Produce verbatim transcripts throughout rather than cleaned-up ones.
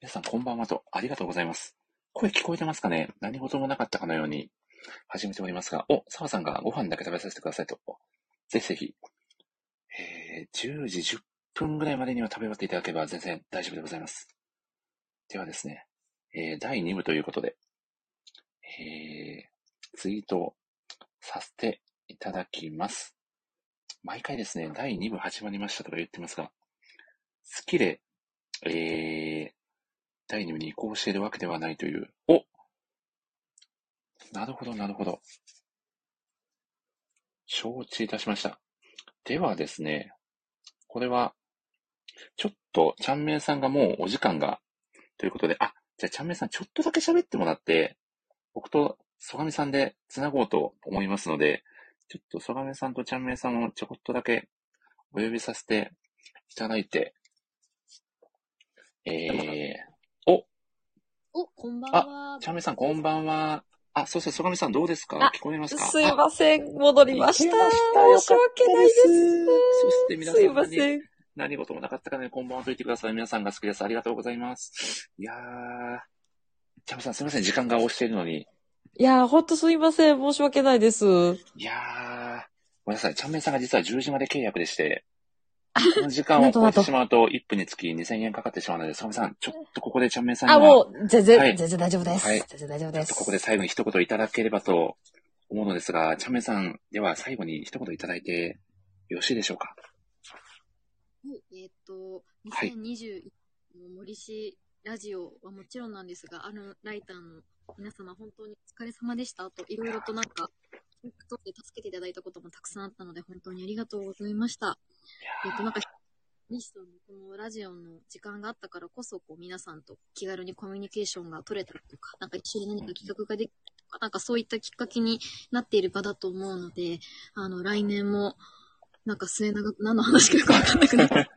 皆さんこんばんはと、ありがとうございます。声聞こえてますかね？何事もなかったかのように始めておりますが、お、澤さんがご飯だけ食べさせてくださいと。ぜひぜひ、えー、じゅうじじゅっぷんぐらいまでには食べ終わっていただければ全然大丈夫でございます。ではですね、えー、だいに部ということで、えー、ツイートさせていただきます。毎回ですね、だいに部始まりましたとか言ってますが、好きで、えー、だいに部に移行しているわけではないという。お、なるほど、なるほど。承知いたしました。ではですね、これは、ちょっと、ちゃんめいさんがもうお時間が、ということで、あ、じゃあちゃんめいさんちょっとだけ喋ってもらって、僕と曽我さんで繋ごうと思いますので、ちょっと曽我さんとちゃんめいさんをちょこっとだけお呼びさせていただいて、えー、お、 お、こんばんは。 あ、ちゃんめいさんこんばんは。あ、そうそう、曽我さんどうですか？ あ、 聞こえますか？ すいません。戻りました。 聞こえました。 申し訳ないです。 そして皆すいさん何、 ません。 何事もなかったかね、こんばんはと言ってください。皆さんが好きです。ありがとうございます。いやー、ちゃんめいさんすいません。時間が押しているのに。 いやー、ほんとすいません。申し訳ないです。 いやー、ごめんなさい。ちゃんめいさんが実はじゅうじまで契約でして、この時間を超えてしまうといっぷんにつきにせんえんかかってしまうので、曽我さん、ちょっとここでちゃんめいさんには。 あ、もう、全然、 はい、 全然大丈夫です。 はい。 全然大丈夫です。 ちょっとここで最後に一言いただければと思うのですが、ちゃんめいさん、では最後に一言いただいてよろしいでしょうか？ はい、えっと、にせんにじゅういちねんの森氏ラジオはもちろんなんですが、あのライターの皆様本当にお疲れ様でした。と、いろいろとなんか、とって助けていただいたこともたくさんあったので、本当にありがとうございました。えっと、なんか、西さんのこのラジオの時間があったからこそ、こう皆さんと気軽にコミュニケーションが取れたりとか、なんか一緒に何か企画ができたりとか、なんかそういったきっかけになっている場だと思うので、あの、来年も、なんか末永く何の話かよくわかんなくなった。ラジ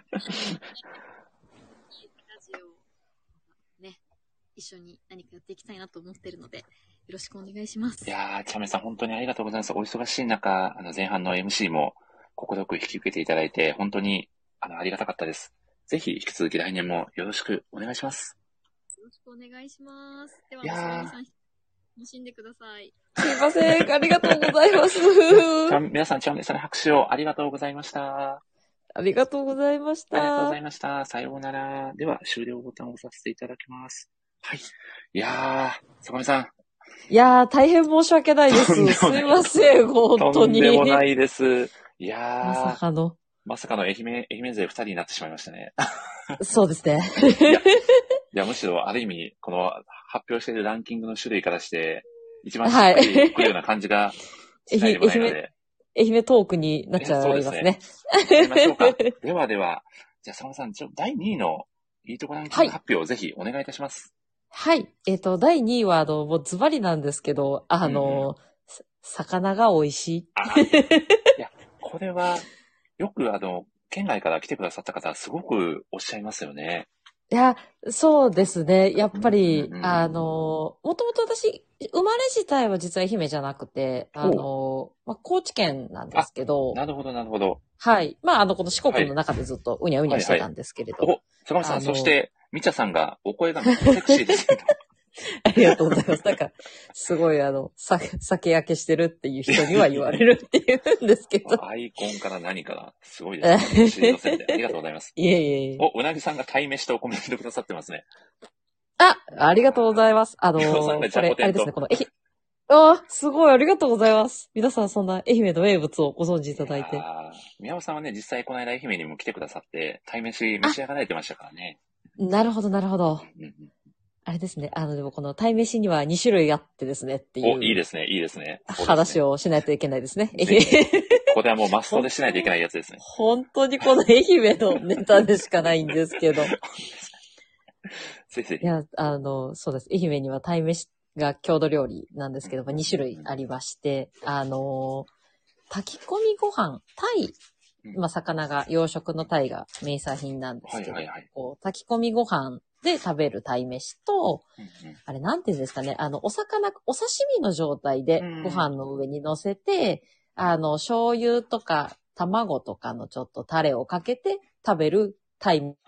オ、ね、一緒に何かやっていきたいなと思っているので、よろしくお願いします。 いやー、ちゃめさん本当にありがとうございます。お忙しい中、あの前半の エムシー も心よく引き受けていただいて、本当にあのありがたかったです。ぜひ引き続き来年もよろしくお願いします。 よろしくお願いします。では、 いやー、 さん楽しんでください。すいません。ありがとうございます。 皆さん、ちゃんめいさんの拍手をありがとうございました。 ありがとうございました。 ありがとうございました。さようなら。では、終了ボタンを押させていただきます。はい。いやー、曽我さん。 いやー、大変申し訳ないです。すいません、本当に。 とんでもないです。いやー、 まさかの。 まさかの愛媛、愛媛勢ふたりになってしまいましたね。 そうですね。 いや、いやむしろある意味、この発表しているランキングの種類からして、一番しっかり来るような感じがしないでもないので。 愛媛トークになっちゃいますね。 そうですね。やりましょうか。ではでは、じゃあ、佐野さん、ちょだいにいのいいとこランキング発表をぜひお願いいたします。 はい。えっと、だいにいは、あの、もうズバリなんですけど、あの、うんうん、魚が美味しい。 あいや、これは、よく、あの、県外から来てくださった方、すごくおっしゃいますよね。 いや、そうですね。やっぱり、うんうんうん、あの、もともと私、生まれ自体は実は愛媛じゃなくて、あの、まあ、高知県なんですけど。 なるほど、なるほど。 はい。まあ、あの、この四国の中でずっとうにゃうにゃしてたんですけれど。 はいはいはい、お、坂本さん、そして、みちゃさんが、お声がめっちゃセクシーですけど。 ありがとうございます。なんか、すごいあの、酒焼けしてるっていう人には言われるっていうんですけど。 アイコンから何から、すごいですね。知りませんで。ありがとうございます。 いえいえいえ。 お、うなぎさんが鯛めしとコメントくださってますね。 あ、ありがとうございます。あのー、これ、あれですね、この、えひ、あ、すごい、ありがとうございます。皆さんそんな愛媛の名物をご存知いただいて。い宮尾さんはね、実際この間愛媛にも来てくださって、鯛めし召し上がられてましたからね。 なるほど、なるほど。うんうん、あれですね。あの、でもこの鯛めしにはに種類あってですねっていう。 お、いいですね、いいですね。 話をしないといけないですね。 ここではもうマストでしないといけないやつですね。 本当にこの愛媛のネタでしかないんですけど。 ぜひぜひ。 いや、あの、そうです。愛媛には鯛めしが郷土料理なんですけど、に種類ありまして、あの、炊き込みご飯、鯛、まあ、魚が、養殖の鯛が名産品なんですけど、はいはいはい、こう炊き込みご飯で食べる鯛めしと、うんうん、あれなんていうんですかね、あの、お魚、お刺身の状態でご飯の上に乗せて、うん、あの、醤油とか卵とかのちょっとタレをかけて食べる鯛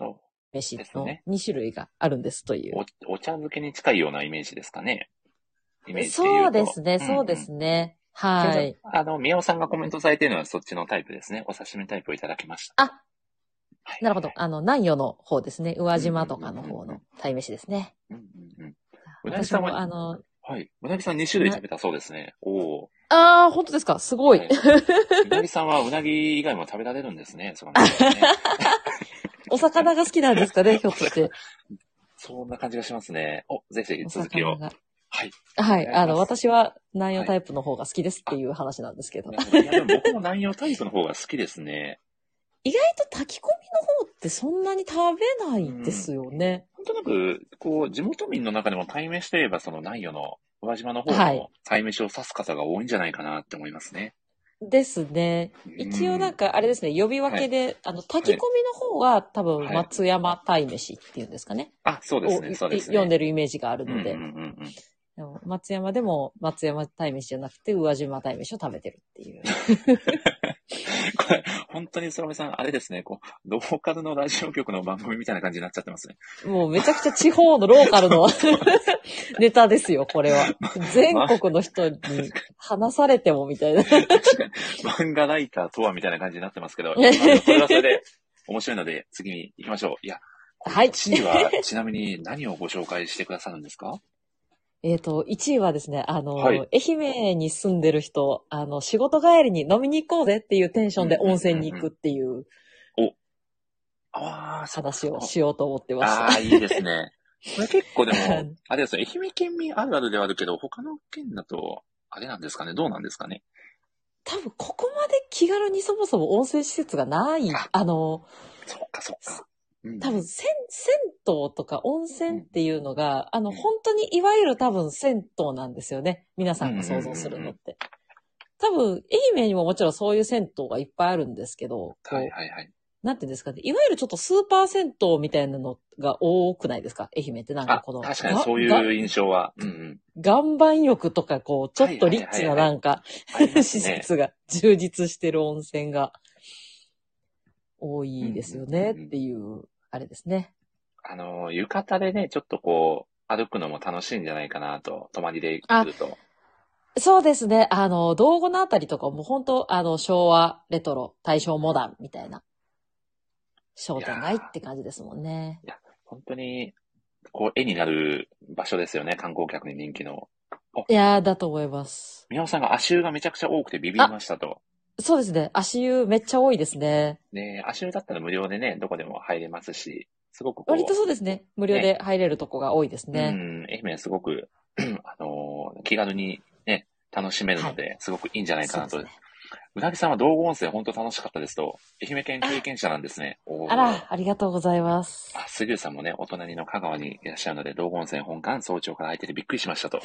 飯のですね。 に種類があるんですという。 お、お茶漬けに近いようなイメージですかね。イメージでそ言うと。 うですね、 うんうん、 そうですね。はい。 あの、宮尾さんがコメントされているのはそっちのタイプですね。お刺身タイプをいただきました。 あ、はい、なるほど。あの、南予の方ですね。宇和島とかの方の鯛めしですね。 うんうんうん。 私も、あの、 はい。うなぎさんに種類食べたそうですね。おお。 ああ、本当ですか。すごい。はい、 うなぎさんはうなぎ以外も食べられるんですね。そうなんですね。 お魚が好きなんですかね、ひょっとして。 そんな感じがしますね。お、ぜひぜひ続きを。はい。 はい。あの、私は南洋タイプの方が好きですっていう話なんですけど。 はい、いやでも僕も南洋タイプの方が好きですね。 意外と炊き込みの方ってそんなに食べないですよね。 なんとなく、こう、地元民の中でも鯛めしといえば、その南予の宇和島の方の鯛めしを指す方が多いんじゃないかなって思いますね。 ですね。一応なんか、あれですね、呼び分けで、はい、あの、炊き込みの方は多分、松山鯛めしっていうんですかね。 はい、あ、そうですね、そうですね。 読んでるイメージがあるので。 うんうんうんうんでも松山でも松山鯛めしじゃなくて宇和島鯛めしを食べてるっていう。 これ、本当にそらめさん、あれですね、こう、ローカルのラジオ局の番組みたいな感じになっちゃってますね。 もうめちゃくちゃ地方のローカルのネタですよ、これは。全国の人に話されてもみたいな。 確かに、漫画ライターとはみたいな感じになってますけど、それはそれで面白いので、次に行きましょう。いや、 はい。 いちいは、ちなみに何をご紹介してくださるんですか？ えっと、いちいはですね、あの、 はい、 愛媛に住んでる人、あの、仕事帰りに飲みに行こうぜっていうテンションで温泉に行くっていう、 お、ああ、 話をしようと思ってました。 ああ、いいですね。これ結構でも、あれですね、愛媛県民あるあるではあるけど、他の県だと、あれなんですかね、どうなんですかね。 多分、ここまで気軽にそもそも温泉施設がない、あ, あの、 そっかそっか。 多分、銭、銭湯とか温泉っていうのが、うん、あの、本当にいわゆる多分銭湯なんですよね。皆さんが想像するのって。多分、愛媛にももちろんそういう銭湯がいっぱいあるんですけど、 はいはいはい。 なんていうんですかね。いわゆるちょっとスーパー銭湯みたいなのが多くないですか？愛媛ってなんかこの。 確かにそういう印象は。うんうん、 岩盤浴とかこう、ちょっとリッチななんか、施設が充実してる温泉が多いですよねっていう、あれですね。 あの、浴衣でね、ちょっとこう、歩くのも楽しいんじゃないかなと、泊まりで来ると。 そうですね。あの、道後のあたりとかも本当あの、昭和、レトロ、大正モダンみたいな。商店街って感じですもんね。 いや、本当に、こう、絵になる場所ですよね、観光客に人気の。 いやー、だと思います。 宮尾さんが足湯がめちゃくちゃ多くてビビりましたと。 そうですね。足湯めっちゃ多いですね。 ね、足湯だったら無料でね、どこでも入れますし、すごくこう。 割とそうですね。無料で入れるとこが多いですね。 うん、愛媛すごく、あのー、気軽にね、楽しめるので、はい、すごくいいんじゃないかなと。うなぎさんは道後温泉本当楽しかったですと、愛媛県経験者なんですね。 あら、ありがとうございます。 あ、杉浦さんもね、お隣の香川にいらっしゃるので、道後温泉本館早朝から空いててびっくりしましたと。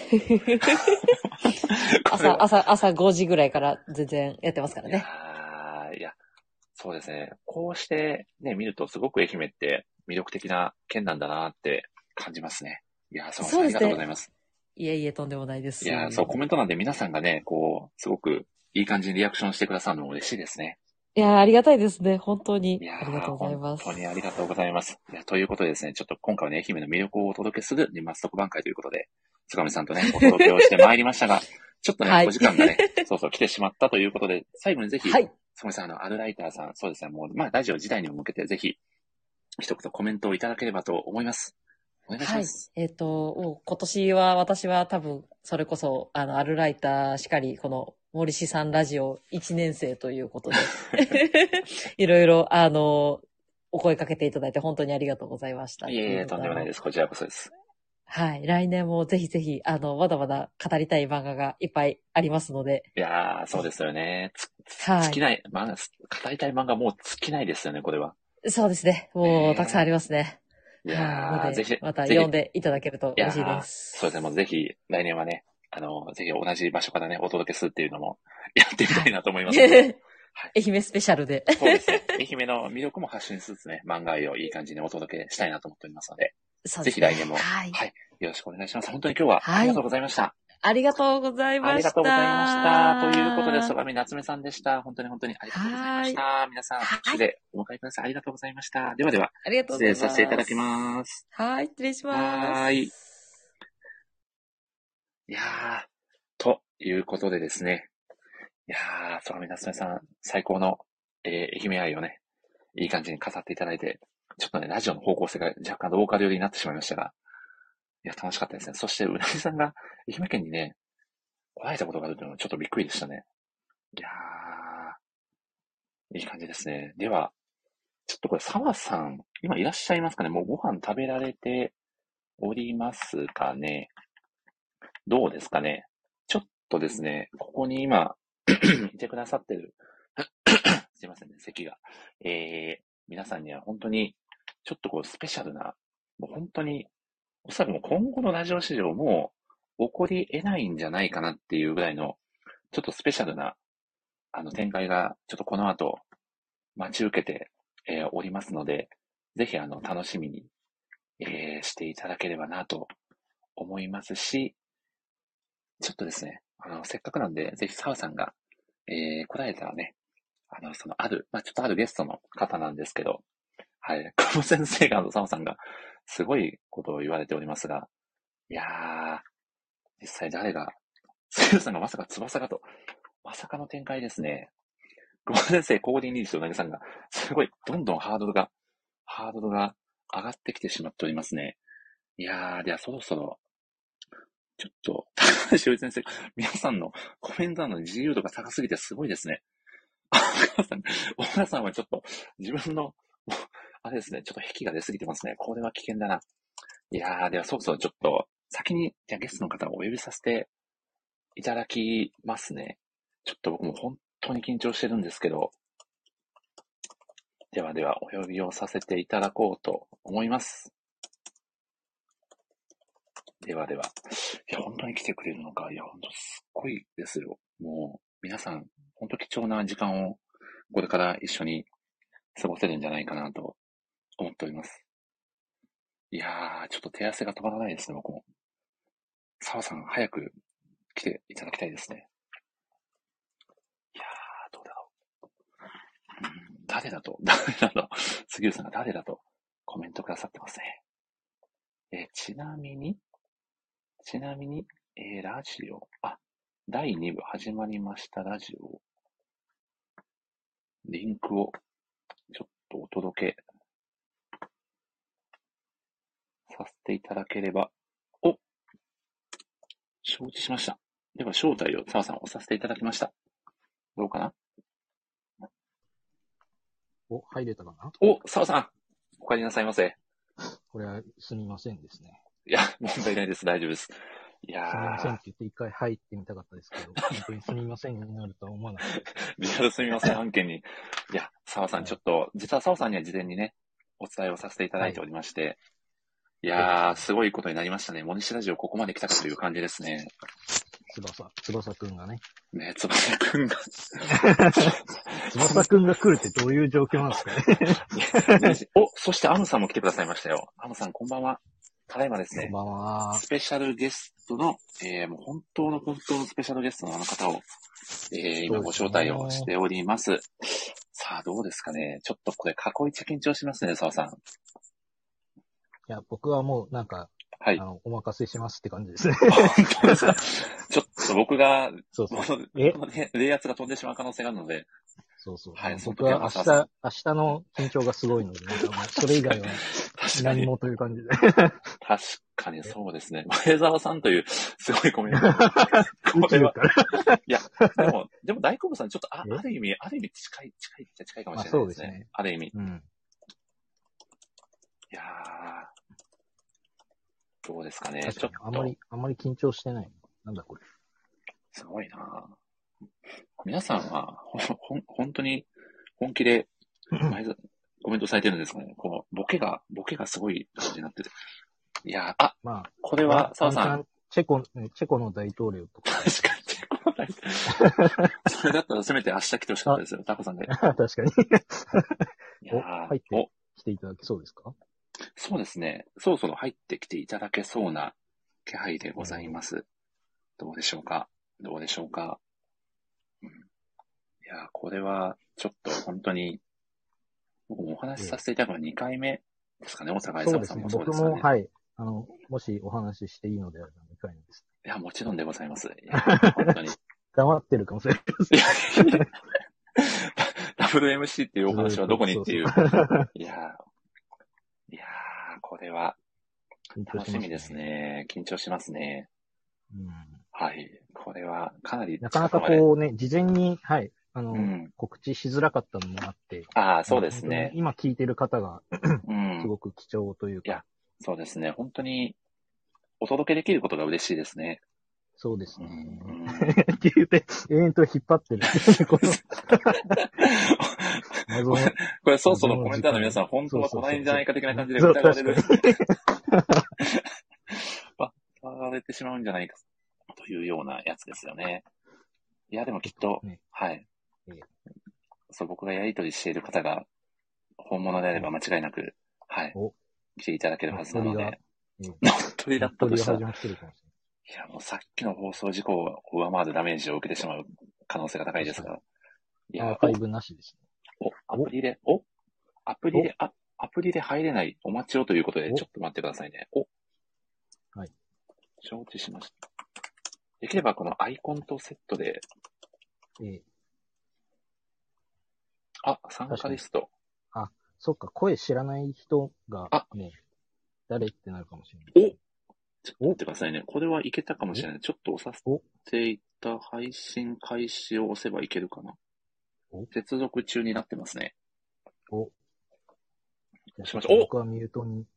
朝、朝、朝ごじぐらいから全然やってますからね。 いや、いや、そうですね。こうしてね、見るとすごく愛媛って魅力的な県なんだなって感じますね。いや、そうですね。ありがとうございます。 いえいえ、とんでもないです。 いや、そう、コメント欄で皆さんがね、こう、すごくいい感じにリアクションしてくださるのも嬉しいですね。 いや、ありがたいですね。本当に。ありがとうございます。 本当にありがとうございます。いや、ということでですね、ちょっと今回はね、愛媛の魅力をお届けする年末特番会ということで、つがみさんとね、お届けをしてまいりましたが、ちょっとね、はい、お時間がね、そうそう来てしまったということで、最後にぜひ、はい、つがみさん、あの、アルライターさん、そうですね、もう、まあ、ラジオ時代にも向けて、ぜひ、一言コメントをいただければと思います。お願いします。 はい。えっ、ー、と、今年は私は多分、それこそ、あの、アルライターしかり、この、森氏さんラジオいちねん生ということで、いろいろ、あの、お声かけていただいて本当にありがとうございました。 いえいえ、とんでもないです。こちらこそです。 はい。来年もぜひぜひ、あの、まだまだ語りたい漫画がいっぱいありますので。 いやー、そうですよね。つ、つ、はい、尽きない、漫画、語りたい漫画もう尽きないですよね、これは。 そうですね。もう、たくさんありますね。 いやー、ぜひ、 また読んでいただけると嬉しいです。 そうですね、もうぜひ、来年はね、あの、ぜひ同じ場所からね、お届けするっていうのも、やってみたいなと思いますので。 はい、愛媛スペシャルで。 そうですね。愛媛の魅力も発信しつつね、漫画愛をいい感じにお届けしたいなと思っておりますので、そうですね、ぜひ来年も、はい、はい、よろしくお願いします。本当に今日はありがとうございました。はい、 ありがとうございました。 ありがとうございました。ということで、そがみなつめさんでした。本当に本当にありがとうございました。皆さん、拍手でお迎えください。ありがとうございました。ではでは、 ありがとうございます。 失礼させていただきます。 はい、失礼します。 はい。いやー、ということでですね。いやー、そがみなつめさん、最高の、えー、愛媛愛をね、いい感じに飾っていただいて、ちょっとね、ラジオの方向性が若干ローカル寄りになってしまいましたが、いや、楽しかったですね。そして、うなぎさんが愛媛県にね、来られたことがあるというのはちょっとびっくりでしたね。いやー、いい感じですね。では、ちょっとこれ、澤さん、今いらっしゃいますかね？もうご飯食べられておりますかね？どうですかね？ちょっとですね、ここに今、いてくださってる、すいませんね、席が。えー、皆さんには本当に、ちょっとこう、スペシャルな、もう本当に、おそらくもう今後のラジオ史上も起こり得ないんじゃないかなっていうぐらいの、ちょっとスペシャルな、あの、展開が、ちょっとこの後、待ち受けて、えー、おりますので、ぜひ、あの、楽しみに、えー、していただければなと思いますし、ちょっとですね、あの、せっかくなんで、ぜひ、澤さんが、えー、来られたらね、あの、その、ある、まあ、ちょっとあるゲストの方なんですけど、はい、久保先生が、あの、澤さんが、すごいことを言われておりますが、いやー、実際誰が、杉浦さんがまさか翼がと、まさかの展開ですね。久保先生、コーディニーシュうなぎさんが、すごい、どんどんハードルが、ハードルが上がってきてしまっておりますね。いやー、ではそろそろ、ちょっと、高橋先生、皆さんのコメント欄の自由度が高すぎてすごいですね。小倉さん、小倉さんはちょっと、自分の、あれですね、ちょっと癖が出すぎてますね。これは危険だな。いやー、ではそろそろちょっと、先に、じゃあゲストの方をお呼びさせていただきますね。ちょっと僕も本当に緊張してるんですけど、ではではお呼びをさせていただこうと思います。ではでは。いや、本当に来てくれるのか。いや、本当すっごいですよ。もう、皆さん、本当貴重な時間をこれから一緒に過ごせるんじゃないかなと思っております。いやー、ちょっと手汗が止まらないですね、僕も。澤さん、早く来ていただきたいですね。いやー、どうだろう。うん、誰だと、誰だと、杉浦さんが誰だとコメントくださってますね。え、ちなみに、ちなみに、えー、ラジオ、あ、だいに部始まりましたラジオ、リンクをちょっとお届けさせていただければ、お、承知しました。では、招待を澤さん押させていただきました。どうかな？ お、入れたかな？ お、澤さん、お帰りなさいませ。 これはすみませんですね。 いや、問題ないです。大丈夫です。いやー。 すみませんって言って一回入ってみたかったですけど、本当にすみませんになるとは思わなかったです。 リアルすみません案件に。いや、澤さん、ちょっと、実は澤さんには事前にね、お伝えをさせていただいておりまして、はい、いやー、すごいことになりましたね。森氏ラジオここまで来たかという感じですね。 翼、翼くんがね。 ね、翼くんが。 翼くんが来るってどういう状況なんですかね。 お、そしてアムさんも来てくださいましたよ。アムさんこんばんは。ただいまですね。 こんばんは。 スペシャルゲストの、えー、もう本当の本当のスペシャルゲストのあの方を、えー、今ご招待をしております。さあ、どうですかね。ちょっとこれ、囲いち緊張しますね、澤さん。いや、僕はもうなんか、はい。あの、お任せしますって感じですね。 本当ですか。ちょっと僕が、 そうそう。 え冷圧が飛んでしまう可能性があるので。 そうそう。はい。僕は明日、明日の緊張がすごいので、なんかもうそれ以外は何もという感じで。 確かにそうですね。前澤さんというすごいコメント。これは。いや、でも、でも大好物さんちょっとあ、ある意味、ある意味近い、近いっちゃ近いかもしれないですね。あ、そうですね。ある意味。うん。いやー。どうですかね。ちょっと。 あんまり、あんまり緊張してない。なんだこれ。 すごいな皆さんは、ほ、ほん、本当に本気で、コメントされてるんですかね。こう、ボケが、ボケがすごい感じになってて。いやあ、 まあ、 これは、澤さん。 チェコ、チェコの大統領とか。 確かに、チェコの大統領。それだったらせめて明日来てほしかったですよ、タコさんで。 確かに。 いや入ってきていただけそうですか？ そうですね。そろそろ入ってきていただけそうな気配でございます。 どうでしょうか。どうでしょうか。うん、いや、これは、ちょっと本当に、僕もお話しさせていただくのはにかいめですかね、お互いさんさんもそうですかね。 僕も、はい。あの、もしお話ししていいのであればにかいめです。 いや、もちろんでございます。いや本当に。 黙ってるかもしれないです。 いやダブルエムシー っていうお話はどこにっていう。いやいやー、これは、楽しみですね。緊張しますね。 うん、 はい。これは、かなり。 なかなかこうね、事前に、はい、あの、うん、告知しづらかったのもあって。 ああ、そうですね。 今聞いてる方が、うん、すごく貴重というか。 いや、そうですね。本当に、お届けできることが嬉しいですね。 そうですね。うん、って言って、永遠と引っ張ってる。これ、これ、そうそうのコメンターの皆さん、本当は隣じゃないか的な感じで疑われる。疑われてしまうんじゃないかというようなやつですよね。いや、でもきっと、ね、はい、えー。そう、僕がやりとりしている方が、本物であれば間違いなく、はい、来ていただけるはずなので、乗っ取りだったとしたら、いや、もうさっきの放送事故を上回るダメージを受けてしまう可能性が高いですから。 いや、アーカイブなしですね。 お、アプリで、おアプリで、あ、アプリで入れないお待ちをということで、ちょっと待ってくださいね。おはい。 承知しました。できればこのアイコンとセットで、 ええ、 あ、参加リスト。 あ、そっか、声知らない人が、ね、誰ってなるかもしれない。 おちょっと待ってくださいね。これはいけたかもしれない。ちょっと押させていた配信開始を押せばいけるかな。接続中になってますね。 お。 しましょう。 僕はミュートに。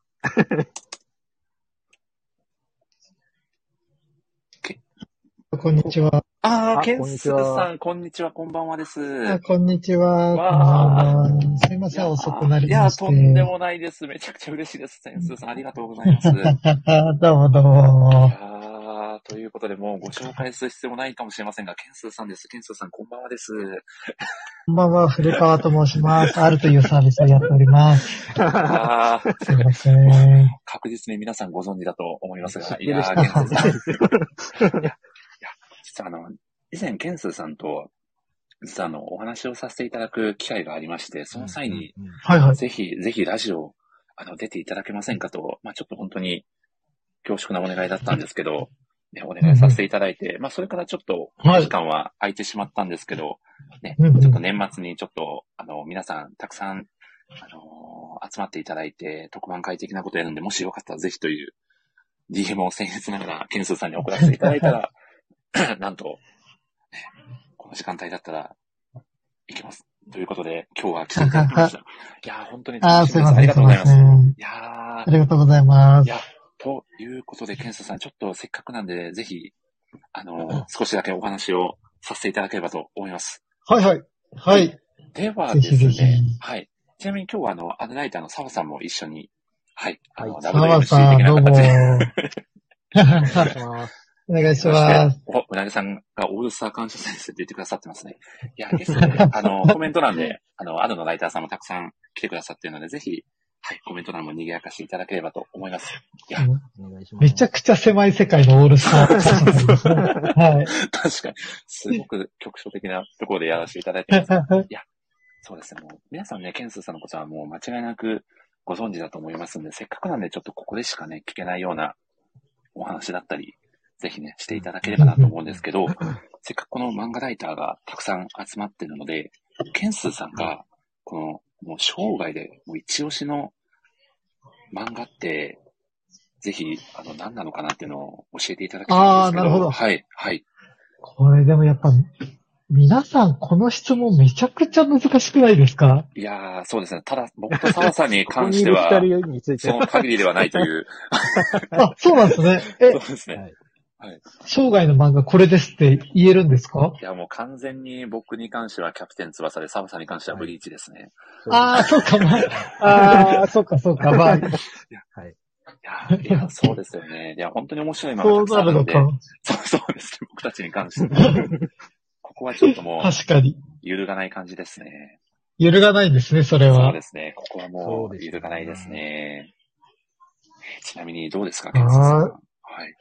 こんにちは。 ああ、ケンスーさん、こんにちは、こんばんはです。 あ、こんにちは。わー。すいません、遅くなりまして。 いや、とんでもないです。めちゃくちゃ嬉しいです。ケンスーさん、ありがとうございます。 どうもどうも。 いやー、ということで、もうご紹介する必要もないかもしれませんが、ケンスーさんです。ケンスーさん、こんばんはです。 こんばんは、古川と申します。あるというサービスをやっております。 あー、 すいません。 確実に皆さんご存知だと思いますが、いやー、ケンスーさん。いや実はあの、以前、ケンスーさんと、実はあの、お話をさせていただく機会がありまして、その際に、うんうん、はいはい。ぜひ、ぜひラジオ、あの、出ていただけませんかと、まあちょっと本当に恐縮なお願いだったんですけど、ね、お願いさせていただいて、うん、まあそれからちょっと、時間は空いてしまったんですけど、ね、うんうん、ちょっと年末にちょっと、あの、皆さん、たくさん、あのー、集まっていただいて、特番会的なことやるんで、もしよかったらぜひという、ディーエム を僭越ながら、ケンスーさんに送らせていただいたら、なんと、ね、この時間帯だったら、いけます。ということで、今日は来ていただきました。いやー、本当に楽しみです。ありがとうございます。いやー、 ありがとうございます。 いや、ということで、ケンスーさん、ちょっとせっかくなんで、ぜひ、あのー、少しだけお話をさせていただければと思います。 はいはい。はい。 ではですね、ぜひぜひはい。ちなみに今日は、あの、アドライターの澤さんも一緒に、はい、あの、ダブルエムシー 的な形で。 お願いします。お願いします。 お、うなぎさんがオールスター感謝祭ですって言ってくださってますね。いや、ですね、あの、コメント欄で、あの、アドのライターさんもたくさん来てくださっているので、ぜひ、はい、コメント欄も賑やかしていただければと思います。いや、 お願いします。めちゃくちゃ狭い世界のオールスター感謝祭ですね。はい。 確かに、すごく局所的なところでやらせていただいてます。いや、そうですね、もう、皆さんね、ケンスーさんのことはもう間違いなくご存知だと思いますんで、せっかくなんでちょっとここでしかね、聞けないようなお話だったり、ぜひね、していただければなと思うんですけど、せっかくこの漫画ライターがたくさん集まってるので、ケンスーさんが、この、もう生涯でもう一押しの漫画って、ぜひ、あの、何なのかなっていうのを教えていただきたいんですけど。ああ、なるほど。はい、はい。 これでもやっぱ、皆さんこの質問めちゃくちゃ難しくないですか？ いやー、そうですね。ただ、僕と澤さんに関しては、その限りではないという。 あ、そうなんですね。 え、そうですね。はいはい、生涯の漫画これですって言えるんですか？ いや、もう完全に僕に関してはキャプテン翼で、澤さんに関してはブリーチですね。 はい、ああ、そうか、まあ、ああ、そうか、そうか、まあ。いや、はい。いや、いや、そうですよね。いや、本当に面白い漫画がたくさんあるので。そうなるのか。そう、そうですね。僕たちに関しては。ここはちょっともう、確かに。揺るがない感じですね。 揺るがないですね、それは。 そうですね。ここはもう、揺るがないですね。ちなみにどうですか、ケンスーさん。はい。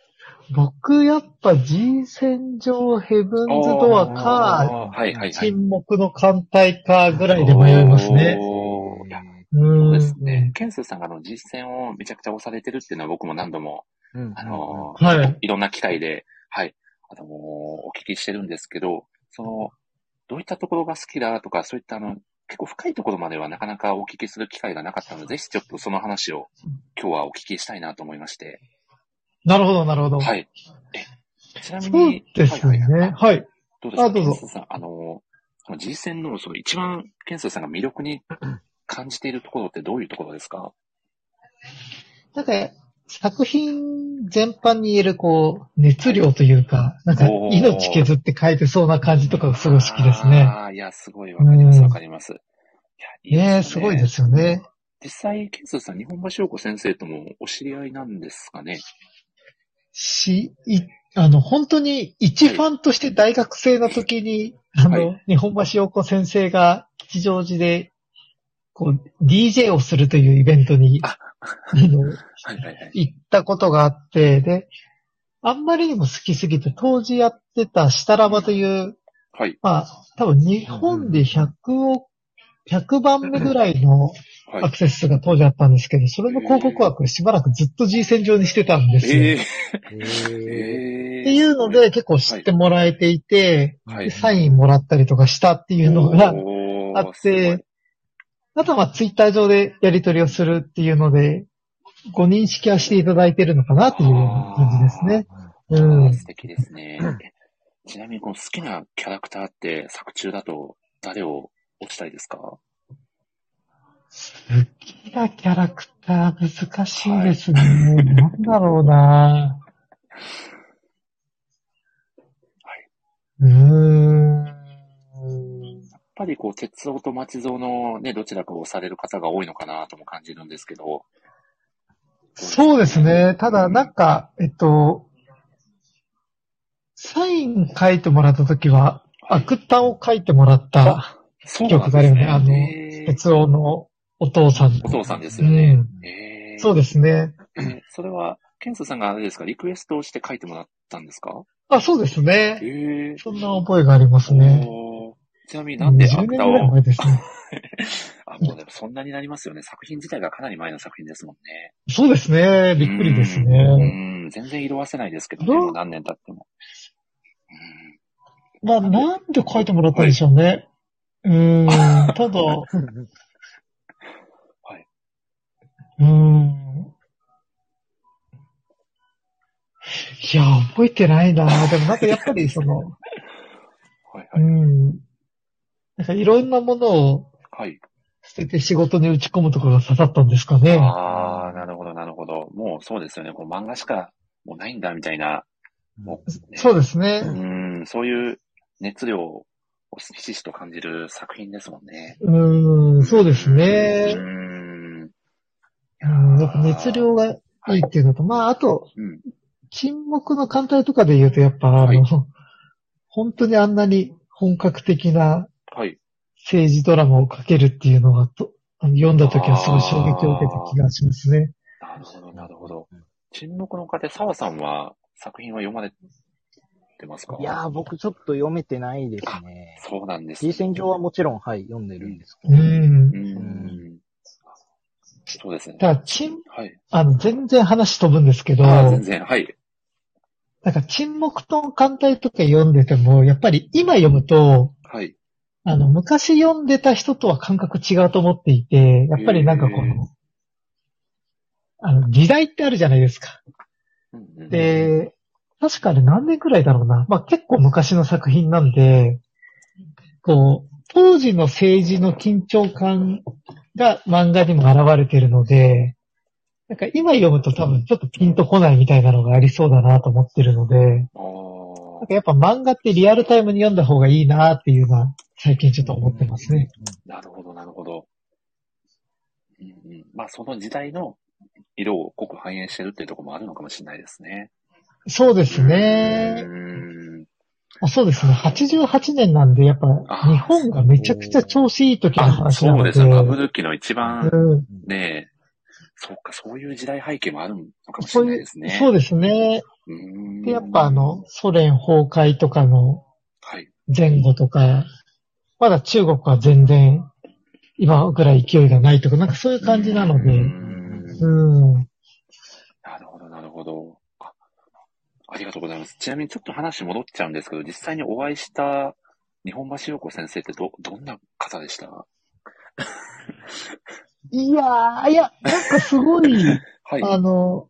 僕やっぱ G 戦場ヘブンズドアか、 はいはいはい。 沈黙の艦隊かぐらいで迷いますね。 おーいやそうですね。ケンスーさんがあの実戦をめちゃくちゃ押されてるっていうのは僕も何度も、 うんあの、 はい。 いろんな機会で、はい、あのー、お聞きしてるんですけど、その、どういったところが好きだとか、そういったあの、結構深いところまではなかなかお聞きする機会がなかったので、ぜひちょっとその話を今日はお聞きしたいなと思いまして。 なるほど、なるほど。 はい。え、ちなみそうに、 ですね。はい。はい、 どうですか、 あ、どうぞ。 ケンスーさん、あの、G 戦のその一番ケンスーさんが魅力に感じているところってどういうところですか？ なんか、作品全般に言える、こう、熱量というか、なんか、命削って書いてそうな感じとかがすごい好きですね。 ああ、いや、すごいわかります、わかります。いや、いいですね。ねえ、すごいですよね。 実際、ケンスーさん、日本橋陽子先生ともお知り合いなんですかね？ し、い、あの、本当に一ファンとして大学生の時に、はい、あの、はい、日本橋陽子先生が吉祥寺で、こう、ディージェー をするというイベントに、あの、はいはいはい、行ったことがあって、で、あんまりにも好きすぎて、当時やってたシタラバという、はい、まあ、多分日本でひゃくおく、ひゃくばんめぐらいのアクセス数が当時あったんですけど、それの広告枠しばらくずっと G 戦場にしてたんですよ。えーえー、っていうので結構知ってもらえていて、はい、サインもらったりとかしたっていうのがあって、あとはまあツイッター上でやり取りをするっていうので、ご認識はしていただいているのかなという感じですね。 うん、素敵ですね。ちなみにこの好きなキャラクターって作中だと誰を推したいですか？好きなキャラクター難しいですね。はい、なんだろうな。はい、うーん。やっぱりこう、鉄夫と町蔵のね、どちらかをされる方が多いのかなとも感じるんですけど。 そうですね。ただ、なんか、えっと、サイン書いてもらったときは、はい、アクタを書いてもらった記憶があるよね。あの、鉄夫のお父さん。 お父さんですよね。 うんえー、そうですね。 えー、それは、ケンスさんがあれですか、リクエストをして書いてもらったんですか？ あ、そうですね。 えー、 そんな覚えがありますね。 ちなみになんでアクタを。 じゅうねんぐらい前ですね。 あ、もうでもそんなになりますよね。作品自体がかなり前の作品ですもんね。 そうですね。びっくりですね。 うん、全然色褪せないですけどね、もう何年経っても。 うん、まあ、なんで書いてもらったんでしょうね。はい、うーん、ただ、はい。うーん。いや、覚えてないな。でもなんかやっぱりその、はいはい、うん。なんかいろんなものを、はい。捨てて仕事に打ち込むところが刺さったんですかね。 ああ、なるほど、なるほど。もうそうですよね。こう漫画しかもうないんだみたいな。 もうね、そうですね。 うん、そういう熱量をひしひしと感じる作品ですもんね。 うん、そうですね。うん。やっぱ熱量がいいっていうのと、はい、まあ、あと、うん、沈黙の艦隊とかで言うと、やっぱ、あの、はい、本当にあんなに本格的な、はい。政治ドラマをかけるっていうのがと、読んだときはすごい衝撃を受けた気がしますね。 なるほど、なるほど。沈黙の艦隊、澤さんは作品は読まれてますか？ いやー、僕ちょっと読めてないですね。 そうなんですね。 G 戦場はもちろん、はい、読んでるんですけど。 うん。うんうんそうですね。 だから、沈、はい。あの、全然話飛ぶんですけど。 あ全然、はい。 なんか、沈黙の艦隊とか読んでても、やっぱり今読むと、はい。あの、昔読んでた人とは感覚違うと思っていて、やっぱりなんかこの、あの、時代ってあるじゃないですか。うんうん、で、確かに何年くらいだろうな。まあ結構昔の作品なんで、こう、当時の政治の緊張感が漫画にも現れているので、なんか今読むと多分ちょっとピンとこないみたいなのがありそうだなと思ってるので、なんかやっぱ漫画ってリアルタイムに読んだ方がいいなっていうのは最近ちょっと思ってますね。 なるほど、なるほど。うんうん、まあその時代の色を濃く反映してるっていうところもあるのかもしれないですね。 そうですね。うんあそうですね。はちじゅうはちねんなんで、やっぱ日本がめちゃくちゃ調子いい時の話なので。 そうですね。バブル期の一番、うん、ねえ、そうか、そういう時代背景もあるのかもしれないですね。 そういうそうですね。 うーんで、やっぱあの、ソ連崩壊とかのはい。 前後とか、まだ中国は全然今ぐらい勢いがないとか、なんかそういう感じなのうーで、 んうん。 なるほど、なるほど。あ、ありがとうございます。ちなみにちょっと話戻っちゃうんですけど、実際にお会いした日本橋陽子先生ってど、どんな方でした？ いやー、いや、なんかすごい、 はい。 あの、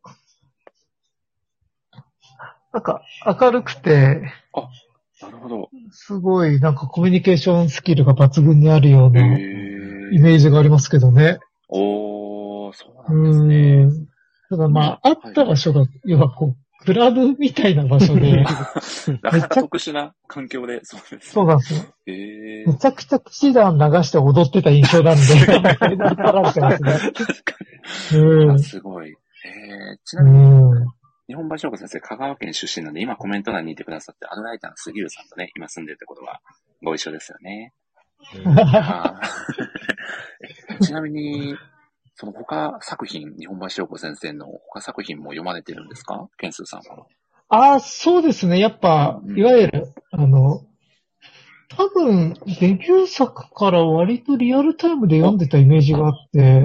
なんか明るくて、 なるほど。 すごいなんかコミュニケーションスキルが抜群にあるようへなー。 イメージがありますけどね。 おー、そうなうんですね。 ん。ただまあ、 はい会った場所が、要はこう、クラブみたいな場所で、 なかなか特殊な環境で、そうです、ね。 そうなんですよ。 へー。 めちゃくちゃ口弾流して踊ってた印象なんで、それで引っ張られてますね。 確かうに。あん。 すごい。えー、ちうなみに、 ん。 日本橋陽子先生、香川県出身なんで、今コメント欄にいてくださって、アドライターの杉浦さんとね、今住んでるってことは、ご一緒ですよね。あーちなみに、その他作品、日本橋陽子先生の他作品も読まれてるんですか？ケンスーさんは。 ああ、そうですね。やっぱ、いわゆる、あの、多分、デビュー作から割とリアルタイムで読んでたイメージがあって、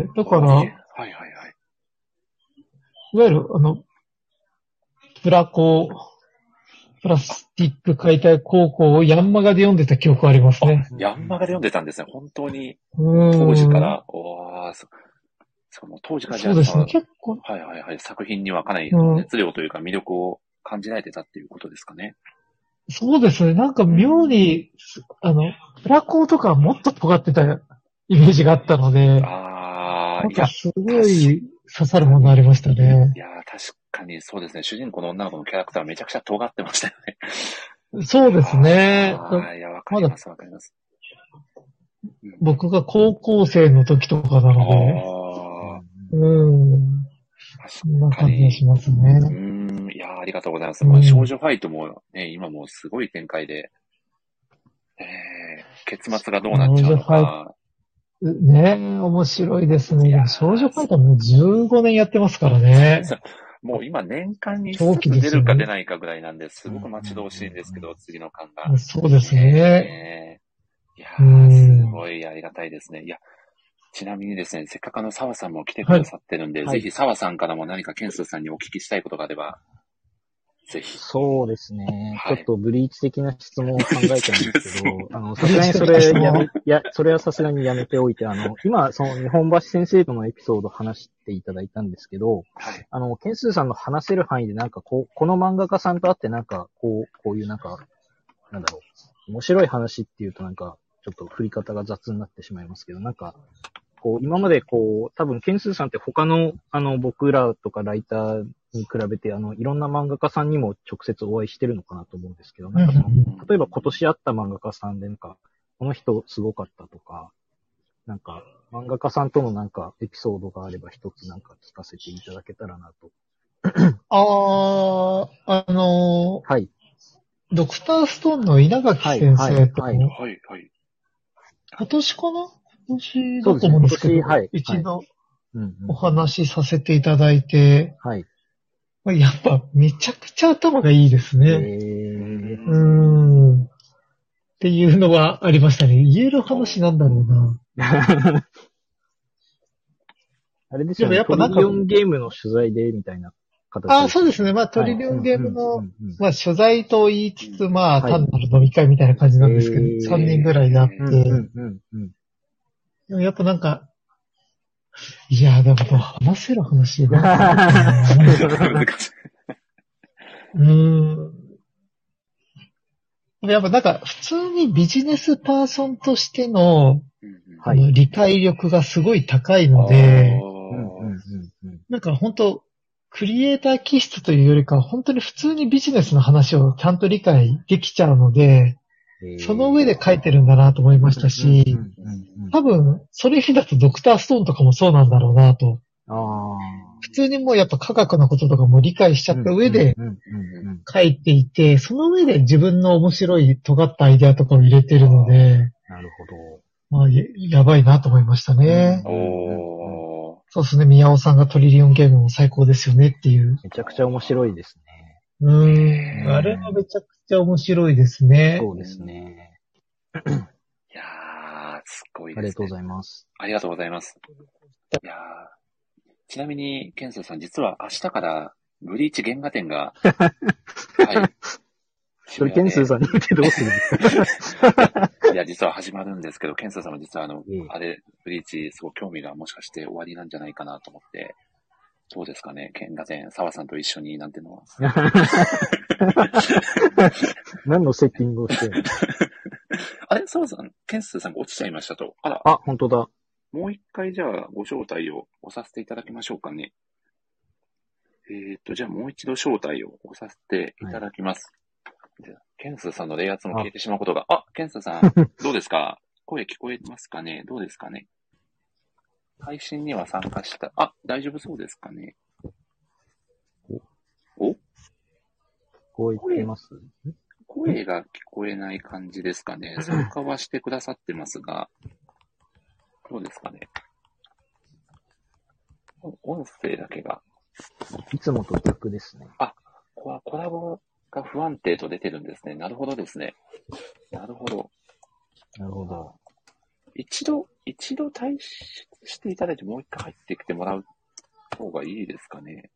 だから、 はいはいはい。 いわゆる、あの、プラコ、プラスティック解体高校をヤンマガで読んでた記憶ありますね。 ヤンマガで読んでたんですね。本当に、 うん当時か。ら、おー、そ、その当時からじゃあそうですね。 その結構、 はいはいはい。作品にはかなりうん熱量というか魅力を感じられてたっていうことですかね。 そうですね。なんか妙に、あの、プラコとかはもっと尖ってたイメージがあったので、 あー、 なんいや、 かすごい刺さるものありましたねい。やー、確かにそうですね。主人公の女の子のキャラクターはめちゃくちゃ尖ってましたよね。 そうですね。 あーいや、わかりますわかります。うん僕が高校生の時とかなので、 あうん。そんなー、確か感じがに。 しますうね。 ーん、いやー、ありがとうございます。 うんまあ少女ファイトもね、今もうすごい展開で、えー、結末がどうなっちゃうのか。 ねえ、面白いですね。 いやー少女ファイターもじゅうごねんやってますからね。 もう今年間に一長冊期ですよね出るか出ないかぐらいなんで、すごく待ち遠しいんですけど、次の巻が。 そうですね。 ねいやうー、 んすごいありがたいですね。いや、ちなみにですね、せっかくあの澤さんも来てくださってるんで、 はいぜひ澤さんからも何かケンスーさんにお聞きしたいことがあれば、ぜひ。 そうですね。 はいちょっとブリーチ的な質問を考えたんですけど、あの、さすがにそれやめ、いや、それはさすがにやめておいて、あの、今、その日本橋先生とのエピソードを話していただいたんですけど、 はい。 あの、ケンスーさんの話せる範囲でなんかこう、この漫画家さんと会ってなんか、こう、こういうなんか、なんだろう、面白い話っていうとなんか、ちょっと振り方が雑になってしまいますけど、なんか、こう、今までこう、多分、ケンスーさんって他の、あの、僕らとかライターに比べて、あの、いろんな漫画家さんにも直接お会いしてるのかなと思うんですけど、なんかその、例えば今年会った漫画家さんで、なんか、この人すごかったとか、なんか、漫画家さんとのなんか、エピソードがあれば一つなんか聞かせていただけたらなと。 ああ、あのー、 はい。 ドクターストーンの稲垣先生と、 はいはいはい、はい。 今年かな今年だと思うんですけど、 そうですね今年はい一度うん、うん。 お話しさせていただいて、 はい。 まあやっぱめちゃくちゃ頭がいいですえね。 ー、 うーん。っていうのはありましたね。言える話なんだろうな。 あれですよね。 でもやっぱなんかトリリオンゲームの取材で、みたいな形ああ、そうでですね。まあトリリオンゲームうんの、 うんうんうんまあ取材と言いつつ、まあはい単なる飲み会みたいな感じなんですけど、 へーさんにんぐらいであって、 うんうんうんうん。 でもやっぱなんか、いやーでもこう話せる話だな。 難しい。 うーん。やっぱなんか普通にビジネスパーソンとしての、 うんうんはいあの理解力がすごい高いので、 うんうんうんうん。 なんか本当クリエイター気質というよりかは本当に普通にビジネスの話をちゃんと理解できちゃうので、その上で書いてるんだなと思いましたし、 うんうんうんうん、 多分それ意味だとドクターストーンとかもそうなんだろうなと。 ああ。 普通にもうやっぱ科学のこととかも理解しちゃった上でうんうんうんうん、 書いていて、その上で自分の面白い尖ったアイデアとかを入れてるので、 なるほど。 まあ、ややばいなと思いましたね。 おー。 そうですね。宮尾さんがトリリオンゲームも最高ですよねっていう。 めちゃくちゃ面白いですね。 うーん。あれはめちゃくちゃ面白いですね。 そうですね。 いやー、すごいですね。 ありがとうございます。 ありがとうございます。いやー、ちなみに、ケンスーさん、実は明日からブリーチ原画展が、はい。 それ、ケンスーさんに言ってどうするんですかいや、実は始まるんですけど、ケンスーさんも実はあの、 ええあれ、ブリーチ、すごく興味がもしかして終わりなんじゃないかなと思って、どうですかね、原画展、澤さんと一緒になんていうのは。 何のセッティングをしてるのあれ、澤さん、ケンスーさんが落ちちゃいましたと。あら、 あ、本当だ。 もう一回じゃあご招待を押させていただきましょうかね。えーっと、じゃあもう一度招待を押させていただきます。はい、ケンスーさんの冷圧も消えてしまうことが、あ、ケンスーさん、どうですか声聞こえますかねどうですかね配信には参加した、あ、大丈夫そうですかねおおこう言ってます声が聞こえない感じですかね参加はしてくださってますが、どうですかね音声だけが。 いつもと逆ですね。 あ、これはコラボが不安定と出てるんですね。なるほどですね。なるほど。 なるほど。 一度、一度退出していただいてもう一回入ってきてもらう方がいいですかね。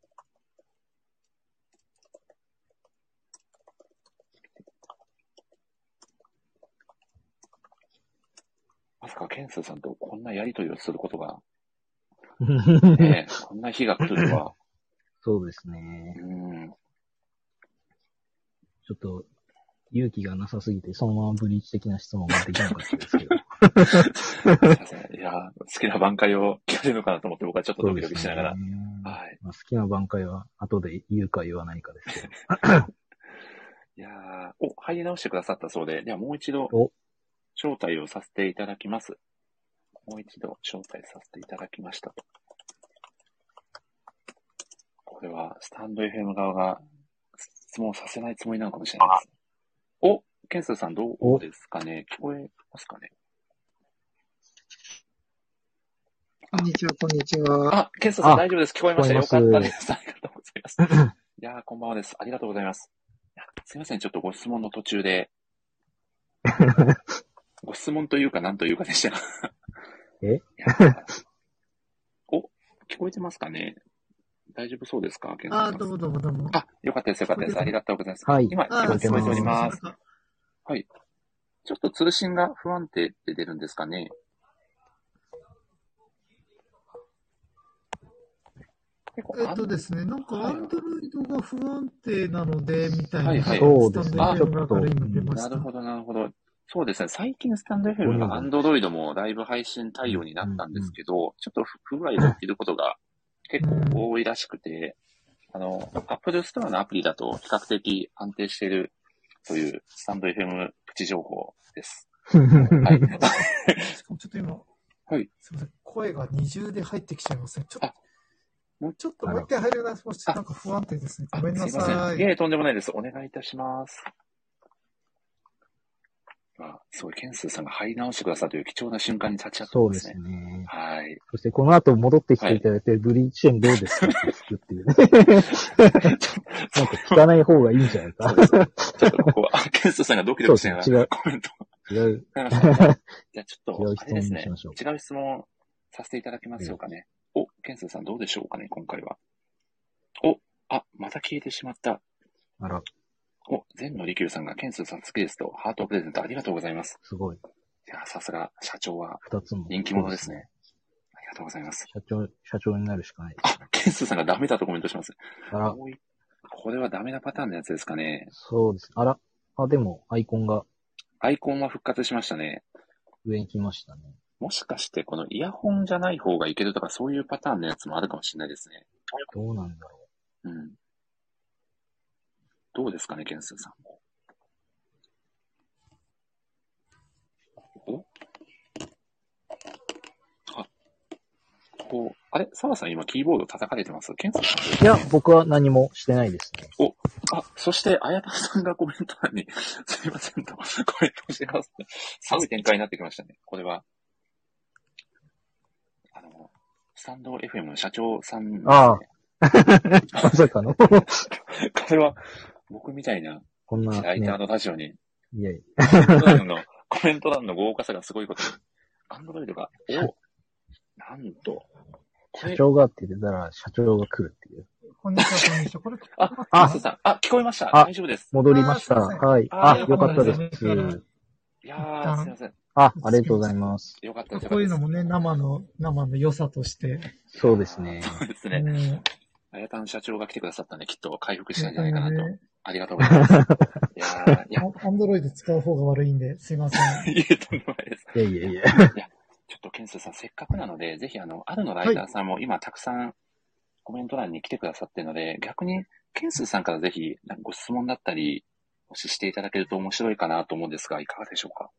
まさかケンスーさんとこんなやりとりをすることが、ねえ、こんな日が来るとは。 そうですね。 うんちょっと、勇気がなさすぎて、そのままブリーチ的な質問ができなかったですけど。 いや、好きな挽回を聞かれるのかなと思って僕はちょっとドキドキしながら。 ねはい、 まあ、好きな挽回は後で言うか言わないかですけど。 いやー、お、入り直してくださったそうで、ではもう一度、招待をさせていただきます。もう一度招待させていただきましたと。これは、スタンド エフエム 側が質問させないつもりなのかもしれないです。お、ケンスーさんどうですかね聞こえますかねこんにちは、こんにちは。 あ、ケンスーさん大丈夫です。聞こえました。よかったです。ありがとうございます。いやー、こんばんはです。ありがとうございます。すいません、ちょっとご質問の途中で。ご質問というか何というかでしたが。 えお、聞こえてますかね大丈夫そうですかケンさん。 あ、どうもどうもどうも。 あ、よかったです、よかったです。ありがとうございます。 はい。 今、聞こえております。 はい。ちょっと通信が不安定って出るんですかねえっとですね、なんかアンドロイドが不安定なので、みたいな。 はいはい。 そうですね。 ちょっと。なるほど、なるほど。そうですね。最近スタンド エフエム が Android もライブ配信対応になったんですけど、うんうん、ちょっと不具合が起きることが結構多いらしくて、うん、あの、Apple Store のアプリだと比較的安定しているというスタンド エフエム プチ情報です。はい。 しかもちょっと今、 はい。 すみません。声が二重で入ってきちゃいますね。ちょっと。もうちょっともう一回入れなしまして、なんか不安定ですね。ごめんなさい。 すいません。いえ、とんでもないです。お願いいたします。あ、すごい、ケンスーさんが入り直してくださるという貴重な瞬間に立ち会ったんですね。 そうですね。 はい。 そしてこの後戻ってきていただいて、はい、ブリーチ編どうですかって聞くっていうね。なんか聞かない方がいいんじゃないか。 ちょっとここは、ケンスーさんがドキドキしながらコメント。 違う。 じゃあちょっと、 違う質問にしましょう。 違う質問させていただきましょうかね。お、ケンスーさんどうでしょうかね、今回は。お、あ、また消えてしまった。 あら。 お、全のりきゅうさんがケンスーさん好きですと、ハートプレゼントありがとうございます。 すごい。 いや、さすが、社長は、 二つも。 人気者ですね。ありがとうございます。 社長、社長になるしかない。 あ、ケンスーさんがダメだとコメントします。 あら。 これはダメなパターンのやつですかね。 そうです。あら。あ、でも、アイコンが。 アイコンは復活しましたね。 上に来ましたね。 もしかして、このイヤホンじゃない方がいけるとか、そういうパターンのやつもあるかもしれないですね。 どうなんだろう。うん。どうですかね、ケンスーさん。おあ、こう、あれ澤さん今キーボード叩かれてますケンスーさんいや、僕は何もしてないですね。 お、あ、そして、あやたさんがコメント欄に、すいませんと、コメントしてます。すごい展開になってきましたね。これは。あの、スタンド エフエム の社長さんですね。 ああ。まさかのこれは、僕みたいな、 こんな、ねライター、のラジオに、 いやいコメント欄の、コメント欄の豪華さがすごいこと。アンドロイドが、おなんと、こ社れ、 長がって言ってたら、社長が来るっていう。 こんにちは、こんにちは。これ、 あ、 あマスさん、あ、聞こえました。 あ大丈夫です。 戻りました。 あーすいませんはい。 あーあ、よかったでよかったす。 ですいやー、すいません。 あ、ありがとうございます。 よかったです。 こういうのもね。 ね、生の、生の良さとして。 そうですね。 そうですうね。 ん。 あやたん社長が来てくださったんで、きっと回復したんじゃないかなと。 ねありがとうございます。いやー、いや、 アンドロイド使う方が悪いんで、すいません。 いえ、とんでもないです。 いやいやいや。 いや、ちょっとケンスーさん、せっかくなので、ぜひ、あの、あるのライターさんも今たくさんコメント欄に来てくださってるので、逆に、ケンスーさんからぜひ、なんかご質問だったり、もししていただけると面白いかなと思うんですが、いかがでしょうか？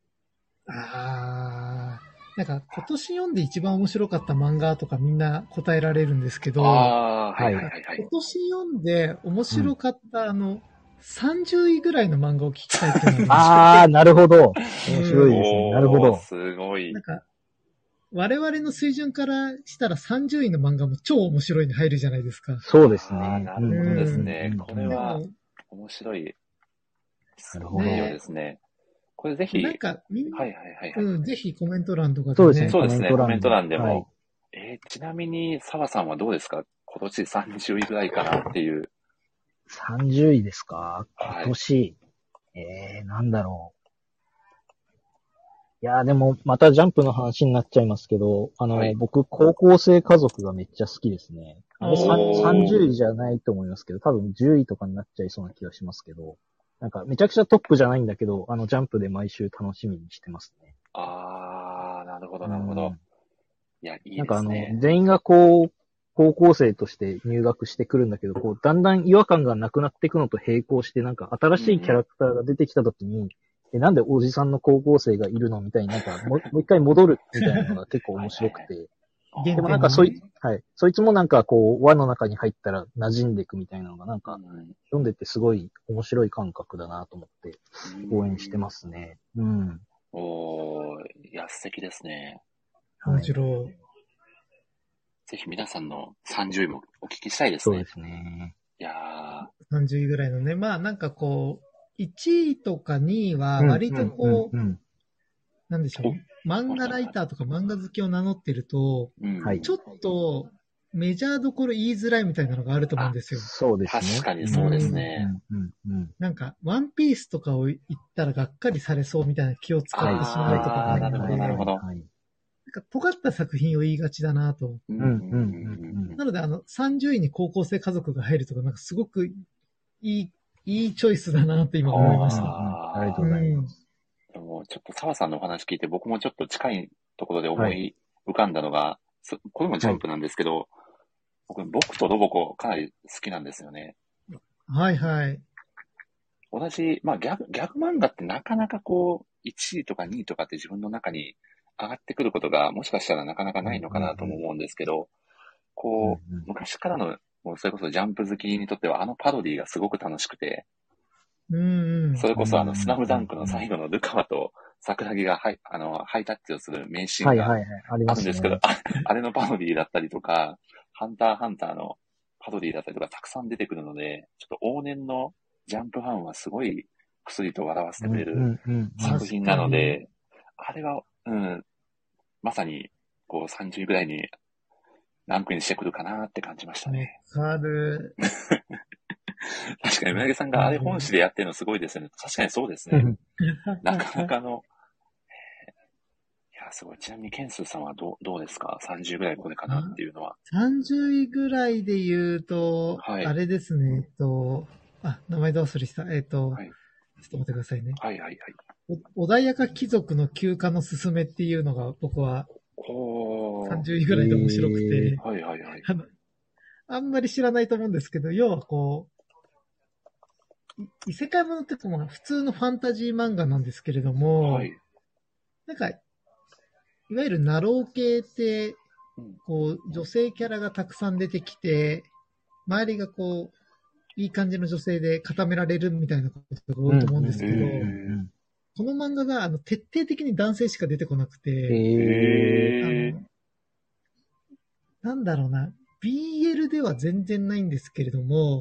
あー。なんか、今年読んで一番面白かった漫画とかみんな答えられるんですけど、 あー、はいはいはいはい今。年読んで面白かった、あの、さんじゅういぐらいの漫画を聞きたいっていうのがあー、なるほど。面白いですね。なるほおーど。 すごいなん。か、我々の水準からしたらさんじゅういの漫画も超面白いに入るじゃないですか。 そうですあーね。 なるほどですね。 うんこれではも、 面白い。 なるほど内容ですね。これぜひ、 なんか、みんな、 はいはいはいはい。 うん、ぜひコメント欄とかでね。 そうですねそうですね、ココメンメント欄でト欄ではいも。えーちなみに、澤さんはどうですか？今年さんじゅういぐらいかなっていう。 さんじゅういですかはい今年。えー、なんだろう。いやーでも、またジャンプの話になっちゃいますけど、あの、 はい僕、高校生家族がめっちゃ好きですね。あれおーさんじゅういじゃないと思いますけど、多分じゅういとかになっちゃいそうな気がしますけど、なんかめちゃくちゃトップじゃないんだけど、あの、ジャンプで毎週楽しみにしてますね。 あー、なるほど、なるほどうん。 いや、いいなんかあのですね、。 全員がこう、高校生として入学してくるんだけど、こう、だんだん違和感がなくなっていくのと並行して、なんか新しいキャラクターが出てきたときに、え、なんでおじさんの高校生がいるのみたいになんかもう、もう一回戻るみたいなのが結構面白くて。 原点でもなんかそい、はい。そいつもなんかこう、輪の中に入ったら馴染んでいくみたいなのがなんか、 うん読んでてすごい面白い感覚だなと思って、応援してますね。うん。 おー、いや、素敵ですね。 面白い。 ぜひ皆さんのさんじゅういもお聞きしたいですね。 そうですね。 いやー、 さんじゅういぐらいのね。まあなんかこう、いちいとかにいは割とこう、 うんうんうんなんでしょう。漫画ライターとか漫画好きを名乗ってると、 うん。 はいちょっとメジャーどころ言いづらいみたいなのがあると思うんですよ。 そうですね。 確かにそうですね。 うんうんうんなんか、ワンピースとかを言ったらがっかりされそうみたいな気を使ってしまうとかがあるので、 あーなるほどなるほどはいなんか尖った作品を言いがちだなと。 うんうんうんうんなので、あの、さんじゅういに高校生家族が入るとか、なんかすごくいい、いいチョイスだなって今思いました。 あーありがとうございます。 でもちょっと澤さんのお話聞いて、僕もちょっと近いところで思い浮かんだのが、そこれもジャンプなんですけど、僕、僕とロボコかなり好きなんですよね。 はいはい。 同じ、まあギャグ、ギャグ漫画ってなかなかこう、いちいとかにいとかって自分の中に上がってくることがもしかしたらなかなかないのかなとも思うんですけど、こう、 うんうん昔からの、もうそれこそジャンプ好きにとってはあのパロディがすごく楽しくて、 うんうん。 それこそあの、 うんスラムダンクの最後のルカワと桜木がハイ、あの、ハイタッチをする名シーンがはいはいはい。ありあますね。 るんですけど、ああれのパロディだったりとか、ハンターハンターのパロディだったりとかたくさん出てくるので、ちょっと往年のジャンプファンはすごい薬と笑わせてくれるうんうんうん作品なので、あれは、うん、まさに、こうさんじゅういぐらいにランクインしてくるかなって感じましたね。 わかる。 確かに、村木さんがあれ本誌でやってるのすごいですよね。確かにそうですね。なかなかの、えーいや、すごい。ちなみに、ケンスーさんはどう、どうですか ?さんじゅうぐらいこれかなっていうのは。 さんじゅういぐらいで言うと、 はいあれですね、えっと、あ、名前どうするした。えっと、 はいちょっと待ってくださいね。 はいはいはい。 お穏やか貴族の休暇のすすめっていうのが僕はおー。 さんじゅういぐらいで面白くて、 はいはいはい。 あの、あんまり知らないと思うんですけど、要はこう、い異世界ものっていうかまあ普通のファンタジー漫画なんですけれども、 はい。 なんか、いわゆるナロー系って、 うんこう、女性キャラがたくさん出てきて、周りがこう、いい感じの女性で固められるみたいなことが多いと思うんですけど、 うんうんうんこの漫画があの徹底的に男性しか出てこなくて、 へー。 あのなんだろうな、ビーエル では全然ないんですけれども、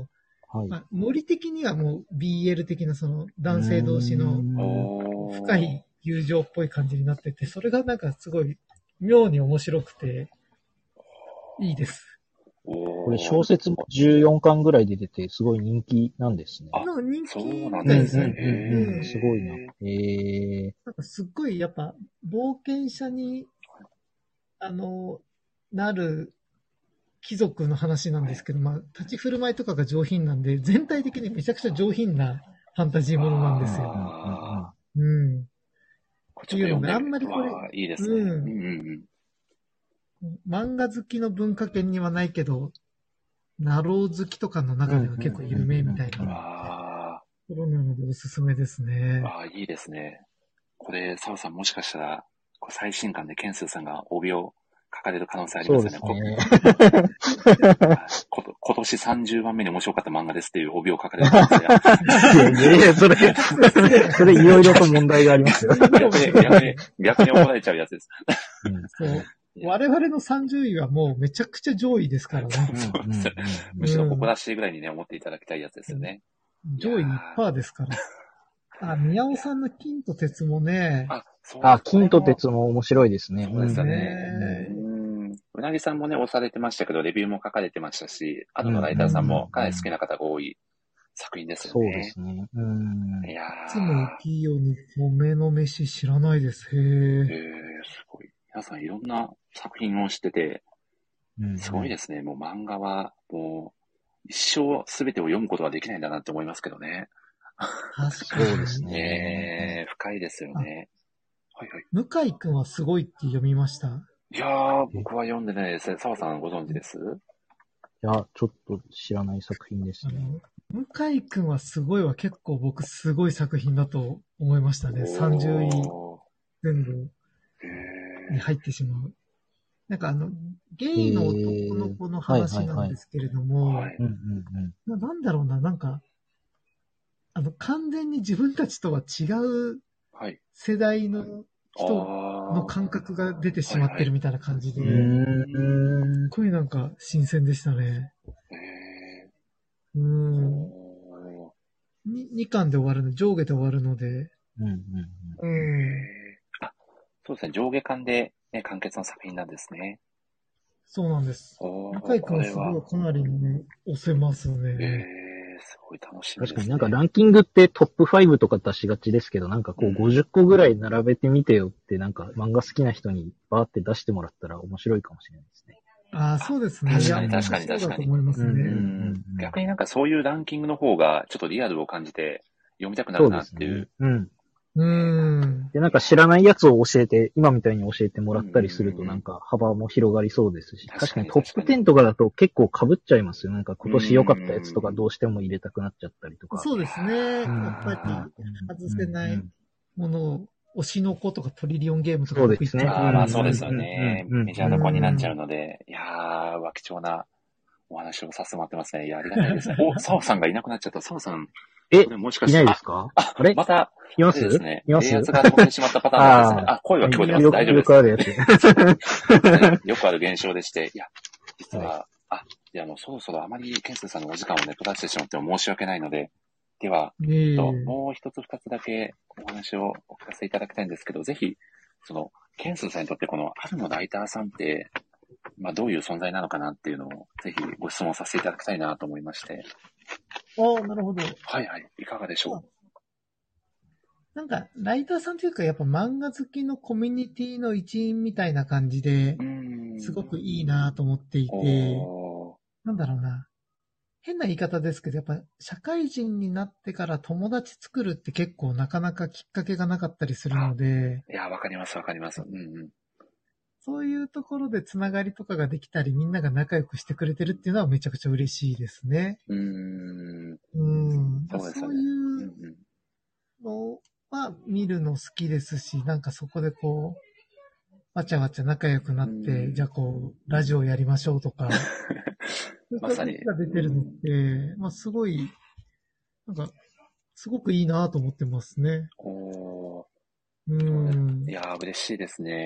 はい。 まあ、ノリ的にはもう ビーエル 的なその男性同士のおー深い友情っぽい感じになってて、それがなんかすごい妙に面白くて、いいです。 ここれ小説もじゅうよんかんぐらいで出て、すごい人気なんですね。 あの人気そうなんみたいですね。 ですね。 うんうんすごいな。えなんかすっごいやっぱ冒険者に、あの、なる貴族の話なんですけど、まあ、立ち振る舞いとかが上品なんで、全体的にめちゃくちゃ上品なファンタジーものなんですよ。 あうん。 ーちょっと読んでっていうのであんまりこれわあいいですね。 うんうんうん漫画好きの文化圏にはないけど、ナロー好きとかの中では結構有名みたいうん。 なあところなのでおすすめですーね。 あー、いいですね。これ、澤さんもしかしたら、こう最新刊でケンスーさんが帯を書かれる可能性あー、そうりますよでね。 すね。 ここと今年さんじゅうばんめに面白かった漫画ですっていう帯を書かれる可能性が。 いやいや、それ、それいろいろと問題がありますよ。 逆に、逆に、逆に怒られちゃうやつです。 そう。我々のさんじゅういはもうめちゃくちゃ上位ですからね。 そうですよむしろ誇らしいぐらいにね、思っていただきたいやつですよね。 上位 いちパーセント ですから。あ、宮尾さんの金と鉄もね、 あ、そうあ、金と鉄も面白いですね。 そうですよね。 ねうん。うなぎさんもね、押されてましたけど、レビューも書かれてましたし、あとのライターさんもかなり好きな方が多い作品ですよね。 そうですね。うん。 いやいつも浮世に米の飯知らないです。へー、えー、 え。 すごい。皆さんいろんな作品を知ってて、 うんすごいですね。もう漫画は、もう、一生すべてを読むことはできないんだなって思いますけどね。 確かに。 そうですね。 ねえ、深いですよね。はいはい。 向井くんはすごいって読みました。 いやー、僕は読んでないですね。澤さんご存知ですいや、ちょっと知らない作品ですね。 あの、向井くんはすごいは結構僕すごい作品だと思いましたね。さんじゅういお前後ーへに入ってしまう。なんかあの、ゲイの男の子の話なんですけれどーも、 はい。 うんうんななんだろうな、なんか、あの、完全に自分たちとは違うはい。 世代の人あの感覚が出てしまってるみたいな感じで、 うん。うすっん。 ごいなんか新鮮でしたね。 ーへうーん。 おににかんで終わるの、上下で終わるので、 うんうんーうん。 へーあ、そうですね。上下巻で、ね、完結の作品なんですね。 そうなんです。 おー向井くんはすごいかなりね、押せますえー、 ね。 すごい楽しみです、ね。 確かになんかランキングってトップファイブとか出しがちですけど、なんかこううんごじゅっこぐらい並べてみてよってなんか漫画好きな人にバーって出してもらったら面白いかもしれないですね。 ああ、そうですね。 確かにいや確かに確かにそうだと思いますうんね。 うん逆になんかそういうランキングの方がちょっとリアルを感じて読みたくなるそうですなっていう。 ね。うん。 うん。 で、なんか知らないやつを教えて、今みたいに教えてもらったりするとうんなんか幅も広がりそうですし、 確かに確かにトップテンとかだと結構被っちゃいますよ。なんか今年良かったやつとかどうしても入れたくなっちゃったりとか。 そうですね。 うんやっぱり外せないうんものを、推しの子とかトリリオンゲームとかそうですね僕言っちゃああ、まあうんそうですよね。 うんうんメジャーどころになっちゃうので、いやー、は貴重なお話をさせてもらってますね。いや、ありがたいですね。お、澤さんがいなくなっちゃった。澤さん、 えこれもしかして、 いないですかあ、 あれまた、 いますあれですね。 います電圧が止まってしまったパターンなんですね。 ああ、声は聞こえてます。 よく大丈夫です。 よくあるやつ。 よくある現象でして、いや、実は、あ、いや、もうそろそろあまりケンスーさんのお時間をね、取らせてしまっても申し訳ないので、では、 ええともう一つ二つだけお話をお聞かせいただきたいんですけど、ぜひ、その、ケンスーさんにとってこの春のライターさんって、まあどういう存在なのかなっていうのを、ぜひご質問させていただきたいなと思いまして。 ああ、なるほど。 はいはい。いかがでしょなんか、ライターさんというか、やっぱ漫画好きのコミュニティの一員みたいな感じでうう、ーん。 すごくいいなと思っていて、 おーなんだろうな。変な言い方ですけど、やっぱ社会人になってから友達作るって結構なかなかきっかけがなかったりするので、 いや、わかりますわかります。うんうん。 そういうところでつながりとかができたり、みんなが仲良くしてくれてるっていうのはめちゃくちゃ嬉しいですね。 うーん。 うん。 そうですよね。 そういううんうん。 のは見るの好きですし、なんかそこでこう、わちゃわちゃ仲良くなって、 うんじゃあこう、ラジオやりましょうとか、 まさにそういうが出てるのって、まあすごい、なんか、すごくいいなと思ってますね。 おーうん。 いやー、嬉しいですね。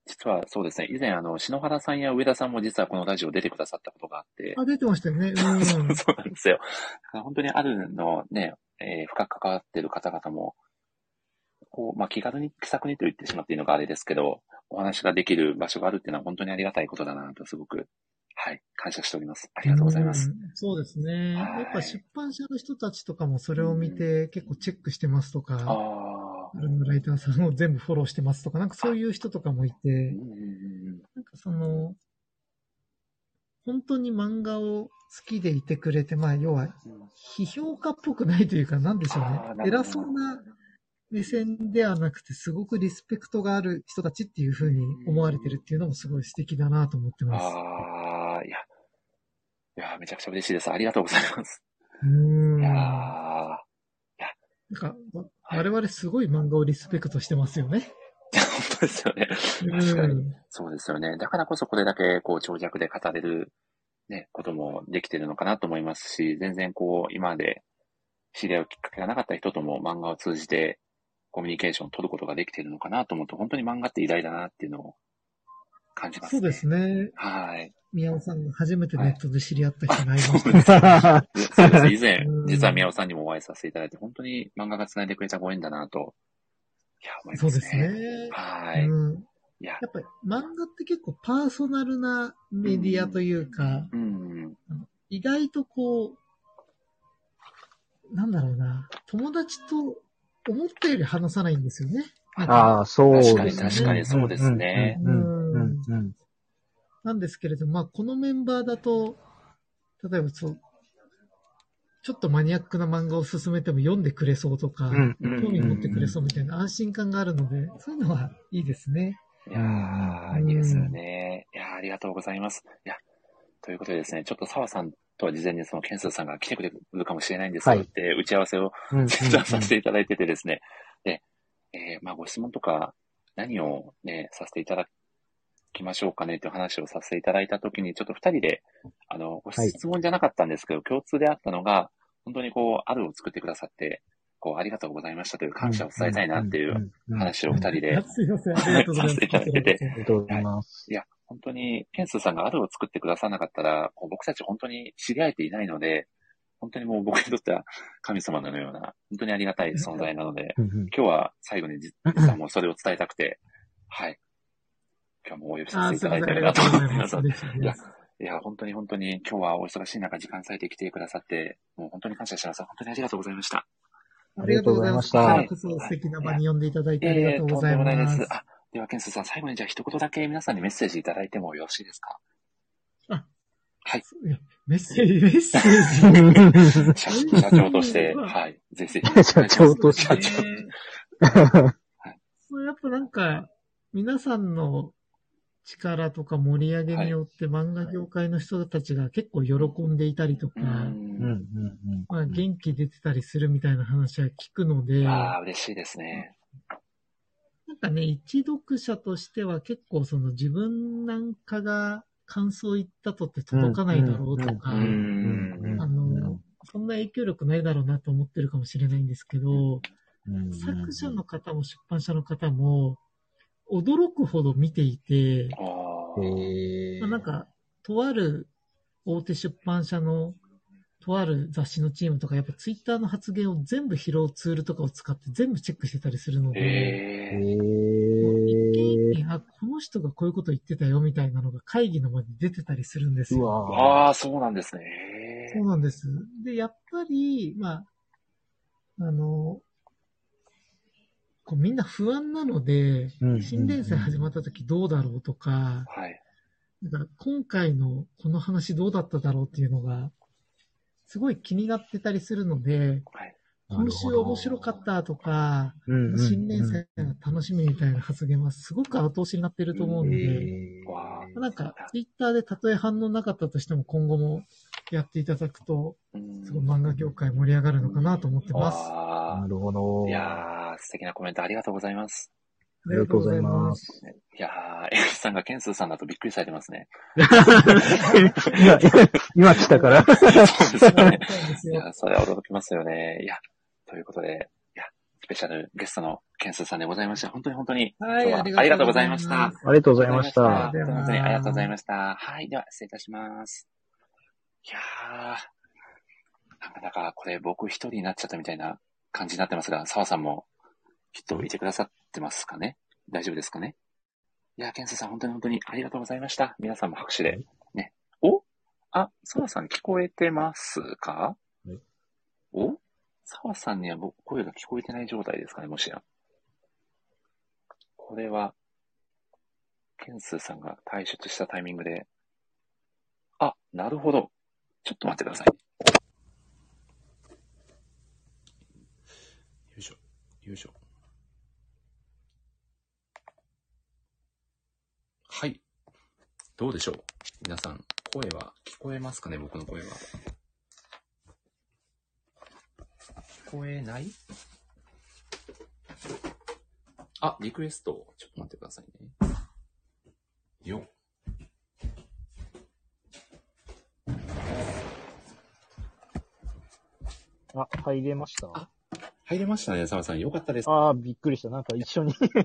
実はそうですね、以前あの、篠原さんや上田さんも実はこのラジオ出てくださったことがあって、 あ、出てましたよね。うん。 そうなんですよ。本当にあるのね、えー深く関わっている方々も、こう、まあ、気軽に気さくにと言ってしまっていいのがあれですけど、お話ができる場所があるっていうのは本当にありがたいことだなとすごく、はい、感謝しております。ありがとうございます。 うんそうですね。 はいやっぱ出版社の人たちとかもそれを見て結構チェックしてますとか、 ああ、 あのライターさんを全部フォローしてますとか、なんかそういう人とかもいて、 うんうんうんなんかその、本当に漫画を好きでいてくれて、まあ要はうん批評家っぽくないというか、なんでしょうねあー。なるほど偉そうな目線ではなくて、すごくリスペクトがある人たちっていう風に思われてるっていうのもすごい素敵だなと思ってます。 ああ、いや、いや、めちゃくちゃ嬉しいです。ありがとうございます。 うーん。 いやー、 なんか、わ我々すごい漫画をリスペクトしてますよね。 本当ですよね。確かに。 うん。 そうですよね。だからこそこれだけ、こう、長尺で語れる、ね、こともできてるのかなと思いますし、全然こう、今まで知り合うきっかけがなかった人とも漫画を通じて、コミュニケーションを取ることができているのかなと思うと、本当に漫画って偉大だなっていうのを感じますね。 そうですね。 はい。 宮尾さんが初めてネットで知り合った人になりまそうした。 です。そうです。以前う、ん実は宮尾さんにもお会いさせていただいて、本当に漫画が繋いでくれたご縁だなと、いや、思いますね。 そうですね。 はい。 うん。 いや、 やっぱり漫画って結構パーソナルなメディアというか、 うん。 意外とこう、なんだろうな、友達と思ったより話さないんですよね。なんかああ、そうですね。 確かに確かにそうですねうんうんうんうんなんですけれども、まあ、このメンバーだと、例えばそう、ちょっとマニアックな漫画を進めても読んでくれそうとか、 うんうん興味持ってくれそうみたいな安心感があるので、そういうのはいいですね。 いやー、いいですよね。いやー、ありがとうございます。いや、ということでですね、ちょっと澤さんとは事前にそのケンスーさんが来てくれるかもしれないんですよって打ち合わせをうんうんうん実はさせていただいててですね。で、えー、まあご質問とか何をね、させていただきましょうかねという話をさせていただいたときに、ちょっと二人で、あの、ご質問じゃなかったんですけど、共通であったのが、本当にこう、あるを作ってくださって、こう、ありがとうございましたという感謝を伝えたいなっていう話を二人ですいません、ありがとうございます。 させていただいててありがとうございます。 いや、本当に、ケンスーさんがあるを作ってくださらなかったら、こう僕たち本当に知り合えていないので、本当にもう僕にとっては神様のような、本当にありがたい存在なので、 うんうん今日は最後に実はもうそれを伝えたくて、はい。今日もお呼びさあー、 せていすいません、 ただいてるありがとうなと思います。 ございます。嬉しいいやです。 いや、本当に本当に今日はお忙しい中時間割いて来てくださって、もう本当に感謝してます。本当にありがとうございました。 ありがとうございます。こちあらこそ素敵な場に呼んでいただいてありがとうございえーとんでもないま。 ですす。あ、ではケンスーさん、最後にじゃあ一言だけ皆さんにメッセージいただいてもよろしいですか？ あ、 はい。 いやメッセージ、メッセージ。 社社長として、はい。ぜひぜひ。 社長として社長。 そうやっぱなんか、皆さんの力とか盛り上げによって漫画業界の人たちが結構喜んでいたりとか、 うんうんうんうんまあ、元気出てたりするみたいな話は聞くので、 あなあ、嬉しいですね。 んかね、一読者としては結構その自分なんかが感想言ったとって届かないだろうとか、 うんうんうんあの、そんな影響力ないだろうなと思ってるかもしれないんですけど、 うん作者の方も出版社の方も驚くほど見ていて、 ああ。 へーまあ、なんか、とある大手出版社の、とある雑誌のチームとか、やっぱツイッターの発言を全部拾うツールとかを使って全部チェックしてたりするので、 へへえ。 もう一件一ー件、あ、この人がこういうこと言ってたよみたいなのが会議の場に出てたりするんですうよ。 わああ、そうなんですね。へそうなんです。で、やっぱり、まあ、あの、こうみんな不安なので、 うん新連載始まった時どうだろうとか、 え。はい。 なんか今回のこの話どうだっただろうっていうのが、すごい気になってたりするので、 はい。 今週面白かったとか、 うんうん新連載が楽しみみたいな発言はすごく後押しになってると思うので、 へーわあなんかツイッターでたとえ反応なかったとしても今後もやっていただくと、 うんすごい漫画業界盛り上がるのかなと思ってます。 わなるほど。 あ。いやー、素敵なコメントありがとうございます。 ありがとうございます。 いやー、エグさんがケンスーさんだとびっくりされてますね。 今、今来たから。 そうですよね。 そうですよ。 いや、それは驚きますよね。いや、ということで、いや、 ペシャルゲストのケンスーさんでございました。本当に本当に、 はい、 今日はありがとうございました。 ありがとうございました。 本当に本当にありがとうございました。はい、では失礼いたします。いやー、なかなかこれ僕一人になっちゃったみたいな感じになってますが、澤さんもきっといてくださってますかね？大丈夫ですかね？いやー、ケンスーさん本当に本当にありがとうございました。皆さんも拍手で。ね。お？あ、澤さん聞こえてますか？お？澤さんには僕声が聞こえてない状態ですかね、もしや。これは、ケンスーさんが退出したタイミングで、あ、なるほど。ちょっと待ってください。よいしょ、よいしょ。はい。どうでしょう？皆さん、声は聞こえますかね、僕の声は。聞こえない？あ、リクエスト。ちょっと待ってくださいね。よ。 あ、入れました？ あ、入れましたね、澤さん。よかったです。 ああ、びっくりした。なんか一緒に、一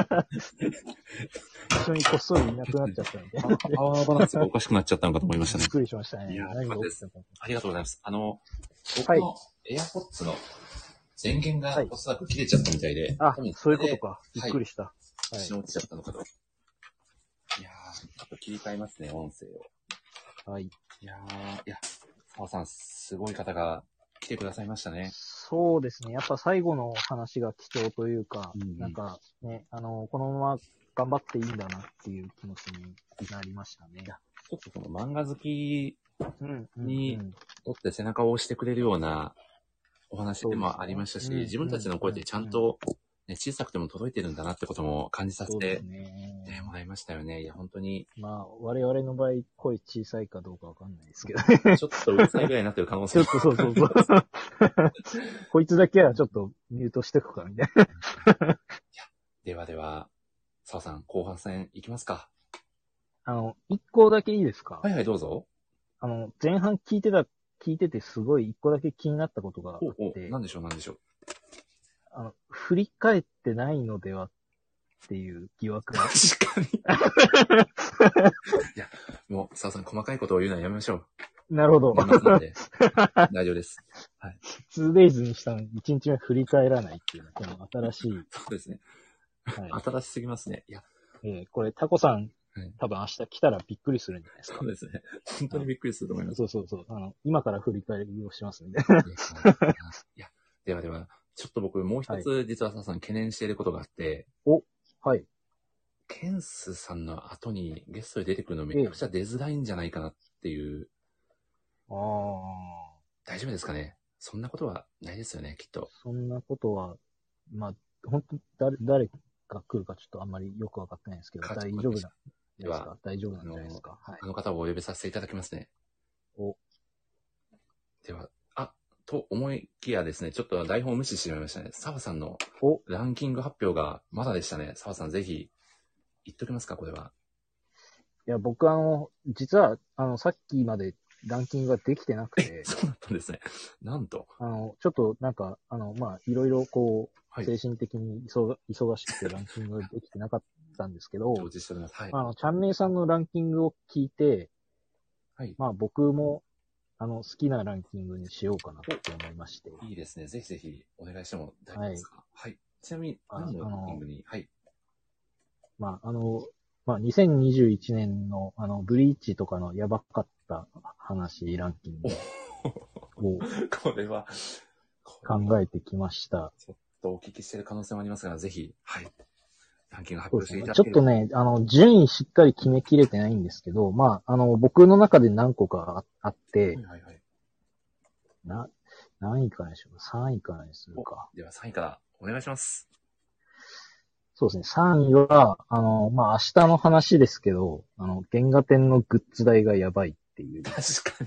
緒にこっそりいなくなっちゃったみたいな。 パワーバランスがおかしくなっちゃったのかと思いましたね。 びっくりしましたね。 いやー、 何がよかったです。 起きたのか。 ありがとうございます。あの、僕はいの AirPods の電源がはいおそらく切れちゃったみたいで。 あ多分、 そういうことか。びっくりした。はい。 一瞬落ちちゃったのかと。いやー、ちょっと切り替えますね、音声を。 はい。 いやー、いや、澤さん、すごい方が来てくださいましたね。 そうですね。やっぱ最後の話が貴重というか、 うんうん、 なんかね、あの、このまま頑張っていいんだなっていう気持ちになりましたね。 ちょっとその漫画好きうんにとって背中を押してくれるようなお話でもありましたし、 ね、 自分たちの声でちゃんと、ね、小さくても届いてるんだなってことも感じさせて、ねね、もらいましたよね。いや、本当に。 まあ、我々の場合、声小さいかどうかわかんないですけどね。 ちょっとうるさいぐらいになってる可能性も。 ちょっとそうそうそう。こいつだけはちょっとミュートしておくか、みたいな。いや、 ではでは、澤さん、後半戦いきますか。 あの、一個だけいいですか？ はいはい、どうぞ。 あの、前半聞いてた、聞いててすごい一個だけ気になったことがあって。 おお、なんでしょう、なんでしょう。 あの、振り返ってないのではっていう疑惑が。 確かに。いや、もう、澤さん、細かいことを言うのはやめましょう。 なるほど。 大丈夫です。はい。 ツーデイズにしたのにいちにちめ振り返らないっていうのは、この新しい。 そうですね。 はい。 新しすぎますね。いや。 えー、これ、タコさん、はい、多分明日来たらびっくりするんじゃないですか。 そうですね。本当にびっくりすると思います。 そうそうそう。あの、今から振り返りをしますんで。 いや、ではでは、ちょっと僕もう一つ、実は澤さん懸念していることがあって。 お、はい。 ケンスさんの後にゲストで出てくるのめちゃくちゃ出づらいんじゃないかなっていう。 ああ。 大丈夫ですかね？そんなことはないですよね、きっと。 そんなことは、まあ、本当誰、誰が来るかちょっとあんまりよくわかってないんですけど、大丈夫なんですか？大丈夫なんじゃないですか？ はい。あの方をお呼びさせていただきますね。 お。 では、あ、と思いきやですね、ちょっと台本を無視してしまいましたね。澤さんのランキング発表がまだでしたね。澤さんぜひ言っときますか、これは。 いや、僕あの、実は、あの、さっきまでランキングができてなくて。 そうだったんですね。なんと。 あの、ちょっとなんか、あの、まあ、いろいろこう、はい、精神的に忙忙しくてランキングができてなかったんですけど、 承知しております。はい。 あの、ちゃんめいさんのランキングを聞いて、 はい。 まあ僕も、あの、好きなランキングにしようかなって思いまして。 いいですね。ぜひぜひお願いしても大丈夫ですか？はい。はい、ちなみに、何のランキングに？はい。 まあ、あの、まあ、にせんにじゅういちねんの、あの、ブリーチとかのやばかった話ランキングを、 これは、 考えてきました。 ちょっとお聞きしている可能性もありますが、ぜひ、はい。ランキング発表していただければ。ちょっとね、あの、順位しっかり決めきれてないんですけど、まあ、あの、僕の中で何個かあって、はいはいはい、な、何位からにしようか。さんいからにするか。 ではさんいからお願いします。 そうですね。さんいは、あの、まあ、明日の話ですけど、あの、原画展のグッズ代がやばいっていう。 確かに。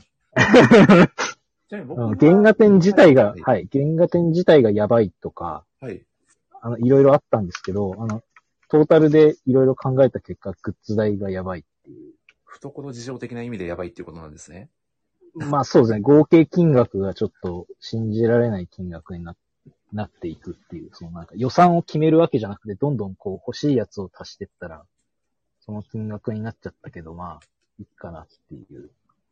原画展自体が、はい、はい、原画展自体がやばいとか、 はい。 あの、いろいろあったんですけど、あの、トータルでいろいろ考えた結果、グッズ代がやばいっていう。 懐事情的な意味でやばいっていうことなんですね。 まあそうですね。合計金額がちょっと信じられない金額になっなっていくっていう、そのなんか予算を決めるわけじゃなくて、どんどんこう欲しいやつを足していったら、その金額になっちゃったけど、まあ、いいかなっていう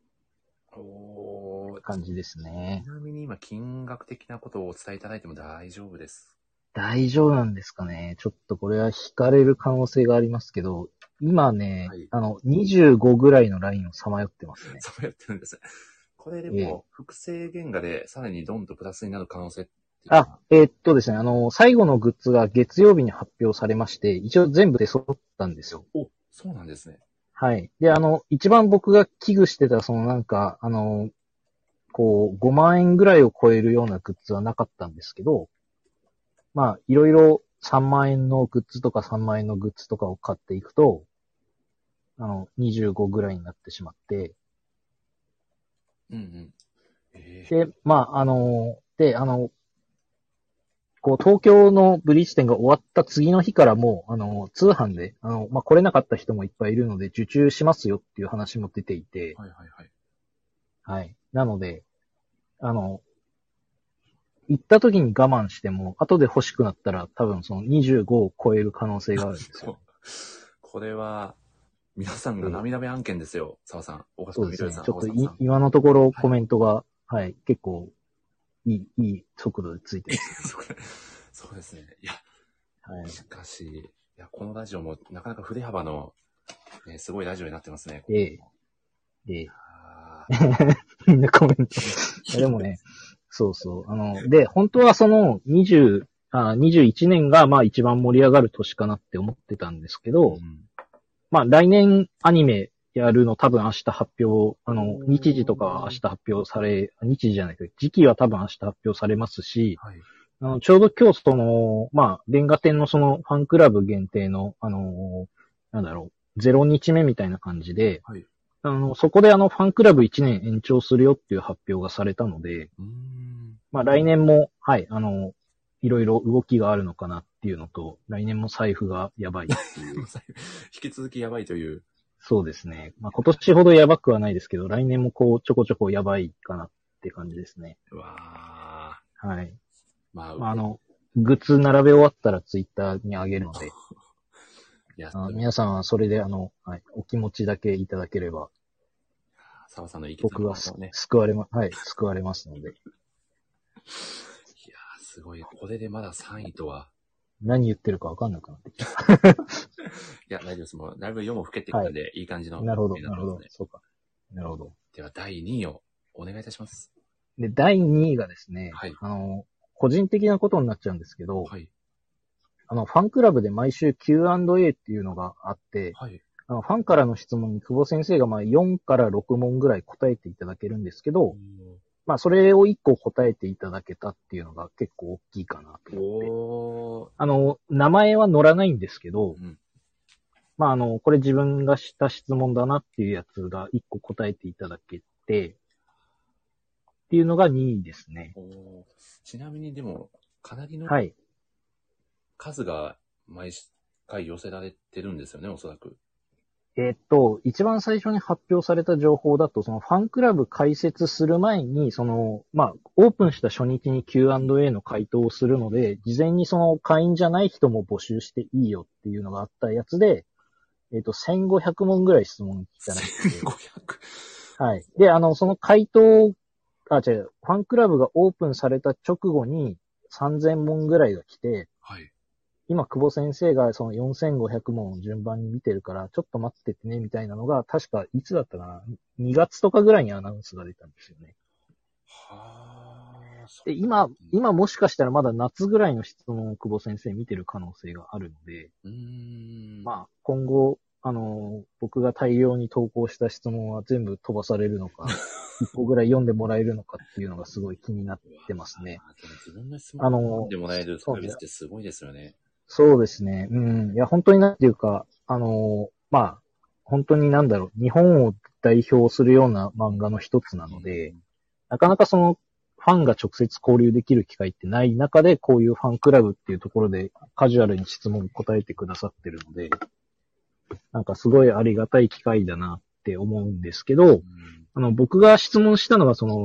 おー、 感じですねち。なみに今、金額的なことをお伝えいただいても大丈夫です。 大丈夫なんですかね。ちょっとこれは引かれる可能性がありますけど、今ね、 はいあの、にじゅうごぐらいのラインをさまよってますね。 そうやってるんです。これでええも、複製原画でさらにドンとプラスになる可能性って。 あ、えーっとですね、あの、最後のグッズが月曜日に発表されまして、一応全部で揃ったんですよ。 お、そうなんですね。 はい。で、あの、一番僕が危惧してた、そのなんか、あの、こう、ごまん円ぐらいを超えるようなグッズはなかったんですけど、まあ、いろいろさんまん円のグッズとかさんまん円のグッズとかを買っていくと、あの、にじゅうごぐらいになってしまって、 うんうん。ええで、まあ、あの、で、あの、こう、東京のブリーチ展が終わった次の日からもう、あの、通販で、あの、まあ、来れなかった人もいっぱいいるので、受注しますよっていう話も出ていて、 はいはいはい。 はい。なので、あの、行った時に我慢しても、後で欲しくなったら多分そのにじゅうごを超える可能性があるんですそうよ。。 これは、皆さんが涙目案件ですよ、澤さん。大そうですね。 みどりさん、 ちょっとい大沢さん。 今のところコメントが、はい、はい、結構、いい、いい速度でついてます。 そうですね。いや、 はい。 しかし、いや、このラジオもなかなか振れ幅の、ね、すごいラジオになってますね。 ええ。ええ。 あみんなコメント。いやでもね、そうそう。あの、で、本当はそのにじゅう、あ、にじゅういちねんがまあ一番盛り上がる年かなって思ってたんですけど、 うん、 まあ来年アニメやるの多分明日発表、あの、日時とかは明日発表され、日時じゃないけど、時期は多分明日発表されますし、 はい。 あのちょうど今日その、まあ、レンガ店のそのファンクラブ限定の、あの、なんだろう、ゼロ日目みたいな感じで、 はい。 あの、そこであの、ファンクラブいちねん延長するよっていう発表がされたので、 うーん。 まあ来年も、はい、あの、いろいろ動きがあるのかなっていうのと、来年も財布がやばいっていう。 引き続きやばいという。 そうですね。まあ今年ほどやばくはないですけど、来年もこう、ちょこちょこやばいかなって感じですね。 うわはい。 ー。まあ、 まああの、グッズ並べ終わったらツイッターに上げるので、 いや、 あの皆さんはそれであの、はい、お気持ちだけいただければ、 澤さんの意見僕はすね。 救われま、はい、救われますので。 いやー、すごい。これでまださんいとは。 何言ってるかわかんなくなってきた。 いや、大丈夫です。もう、だいぶ夜も更けてきたんで、はい、いい感じの、 なるほど、なるほど。そうか。なるほど。 では、だいにいをお願いいたします。 で、だいにいがですね、 はい、 あの、個人的なことになっちゃうんですけど、 はい、 あの、ファンクラブで毎週 キューアンドエー っていうのがあって、 はい、 あのファンからの質問に久保先生がまあよんからろく問ぐらい答えていただけるんですけど、まあそれをいっこ答えていただけたっていうのが結構大きいかなと思って。 おー。 あの、名前は載らないんですけど、 うん、 まああの、これ自分がした質問だなっていうやつがいっこ答えていただけて、っていうのがにいですね。 おちなみにでも、かなりの数が毎回寄せられてるんですよね、おそらく。 えーっと、一番最初に発表された情報だと、そのファンクラブ開設する前に、その、まあ、オープンした初日に キューアンドエー の回答をするので、事前にその会員じゃない人も募集していいよっていうのがあったやつで、えーっと、せんごひゃく問ぐらい質問来たらしくて。 せんごひゃく? はい。で、あの、その回答、あ、違う、ファンクラブがオープンされた直後にさんぜん問ぐらいが来て、 はい。 今、久保先生がそのよんせんごひゃく問を順番に見てるから、ちょっと待っててね、みたいなのが、確かいつだったかな ?に 月とかぐらいにアナウンスが出たんですよね。 はで、今、今もしかしたらまだ夏ぐらいの質問を久保先生見てる可能性があるので、 うーんまあ、今後、あの、僕が大量に投稿した質問は全部飛ばされるのか、一個ぐらい読んでもらえるのかっていうのがすごい気になってますね。 でも自分の質問を読んでもらえるサービスってすごいですよね。 そうですね。うん。いや、本当になんていうか、あの、まあ、本当になんだろう、日本を代表するような漫画の一つなので、うん、なかなかその、ファンが直接交流できる機会ってない中で、こういうファンクラブっていうところでカジュアルに質問に答えてくださってるので、なんかすごいありがたい機会だなって思うんですけど、うん、あの、僕が質問したのはその、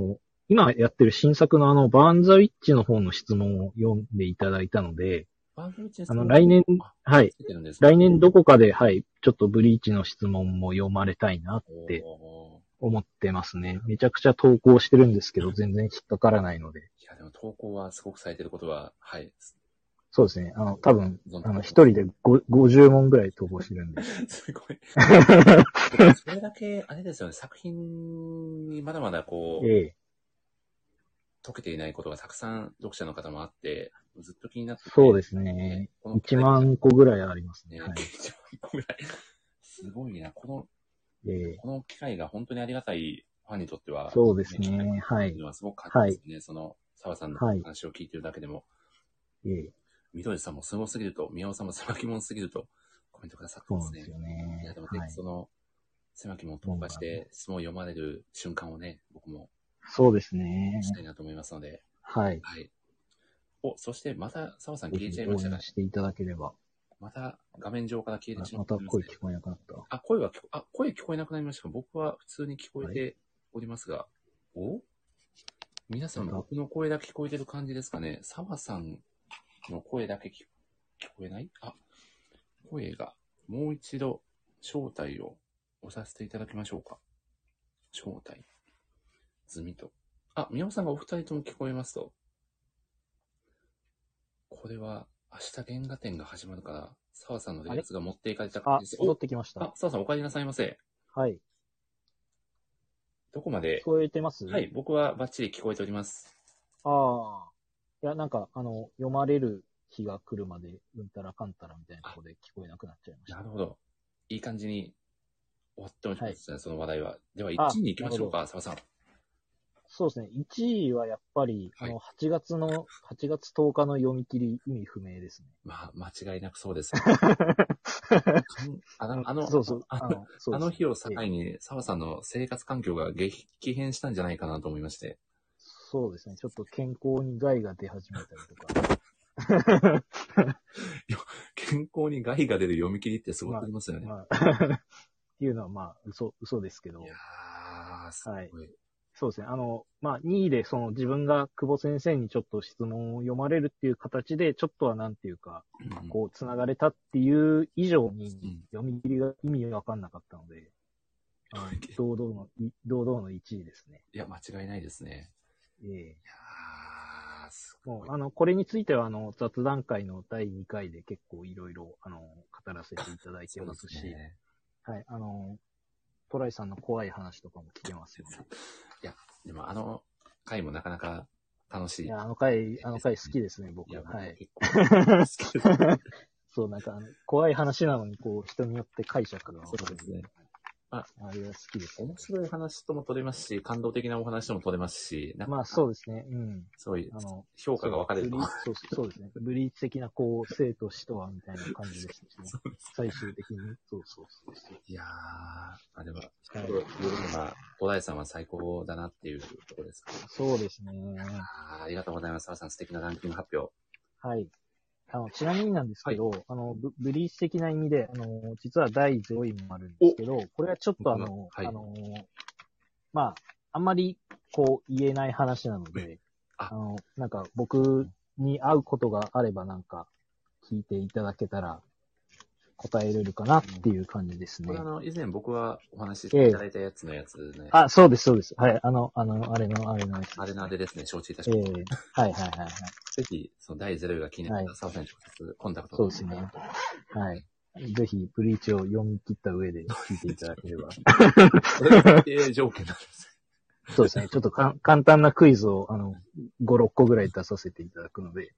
今やってる新作のあの、バーンザウィッチの方の質問を読んでいただいたので、あの、来年、はい。来年どこかで、はい、ちょっとブリーチの質問も読まれたいなって思ってますね。めちゃくちゃ投稿してるんですけど、全然引っかからないので。 いや、でも投稿はすごくされてることは、はい。 そうですね。あの、多分、あの、一人でごじゅう問ぐらい投稿してるんで。 すごい。それだけ、あれですよね、作品にまだまだこう、ええ、解けていないことがたくさん読者の方もあって、ずっと気になってて。 そうですね。いちまんこぐらいありますね。はい、 いちまんこぐらい。すごいな。この、ええ、この機会が本当にありがたいファンにとっては。 そうですね。はい。 すごく感じますね。はい、その、澤さんの話を聞いてるだけでも。 ええ。 緑さんもすごすぎると、宮尾さんも狭き門すぎるとコメントくださってますね。 そうですよね。 いや、でも、はい、その、狭き門を突破して質問を読まれる瞬間をね、僕も。 そうですね。 したいなと思いますので。 はい。 はい。お、そしてまた、澤さん消えちゃいましたね。 していただければ。 また画面上から消えてしまった、ね。また声聞こえなくなった。 あ、声は、あ、声聞こえなくなりましたか？僕は普通に聞こえておりますが。はい、お皆さん僕の声だけ聞こえてる感じですかね？澤さんの声だけ聞聞こえない？あ、声が、もう一度招待を押させていただきましょうか。招待。済みと。あ、宮尾さんがお二人とも聞こえますと。これは、明日原画展が始まるから、澤さんのレースが持っていかれた感じです。 あ、戻ってきました。 あ、澤さんお帰りなさいませ。 はい。 どこまで聞こえてます？ はい、僕はバッチリ聞こえております。 ああ。いや、なんか、あの、読まれる日が来るまで、うんたらかんたらみたいなところで聞こえなくなっちゃいました。 なるほど。いい感じに終わっておりますね、はい、その話題は。では、いちいに行きましょうか、澤さん。 そうですね。いちいはやっぱり、はい、あの、はちがつの、はちがつとおかの読み切り意味不明ですね。 まあ、間違いなくそうです、ね。あの、あの、 そうそうあの、あの日を境に、澤さんの生活環境が激変したんじゃないかなと思いまして。 そうですね。ちょっと健康に害が出始めたりとか。 健康に害が出る読み切りってすごくありますよね。 まあまあ、っていうのはまあ、嘘、嘘ですけど。 いやー、すごい。はい、 そうですね。あの、まあ、にいでその自分が久保先生にちょっと質問を読まれるっていう形で、ちょっとはなんていうか、うん、こう、繋がれたっていう以上に、読み切りが意味わかんなかったので、うん、堂々の、堂々のいちいですね。 いや、間違いないですね。 ええ。いやー、すごい。 もう、あの、これについては、あの、雑談会のだいにかいで結構いろいろ、あの、語らせていただいてますし、ね、はい、あの、トライさんの怖い話とかも聞けますよね。 いや、でもあの回もなかなか楽しい。 いや、あの回、あの回好きですね、僕。 いや、 はい。 結構好きですね。 そう、なんかあの、怖い話なのに、こう、人によって解釈が。 そうですね。 あ、あれは好きです、 ね。面白い話とも取れますし、感動的なお話とも取れますし、 なんかまあそうですね。うん。 そういう、あの、評価が分かれる。 そうそうですね。ブリーチ的な、こう、生と死とは、みたいな感じでしたしね。最終的に。そうそうそうそう。 いやー、あれは、人と言うのは、小田井さんは最高だなっていうところですか、ね。 そうですね。 あ。ありがとうございます。澤さん、素敵なランキング発表。 はい。あの、ちなみになんですけど、はい、あのブ、ブリーチ的な意味で、あの、実はだいゼロいもあるんですけど、これはちょっとあの、はい、あの、まあ、あんまり、こう、言えない話なので、ああの、なんか、僕に会うことがあれば、なんか、聞いていただけたら、答えれるかなっていう感じですね。 これあの、以前僕はお話ししていただいたやつのやつね。 えー、あ、そうです、そうです。はい、あの、あの、あれの、あれのやつ。 あれのあれですね、承知いたしました。 えー、はいはいはいはい。 ぜひ、そのだいゼロいが気になった澤さんに直接コンタクトを。そうですね。はい。ぜひ、ブリーチを読み切った上で聞いていただければ。 それが規定条件なんですね。 そうですね。ちょっとか簡単なクイズを、あの、ご、ろっこぐらい出させていただくので。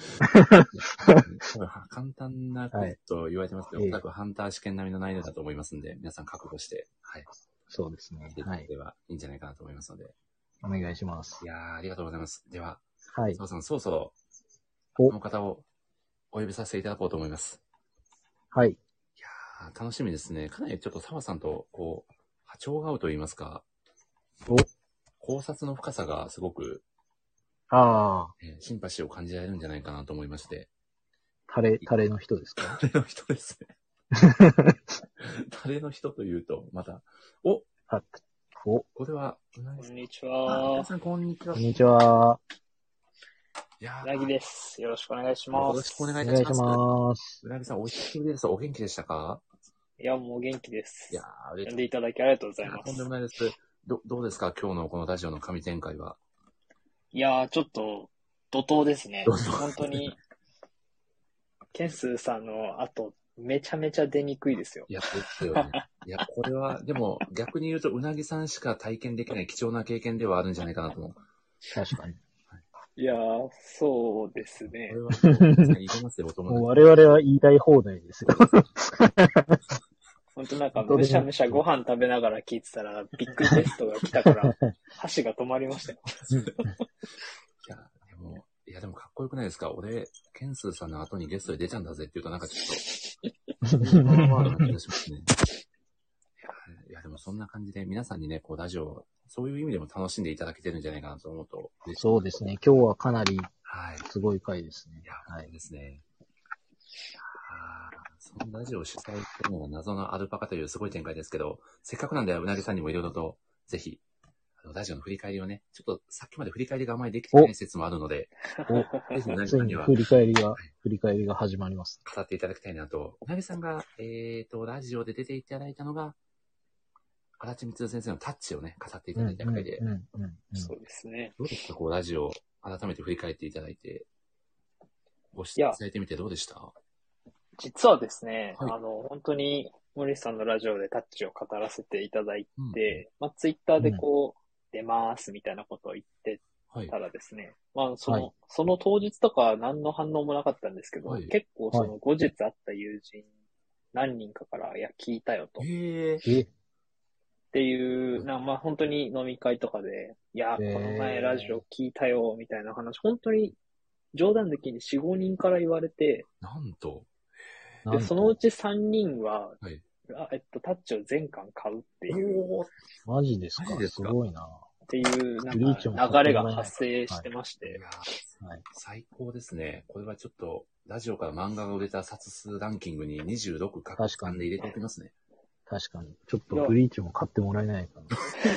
簡単なクイズと言われてますけど、はい、おそらくハンター試験並みの難易度だと思いますんで、皆さん覚悟して、はい。 そうですね。 はい。では、いいんじゃないかなと思いますので。 お願いします。 いやー、ありがとうございます。では、 はい。 澤さん、そろそろ、この方をお呼びさせていただこうと思います。 はい。いやー、楽しみですね。かなりちょっと澤さんと、こう、波長が合うと言いますか、 お考察の深さがすごく、 ああ、 えー、シンパシーを感じられるんじゃないかなと思いまして。 タレ、タレの人ですか？ タレの人ですね。タレの人というと、また、おは、 お、 これは、うなぎこんにちあ、 は皆。さん、こんにちは。 こんにちは。 いやうなぎです。よろしくお願いしよます。 ろしくお願いお願いしいたします。 ます。 うなぎさん、お久しぶりです。お元気でしたか？ いや、もう元気ですいや。ー、嬉しい。 呼んでいただきありがとうございまとんでもす。 ないです。ど、どうですか今日のこのラジオの神展開は。 いやー、ちょっと、怒涛ですね。 怒涛本当に、ケンスーさんの後、めちゃめちゃ出にくいですよ。 いや、ですよね。いや、これは、でも、逆に言うと、うなぎさんしか体験できない貴重な経験ではあるんじゃないかなと思う。 確かに。 いやー、そうですねこ。れはもう、皆さん言いますよ、お友もう達。 我々は言いたい放題ですよ。 本当なんか、むしゃむしゃご飯食べながら聞いてたら、ビッグテストが来たから、箸が止まりましたよ。 いや、でも、いや、でもかっこよくないですか？俺、ケンスーさんの後にゲストで出ちゃうんだぜって言うと、なんかちょっと、パワーな気がしますね。いや、いやでもそんな感じで、皆さんにね、こう、ラジオ、そういう意味でも楽しんでいただけてるんじゃないかなと思うと。 そうですね。今日はかなりはい。 すごい回ですねいや、。 ははいいですね。あーそのラジオを主催するのが謎のアルパカというすごい展開ですけど、せっかくなんで、うなぎさんにもいろいろと、ぜひ、あのラジオの振り返りをね、ちょっとさっきまで振り返りがあまりできてない説もあるので、ぜひうなぎついさんにはに振り返りが、振り返りが始まります。 語っていただきたいなと。うなぎさんが、えーと、ラジオで出ていただいたのが、足立光先生のタッチをね、語っていただいた回で、 うんうんうんうんそうですね。 どうですか、こう、ラジオ、改めて振り返っていただいて、ご出演されてみてどうでした？ 実はですね、 はいあの、本当に、森さんのラジオでタッチを語らせていただいうんて、まあ、ツイッターでこう、出ますみたいなことを言ってはい。 たらですね、まあ、その、 はいその当日とかは何の反応もなかったんですけど、 はい結構その後日会った友人何人かから、いや、聞いたよと。っへー。 え、 ていう、なまあ、本当に飲み会とかで、いや、こへーの前ラジオ聞いたよ、みたいな話、本当に冗談抜きによん、ごにんから言われて、 なんと、 で、 なんとそのうちさんにんは、 はい。 あえっと、タッチを全巻買うっていう、 おー、 マジですか？ マジですかすごいな。 っていう、なブリーチもんか、流れが発生してましいてや、 はい。 最高ですね。これはちょっと、ラジオから漫画が売れた冊数ランキングににじゅうろく各巻で入れておきますね。 確かに。ちょっとブリーチも買ってもらえないかな。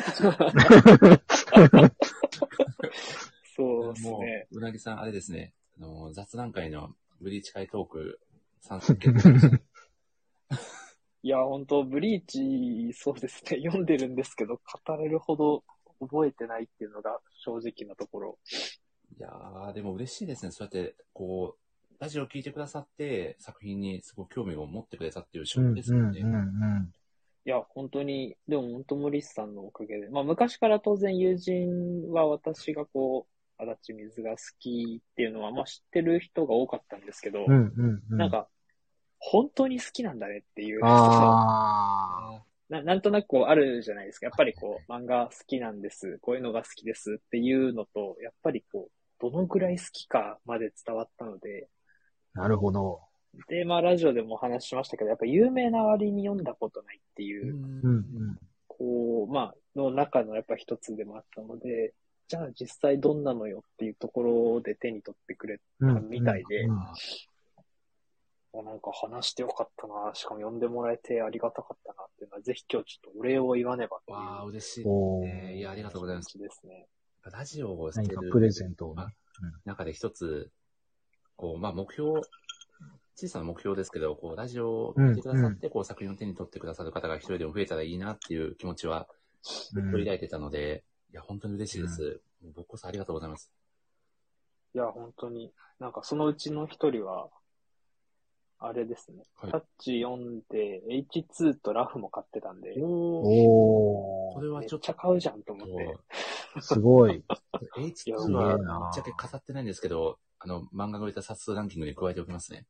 そうですもね。 う、うなぎさん、あれですね。あの、雑談会のブリーチ会トーク、参戦決定でした。 いや、本当ブリーチ、そうですね、読んでるんですけど、語れるほど覚えてないっていうのが正直なところ。 いやー、でも嬉しいですね。そうやって、こう、ラジオを聞いてくださって、作品にすごく興味を持ってくれたっていう証うん拠ですよね。 うんうんうん。 いや、本当に、でも本当森さんのおかげで、まあ昔から当然友人は私がこう、足立水が好きっていうのは、まあ知ってる人が多かったんですけど、 うんうんうん。 なんか、本当に好きなんだねっていう、 あななんとなくこうあるじゃないですか。やっぱりこう、漫画好きなんです。こういうのが好きですっていうのと、やっぱりこう、どのぐらい好きかまで伝わったので、 ー、なるほど。 で、まあラジオでもお話ししましたけど、やっぱ有名な割に読んだことないっていうう、 んうんうん。 こう、まあ、の中のやっぱ一つでもあったので、じゃあ実際どんなのよっていうところで手に取ってくれたうんみたいで、 うんなんか話してよかったな、しかも呼んでもらえてありがたかったなっていうのは、ぜひ今日ちょっとお礼を言わねばっていうわー、嬉しい。 おーえーいや、ありがとうございます。 気持ちですね。 ラジオをしてる何かプレゼントをねまあ。中で一つ、こう、まあ、目標、小さな目標ですけど、こう、ラジオを聞いてくださって、こう、作品を手に取ってくださる方が一人でも増えたらいいなっていう気持ちは、ずっと抱いてたので、いや、本当に嬉しいです。もう僕こそありがとうございます。 いや、本当に、なんかそのうちの一人は、あれですね。 はいタッチ読んで、エイチツー とラフも買ってたんで、 おー、 おー、 これはめっちょっと、 ちゃ買うじゃんと思って。 すごい。 エイチツーいやすげえは、 なぶっちゃけ飾ってないんですけど、あの、漫画が売れた冊数ランキングに加えておきますね。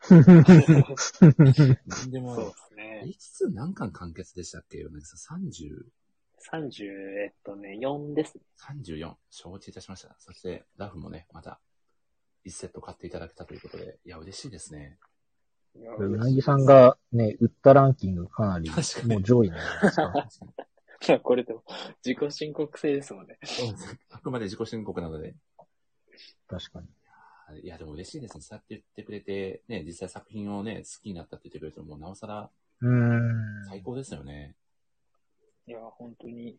なんでも、 そうですね。 エイチツー 何巻完結でしたっけ柳さん、さんじゅう、 さんじゅう、えっとね、よんですね。 さんじゅうよん、承知いたしました。そして、ラフもね、また、いちセット買っていただけたということで、いや、嬉しいですね。 いやうなぎさん、がね、売ったランキングかなり、 確かにもう上位なんじゃないですか。 いやこれでも、自己申告制ですもんね。 そうですあくまで自己申告なので。 確かに。 いや、でも嬉しいですね。そうやって言ってくれて、ね、実際作品をね、好きになったって言ってくれると、もうなおさらうーん。 最高ですよね。 いや、本当に、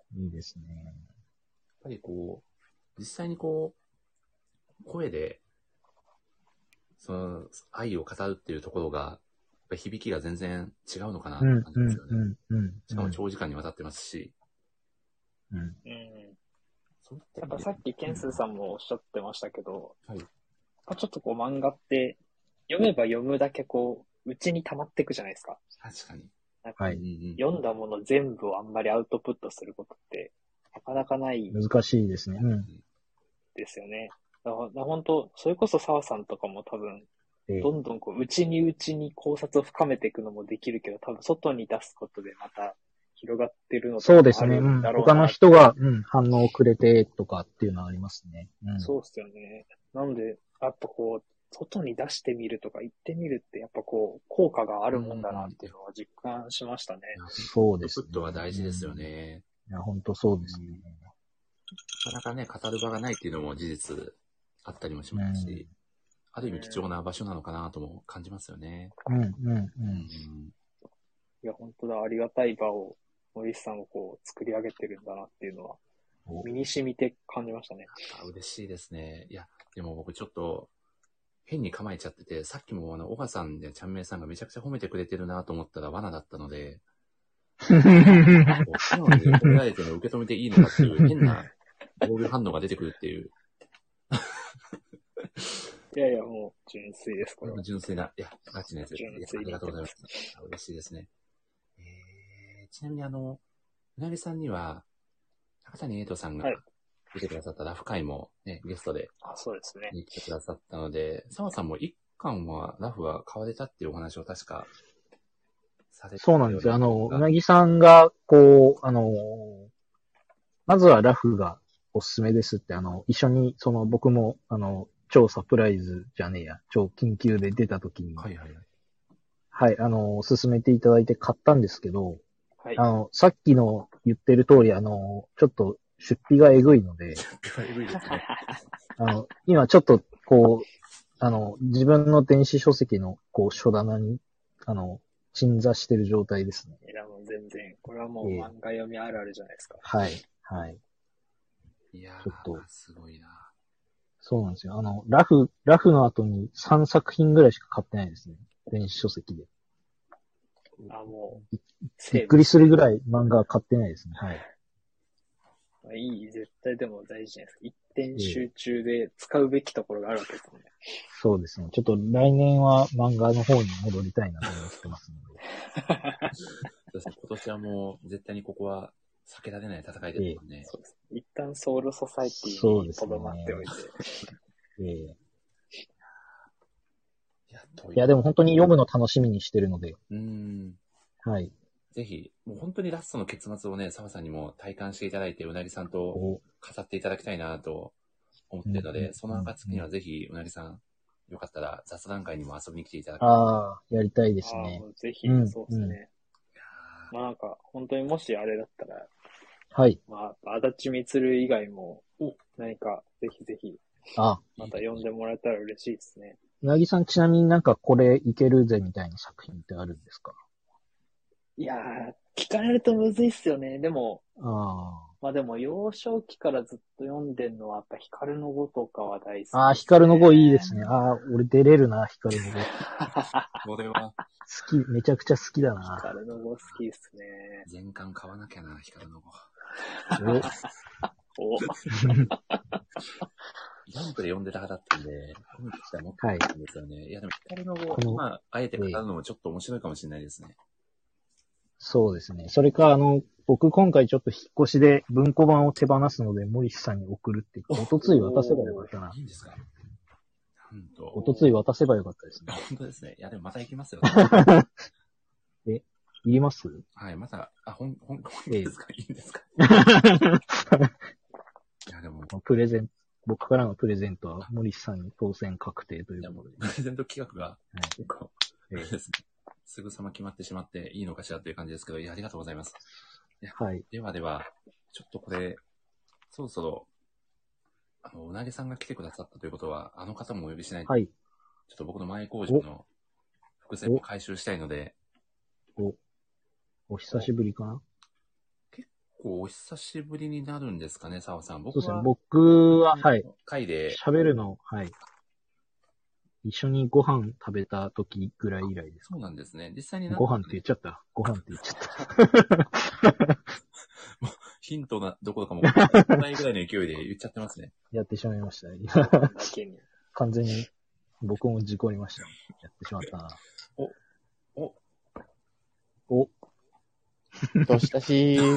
いいですね。 やっぱりこう、実際にこう、声で、その、愛を語るっていうところが、やっぱり響きが全然違うのかなってうん、うん、 感じですよね。 うん、うん。 しかも長時間にわたってますし。 うん。 うん。 そういったやっぱさっきケンスーさんもおっしゃってましたけど、 はい。 やっぱちょっとこう漫画って読めば読むだけこう、うちに溜まっていくじゃないですか。 確かに。 なんかはい。 うんうん読んだもの全部をあんまりアウトプットすることってなかなかない難しいですね。うん。 ですよね。だから本当、それこそ澤さんとかも多分、 ええどんどんこう、内に内に考察を深めていくのもできるけど、多分外に出すことでまた広がってるのとかそうですね。 あるうんん。 だろうな。 他の人が、うん、反応をくれてとかっていうのはありますね。うん。 そうっすよね。なので、やっぱこう、外に出してみるとか言ってみるって、やっぱこう、効果があるもんだなっていうのは実感しましたね。 そうですね。 アウトプットは大事ですよね。 いや、本当そうですね。 なかなかね、語る場がないっていうのも事実あったりもしますし、ある意味貴重な場所なのかなとも感じますよね。 うん、うん、うん。 うんいや、本当だ、ありがたい場を、森さんがこう、作り上げてるんだなっていうのは、身に染みて感じましたね。 あ、嬉しいですね。いや、でも僕ちょっと、変に構えちゃってて、さっきもあの、小川さんやちゃんめいさんがめちゃくちゃ褒めてくれてるなと思ったら罠だったので、素直に褒められてるのを受け止めていいのかっていう変な防御反応が出てくるっていう。 いやいや、もう、純粋です、これは。 純粋な、いや、ガチなやつです。 純粋にありがとうございます。嬉しいですね。えー、ちなみにあの、うなぎさんには、中谷瑛斗さんがはい出てくださったラフ会もね、ゲストであ、そうですね。 来てくださったので、澤さんも一巻はラフは買われたっていうお話を確かされてそうなんですよ。あの、うなぎぎさんが、こう、あの、まずはラフがおすすめですって、あの、一緒に、その、僕も、あの、超サプライズじゃねえや、超緊急で出た時に、 はいはいはい。 はい、あの、勧めていただいて買ったんですけど、 はいあ。の、さっきの言ってる通り、あの、ちょっと出費がえぐいので、 えぐいですね。 あの、今ちょっと、こう、あの、自分の電子書籍の、こう、書棚に、あの、鎮座してる状態ですね。 いや、もう全然、これはもうええ漫画読みあるあるじゃないですか。 はい、はい。 いやちょっとー、すごいな。 そうなんですよ。あの、ラフ、ラフの後にさんさく品ぐらいしか買ってないですね。電子書籍で。 あ、もびう、 びっくりするぐい。 らい漫画は買ってないですね。はい。 いい、絶対でも大事じゃないですか。一点集中で使うべきところがあるわけですもんね。 そうですね。ちょっと来年は漫画の方に戻りたいなと思ってますので。 そうですね、今年はもう絶対にここは避けられない戦いですもんね。 そうです。一旦ソウルソサイティにそうですねとどまっておいて。 ええいや、といや、でも本当に読むの楽しみにしてるので。 うーん。 はい。 ぜひ、もう本当にラストの結末をね、澤さんにも体感していただいて、うなぎさんとお語っていただきたいなと思ってるので、 うんその暁にはぜひ、うなぎさん、よかったら雑談会にも遊びに来ていただきああ、やりたいですああ、 ねも。うぜひうん、 そうですね。 たい。 まあなんか、本当にもしあれだったら、 はい。 まあ、足立みつる以外も、何か、ぜひぜひ、 あ、 また読んでもらえたら嬉しいですね。 うなぎさんちなみになんかこれいけるぜみたいな作品ってあるんですか？ いやー、聞かれるとむずいっすよね。でも、 あまあでも、幼少期からずっと読んでるのは、やっぱ、ヒカルの碁とかは大好きです、ね。 あ。ああ、ヒカルの碁いいですね。ああ、俺出れるな、ヒカルの碁。 これは、 好き、めちゃくちゃ好きだヒカな。 ルの碁好きっすね。 全巻買わなきゃな、光の子。 おおジャンプで読んでた派だったんで、コミックスは持ってたんですよね。い、や、でも光のこの子、まあ、あえて語るのもちょっと面白いかもしれないですね。 そうですね。それか、あの、僕今回ちょっと引っ越しで文庫版を手放すので、森さんに送るって、おとつい渡せばよかったな。 いいんですか？なんと。 おとつい渡せばよかったですね。 本当ですね。いや、でもまた行きますよ、 え、いりますはい、また、あ、ほん、ほん、本気ですか？いいんですか？いや、でも、 プレゼント、僕からのプレゼントは森さんに当選確定といいうや、もことで。 う、プレゼント企画が、結構、 ええですね。すぐさま決まってしまっていいのかしらという感じですけど、いや、ありがとうございます。いやはい。 ではでは、ちょっとこれ、そろそろ、あの、うなげさんが来てくださったということは、あの方もお呼びしないと、 はい。 ちょっと僕の前工場の伏線を回収したいので、 お、お久しぶりかな？ 結構お久しぶりになるんですかね、澤さん。僕そうですね。 は、 僕は、はい。 会で、 喋るの、はい。一緒にご飯食べた時ぐらい以来です。 そうなんですね。実際になんご飯って言っちゃった。ご飯って言っちゃった。 ヒントな、どころかも、ないぐらいの勢いで言っちゃってますね。 やってしまいましたね。 だけに。 完全に僕も事故りましたね。やってしまったな。 お、お、 お、 どうしたしー。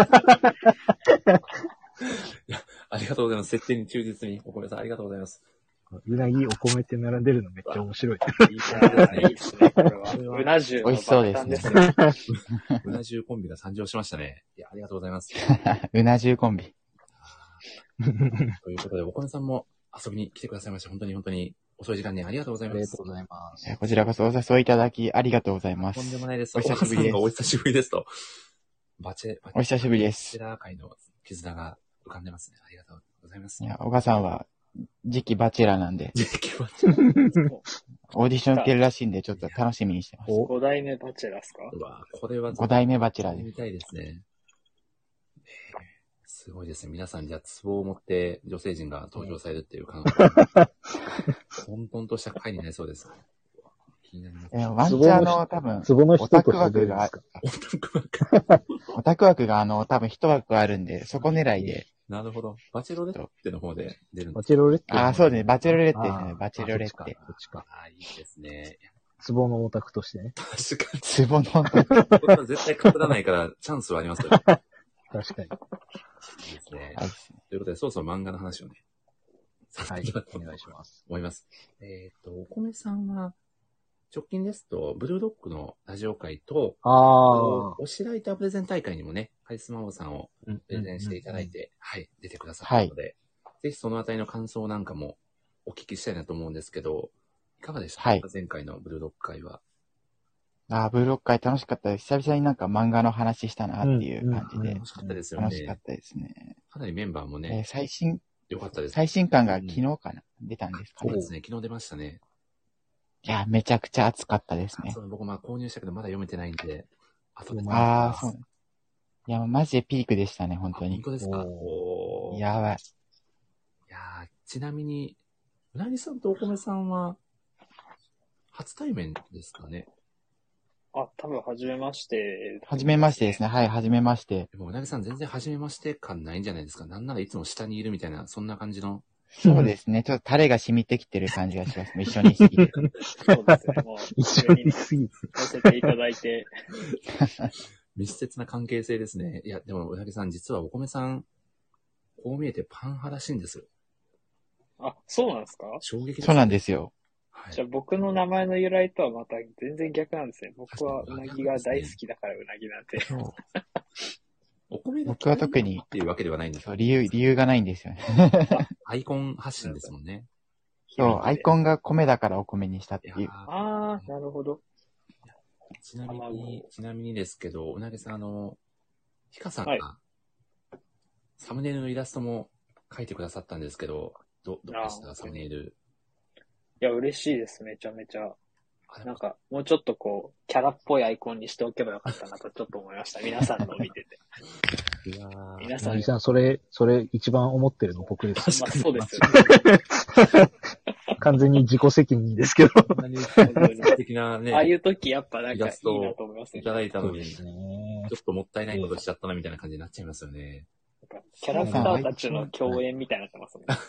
ありがとうございます。設定に忠実に。お米さん、ありがとうございます。 うなぎお米って並んでるのめっちゃ面白い。 いい感じですね。 いいですね、これは。うな重の美味しそうですね爆弾ですね。 うな重コンビが参上しましたね。いや、ありがとうございます。 うな重コンビ。 ということで、お米さんも遊びに来てくださいまして、本当に本当に遅い時間にありがとうございます。 ありがとうございます。 こちらこそお誘いいただきありがとうございまとんでもす。 ないです。 お久しぶりですお母さんがお久しぶりですと。バチェ、バチェお久しぶりでバチす。 ェラー界の絆が浮かんでますね。ありがとうございます。 いや、小川さんは次期バチェラーなんで、 時期バチェラー。 オーディション受けるらしいんで、ちょっと楽しみにしてます。 五代目バチェラーですか？ うわこれは五代目バチェラーです。 見たいですね。えーすごいですね。皆さん、じゃあ、壺を持って女性陣が登場されるっていう可能性。混沌とした回になりそうです。気になります。 えーワンチャンあの、多分、 ツボの人オタとク枠が喋るんです、か？ オタク枠オタク枠があの、多分一枠あるんで、そこ狙いで。 なるほど。バチェロレッテの方で出るんでバすチェロレッテ。 ああ、そうですね。バチェロレッテですあー。 ねバチェロレッテ。 あそっちか。 ああ、いいですね。 ツボのオタクとしてね。 確かに。 ツボの、 これは絶対被らないから、チャンスはありますよね。 確かに。 いいですね。 はい。 ということで、そろそろ漫画の話をね、 はいさせていただきたいとお願いします。 思います。えっと、お米さんは、直近ですと、ブルードッグのラジオ会と、 ああ。 おしライタープレゼン大会にもね、カリスマ王さんをうんプレゼンしていただいて、はい、出てくださったので、ぜひそのあたりの感想なんかもお聞きしたいなと思うんですけど、いかがでしたか、 はい前回のブルードッグ会は。 ああ、ブロック会楽しかったです。久々になんか漫画の話したなっていう感じでうんうんうん、 楽しかったですよ楽しかっね。 たですね。 かなりメンバーもえーね、 最新、 良かったです。 最新刊が昨日かな出たんですかね。 そうですね、昨日出ましたね。 いや、めちゃくちゃ熱かったですねそ。う僕まあ購入したけどまだ読めてないんで、後で。 ああ、そう。いや、マジでピークでしたね、本当に本。当ですか。おーやばい。 いやーちなみに、うなぎさんとお米さんは、初対面ですかね。 あ、多分、はじめまして。 はじめましてですね。はい、はじめまして。 でもうなぎさん全然初めまして感ないんじゃないですか。なんならいつも下にいるみたいな、そんな感じの。 そうですね。ちょっとタレが染みてきてる感じがします。一緒にしすぎて。 そうですね。もう、 一緒にすぎて。 させていただいて。 密接な関係性ですね。いや、でもうなぎさん実はお米さん、こう見えてパン派らしいんですよ。 あ、そうなんですか？ 衝撃です。 そうなんですよ。 はいじゃあ僕の名前の由来とはまた全然逆なんですね。僕はうなぎが大好きだからうなぎなんて。 そう。 お米が僕は特にっていうわけではないんですそう、理由、理由がないんですよね。 アイコン発信ですもんね。 そう、アイコンが米だからお米にしたっていう。 いやーあー、なるほど。 ちなみに、ちなみにですけど、うなぎさん、あの、ひかさんはいが、サムネイルのイラストも描いてくださったんですけど、ど、どうでしたあーサムネイル。 いや、嬉しいです。めちゃめちゃ。 あなんか、もうちょっとこう、キャラっぽいアイコンにしておけばよかったなとちょっと思いました。皆さんのを見てて。 いやー皆さん、 なぎさん、それ、それ一番思ってるの僕です。 まあそうですよね。 完全に自己責任ですけど。 こんなに素敵なね、 ああいう時やっぱなんかいイラストいなと思いますね。 いただいたのに、 そうですねちょ。っともったいないことしちゃったなみたいな感じになっちゃいますよね。 なんかキャラクターたちの共演みたいになってますもんね。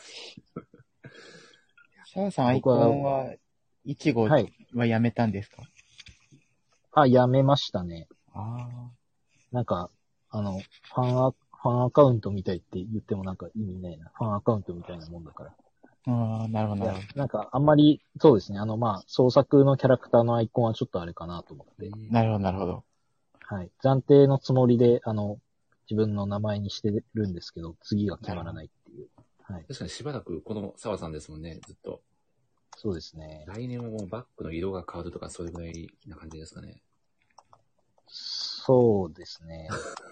シャワさんアイコンは、いちごはい。 はやめたんですか？ あ、やめましたね。 あなんか、あの、ファンア、ファンアカウントみたいって言ってもなんか意味ないな。ファンアカウントみたいなもんだから。 あ。ああ、なるほど、 いやなるほど。 なんか、あんまり、そうですね。あの、まあ、創作のキャラクターのアイコンはちょっとあれかなと思って。 なるほど、なるほど。 はい。暫定のつもりで、あの、自分の名前にしてるんですけど、次が決まらないっていう。はい。 確かにしばらくこの澤さんですもんね、ずっと。 そうですね。 来年はもうバッグの色が変わるとか、それぐらいな感じですかね。 そうですね。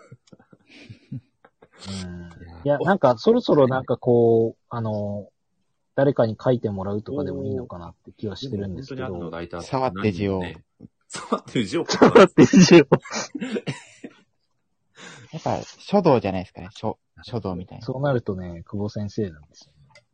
うん。 いいや、なんか、そろそろなんかこう、あの、誰かに書いてもらうとかでもいいのかなって気はしてるんですけ本当に後のど。 ライター触って字をね触って字を書触って字を。 やっぱ書道じゃないですかね。書、書道みたいな。 そうなるとね、久保先生なんですよ。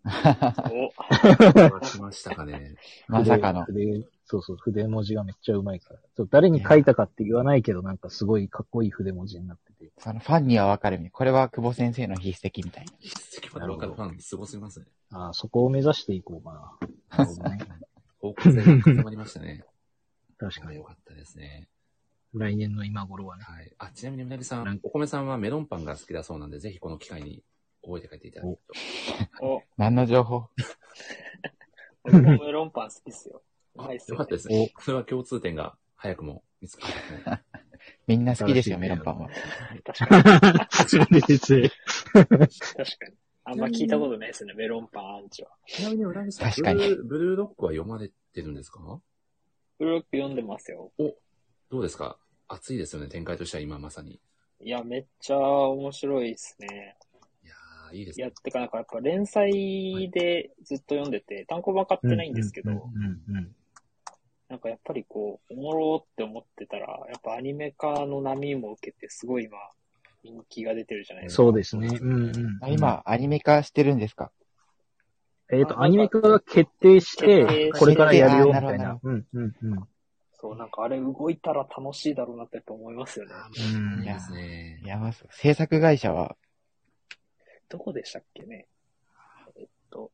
お、 来ましたかね。 まさかの。 筆、そうそう、筆文字がめっちゃうまいから。そう、誰に書いたかって言わないけど、なんかすごいかっこいい筆文字になってて。 そのファンにはわかるみたいな。これは久保先生の筆跡みたいな。 筆跡までわかるファン、すごすぎますね。 ああ、そこを目指していこうかな。なるほどね。 方向性が固まりましたね。 確かに。 よかったですね。 来年の今頃はね。 はい。あ、ちなみにうなぎさん、お米さんはメロンパンが好きだそうなんで、ぜひこの機会に覚えて帰っていただけると。 お、 何の情報？ 僕もメロンパン好きっすよ。うまいっすよ、ね。 よかったですね。それは共通点が早くも見つかったね。 みんな好きですよ、メロンパンは。 確かに。 初めてですね。 確かに。あんま聞いたことないですね、メロンパンアンチは。 ちなみにうなぎさん、 確かにブルー、ブルーロックは読まれてるんですか？ ブルーロック読んでますよ。 お、どうですか？熱いですよね、展開としては今まさに。 いや、めっちゃ面白いですね。 いやー、いいですね。 いや、てかなんかやっぱ連載でずっと読んでて、単行本買ってないんですけど、 うんうんうんなんかやっぱりこう、おもろって思ってたら、やっぱアニメ化の波も受けて、すごい今、人気が出てるじゃないですか。 そうですね。うんうんあ今、アニメ化してるんですか？ えっと、アニメ化が決定し決定てし、てこれからやるよ、みあーなるほどたいな。うんうんうん。 そう、なんかあれ動いたら楽しいだろうなってやっぱ思いますよね。 うんいいですね。 いや、まず、制作会社は、 どこでしたっけね。えっと、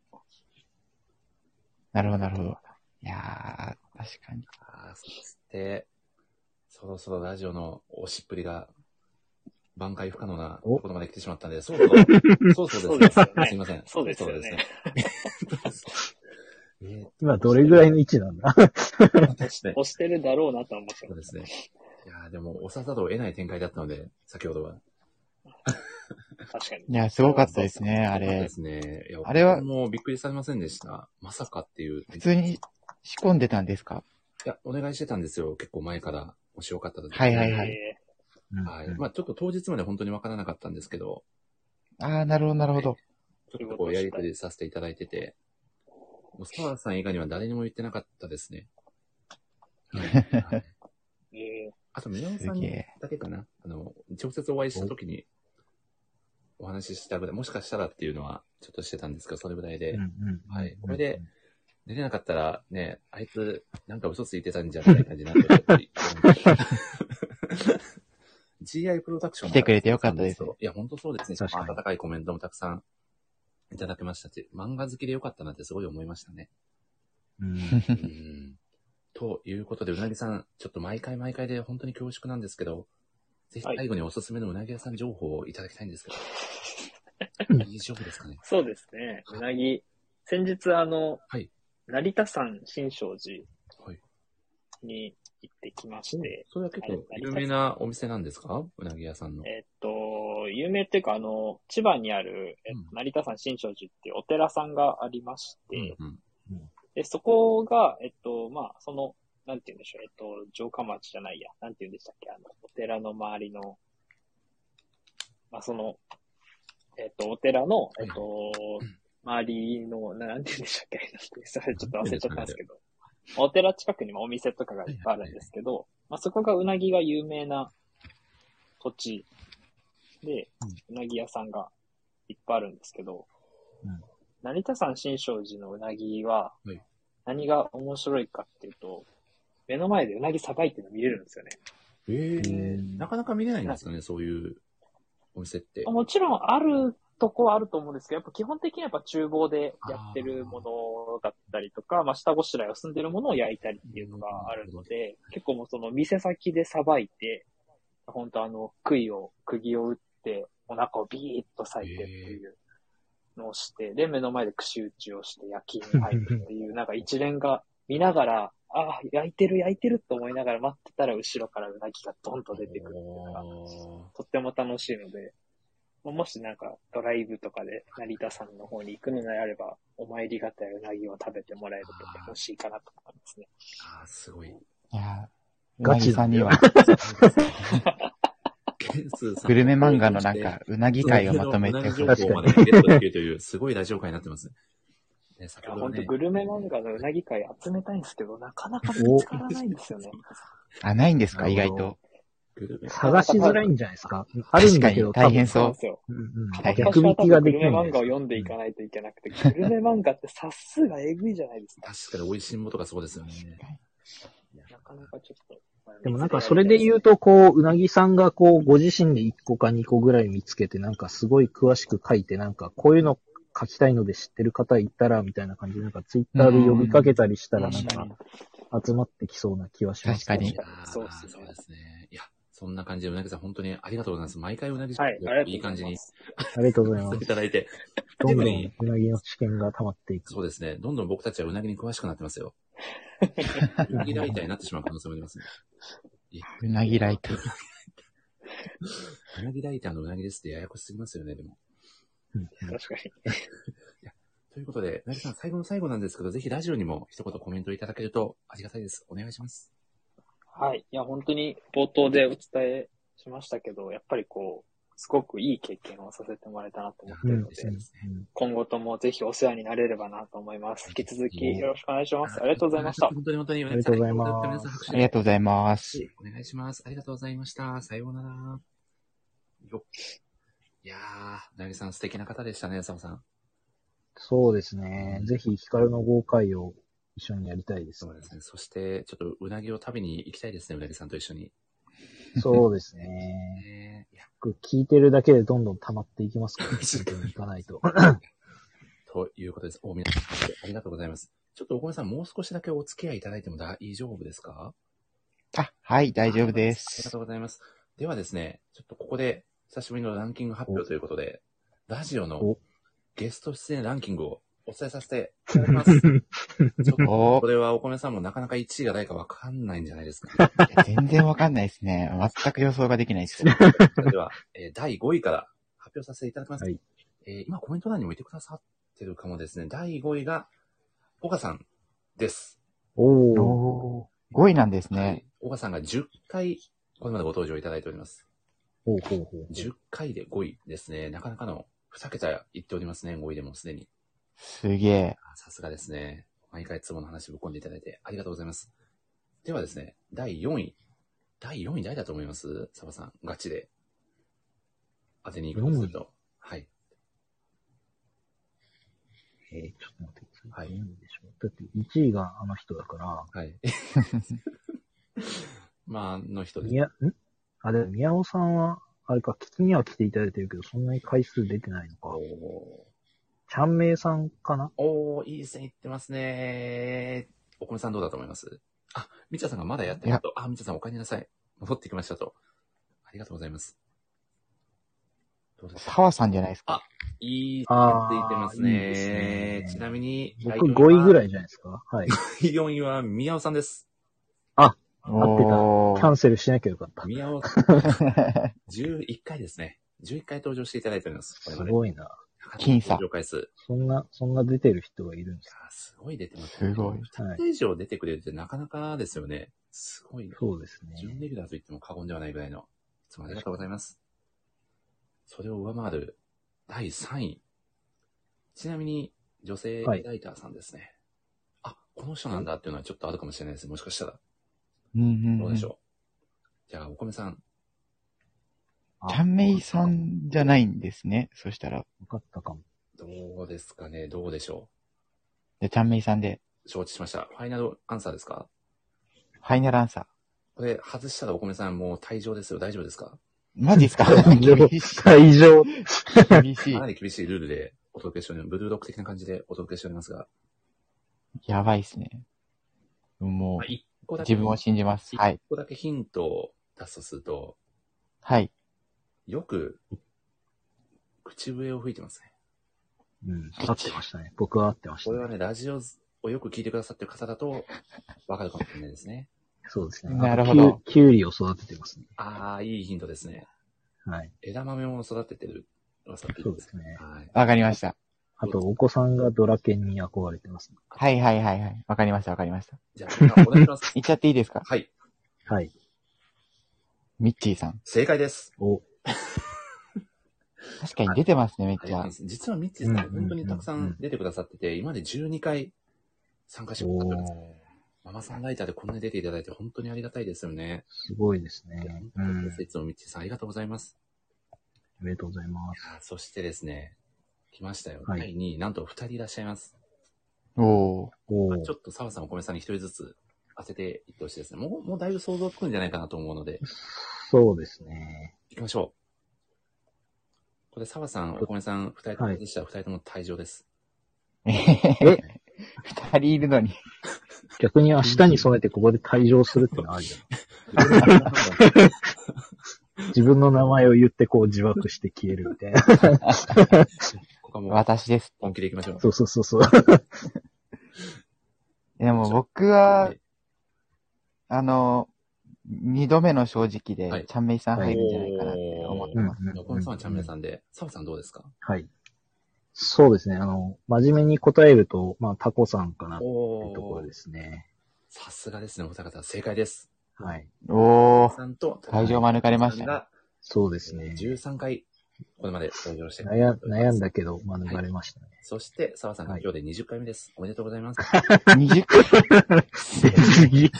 なるほど、なるほど。いやー、確かに。 あーそして、そろそろラジオの押しっぷりが、挽回不可能なおことまで来てしまったんで、そうそう、そうそうですそうですよねすいません。 そうですよね。 えー今どれぐらいの位置なんだ押し押してるだろうなとは思ってます。 そうですね。いやーでも、押さざるを得ない展開だったので、先ほどは。 確かに。 いや、すごかったですね、あれそうで。すね。いやあれはもうびっくりされませんでした。まさかっていう。 普通に仕込んでたんですか？ いや、お願いしてたんですよ。結構前から。もしよかったら。 はいはいはい。 えはい。まあちょっと当日まで本当にわからなかったんですけど、 あー、なるほど、なるほど。 ちょっとこうやりとりさせていただいてて、もう澤さん以外には誰にも言ってなかったですね。はいはいー、えあと、宮尾さんにすげえ。 だけかな。あの、直接お会いした時にお話ししたぐらい、もしかしたらっていうのはちょっとしてたんですけど、それぐらいで、 うんうんはい。これで、出れなかったら、ね、あいつ、なんか嘘ついてたんじゃない感じになってるってジーアイ プロダクション来てくれてよかったです。 いや、本当そうですね。 確かに温かいコメントもたくさんいただけましたし、漫画好きでよかったなってすごい思いましたね。 うんうんということで、うなぎさん、ちょっと毎回毎回で本当に恐縮なんですけど、ぜひ最後におすすめのうなぎ屋さん情報をいただきたいんですけど、大丈夫ですかね。 そうですね。うなぎ。先日、あの、 はい。 成田山新勝寺はい。 に行ってきまして、 それは結構有名なお店なんですか？うなぎ屋さんの。 えっと、有名っていうか、あの、千葉にある、えっとうん成田山新勝寺っていうお寺さんがありまして、 うんで、そこが、えっと、まあ、その、なんて言うんでしょう、えっと、城下町じゃないや、なんて言うんでしたっけ、あの、お寺の周りの、まあ、その、えっと、お寺の、えっと、周りの、ななんて言うんでしたっけ、それちょっと忘れちゃったんですけど、お寺近くにもお店とかがいっぱいあるんですけど、まあ、そこがうなぎが有名な土地で、うなぎ屋さんがいっぱいあるんですけど、 うん成田山新勝寺のうなぎははい、 何が面白いかっていうと、目の前でうなぎさばいてるの見れるんですよね。 ええなかなか見れないんですかね、そういうお店って。 もちろんあるとこはあると思うんですけど、やっぱ基本的にはやっぱ厨房でやってるものだったりとか、まあ下ごしらえを済んでるものを焼いたりっていうのがあるので、結構もうその店先でさばいて、本当あの、杭を、釘を打って、お腹をビーッと裂いてっていうのをして、で、目の前で串打ちをして焼きに入るっていう、なんか一連が見ながら、ああ、焼いてる焼いてると思いながら待ってたら後ろからうなぎがドンと出てくるっていうのが、とっても楽しいので、もしなんかドライブとかで成田山の方に行くのであれば、お参りがたいうなぎを食べてもらえると楽しいかなと思いますね。 ああ、すごい。 いやー、うガチなぎさんには、グルメ漫画のなんか、うなぎ会をまとめて情報までゲットできるという、すごいラジオ会になってますね。ね、先ほどね本当グルメ漫画のうなぎ会集めたいんですけど、なかなか見つからないんですよね。 あ、ないんですか、 なるほど意外と。 グルメ探しづらいんじゃないですか。あるんだけど、 確かに大変そうそうなんですよ。 うんうん大変逆引きができグルメ漫画をないんじゃないですか。 読んでいかないといけなくて、グルメ漫画って冊数がえぐいじゃないですか。 確かに美味しいものとかそうですよね。 なかなかちょっと。 でもなんかそれで言うと、こう、うなぎさんがこう、ご自身でいっこかにこぐらい見つけて、なんかすごい詳しく書いて、なんかこういうの書きたいので知ってる方いたら、みたいな感じで、なんかツイッターで呼びかけたりしたら、なんか集まってきそうな気はします、 確かにあーそうですねそうですね。いや、そんな感じでうなぎさん本当にありがとうございます。毎回うなぎさん、 はい、ありがとうございます。 いい感じにありがとうございまいす。 ただいて。 どんどん特にうなぎの知見が溜まっていく。 そうですね。どんどん僕たちはうなぎに詳しくなってますよ。うなぎライターになってしまう可能性もありますね。 うなぎライター。 うなぎライターのうなぎですってややこしすぎますよね、でも。 うん確かに。 ということで、うなぎさん、最後の最後なんですけど、ぜひラジオにも一言コメントいただけるとありがたいです。お願いします。 はい。いや、本当に冒頭でお伝えしましたけど、やっぱりこう、すごくいい経験をさせてもらえたなと思っているので、 うん今後ともぜひお世話になれればなと思います。引き続きよろしくお願いします。ありがとうございました。 本当に本当に、 ありがとうございます皆さん拍手ありがとうございます。 お願いします。ありがとうございました。さようなら。よっ。いやー、うなぎさん素敵な方でしたね、サボさん。 そうですね。ぜひ、ヒカルの豪快を一緒にやりたいですね。 そうですね。そして、ちょっとうなぎを食べに行きたいですね、うなぎさんと一緒に。 そうですね。 ねいや聞いてるだけでどんどん溜まっていきますから、本当に行かないと。 ということです。お、皆さん、ありがとうございます。ちょっとお米さん、もう少しだけお付き合いいただいても大丈夫ですか？ あ、はい、大丈夫でありがすと。うございます。ではですね、ちょっとここで久しぶりのランキング発表ということで、ラジオのおゲスト出演ランキングをお伝えさせていただきます。ちょっとおこれはお米さんもなかなかいちいが誰かわかんないんじゃないですか、 いや全然わかんないですね。全く予想ができないです。 それでは、えーだいごいから発表させていただきます。 はいえー今コメント欄にもいてくださってるかもですね。だいごいが、岡さんです。 おー。 おーごいなんですはいね。。 岡さんがじゅっかい、これまでご登場いただいております。 ほうほうほう。 じゅっかいでごいですね。なかなかのにけた言っておりますね。ごいでもすでに。 すげえ。 あさすがですね。毎回ツボの話ぶっ込んでいただいてありがとうございます。ではですね、だいよんい。だいよんい誰だと思います？サバさん、ガチで。当てに行くとすると。はい。 えー、ちょっと待ってください。 はい何でしょう。だっていちいがあの人だから、 はい。まあ、あの人です。 宮、んあ、でも宮尾さんは、あれか、聞きには来ていただいてるけど、そんなに回数出てないのか。 おちゃんめいさんかな？ ー、おーいい線いってますね。お米さんどうだと思います？あ、みちゃさんがまだやってないと。あ、みちゃさんお帰りなさい。戻ってきましたと。ありがとうございます。どうですか？ 澤さんじゃないですか。 いい線ついてあーますね。 いいですねちなみに、 僕ごいぐらい。 いじゃないですか。はい。 よんいは宮尾さんです。 合ってた。 おーキャンセルしなきゃよかった。 宮尾じゅういっかいですね。じゅういっかい登場していただいております。これすまでごいな。 僅差登場回数。 そんな、そんな出てる人がいるんですいやーすごい出てます。 すごいにかい以上出てくれるってなかなかですよね。すごい。 そうですね。 準レギュラーと言っても過言ではないぐらいの。いつもありがとうございます。それを上回るだいさんい。ちなみに、女性ライターさんですね。あ、この人なんだっていうのはちょっとあるかもしれないです。もしかしたら。 うんうんうん。 どうでしょう。じゃあ、お米さん。 ちゃんめいさんじゃないんですね。そしたら。 わかったかも。 どうですかね。どうでしょじゃあちゃんめいさんで。 う。承知しました。ファイナルアンサーですか？ ファイナルアンサー。 これ、外したらお米さんもう退場ですよ。大丈夫ですか？ マジっすか？ 退場厳し退場。 い。厳しいかな。り厳しいルールでお届けしております。ブルーロック的な感じでお届けしておりますが。 やばいっすね。もまあ、一個う、 だけ、 自分を信じます。はい一。個だけヒントを出すとすると、 はい。 よく、口笛を吹いてますね。 うん。合ってましたね。僕は合ってましたね。 これはね、ラジオをよく聞いてくださってる方だと、わかるかもしれないですね。 そうですね。 なるほどあときゅう。きゅうりを育ててますね。 ああ、いいヒントですね。 はい。 枝豆も育ててる。 そうですね。 はい。 わかりました。 あと、お子さんがドラケンに憧れてますね。 はいはいはいはい。わかりましたわかりました。 じゃあ、お願いします。 言っちゃっていいですか？ はい。 はい。 ミッチーさん。 正解です。 お、 確かに出てますね、めっちゃ。 実はミッチーさん、 うん本当にたくさん出てくださってて、今までじゅうにかい参加してくださってるんです。 ママさんライターでこんなに出ていただいて本当にありがたいですよね。 すごいですね。うん。 いつもみっちーさんありがとうございます。 ありがとうございます。 いやそしてですね、来ましたよ。 はいだいにい、なんとふたりいらっしゃいます。 おー。 おーちょっと澤さん、お米さんにひとりずつ当てていってほしいですね。もう、もうだいぶ想像つくんじゃないかなと思うので、 そうですね。 行きましょう。これ、澤さん、お米さん、ふたりともでしたら、ふたりとも退場です。 えへ二人いるのに。 逆に明日に染めてここで退場するってのはあるじゃん。自分の名前を言ってこう自爆して消えるみたいな。 ここはもう、 私です。 本気で行きましょう。 そうそうそうそう。 でも僕は、あの、二度目の正直で、 はいちゃんめいさん入るんじゃないかなって思ってます。 うんお米さんはチャンネルさんで、澤さんどうですか？ はい。そうですね。あの、真面目に答えると、まあ、タコさんかなっていうおところですね。 さすがですね、お二方。正解です。 はい。 おー。 さんと、 退場免れましたねがそうですね。 じゅうさんかい、これまで登場して悩悩んだけど、免れましたね。 そして、澤さんが今日でにじゅっかいめです。おめでとうございます。 にじゅっかい。 次。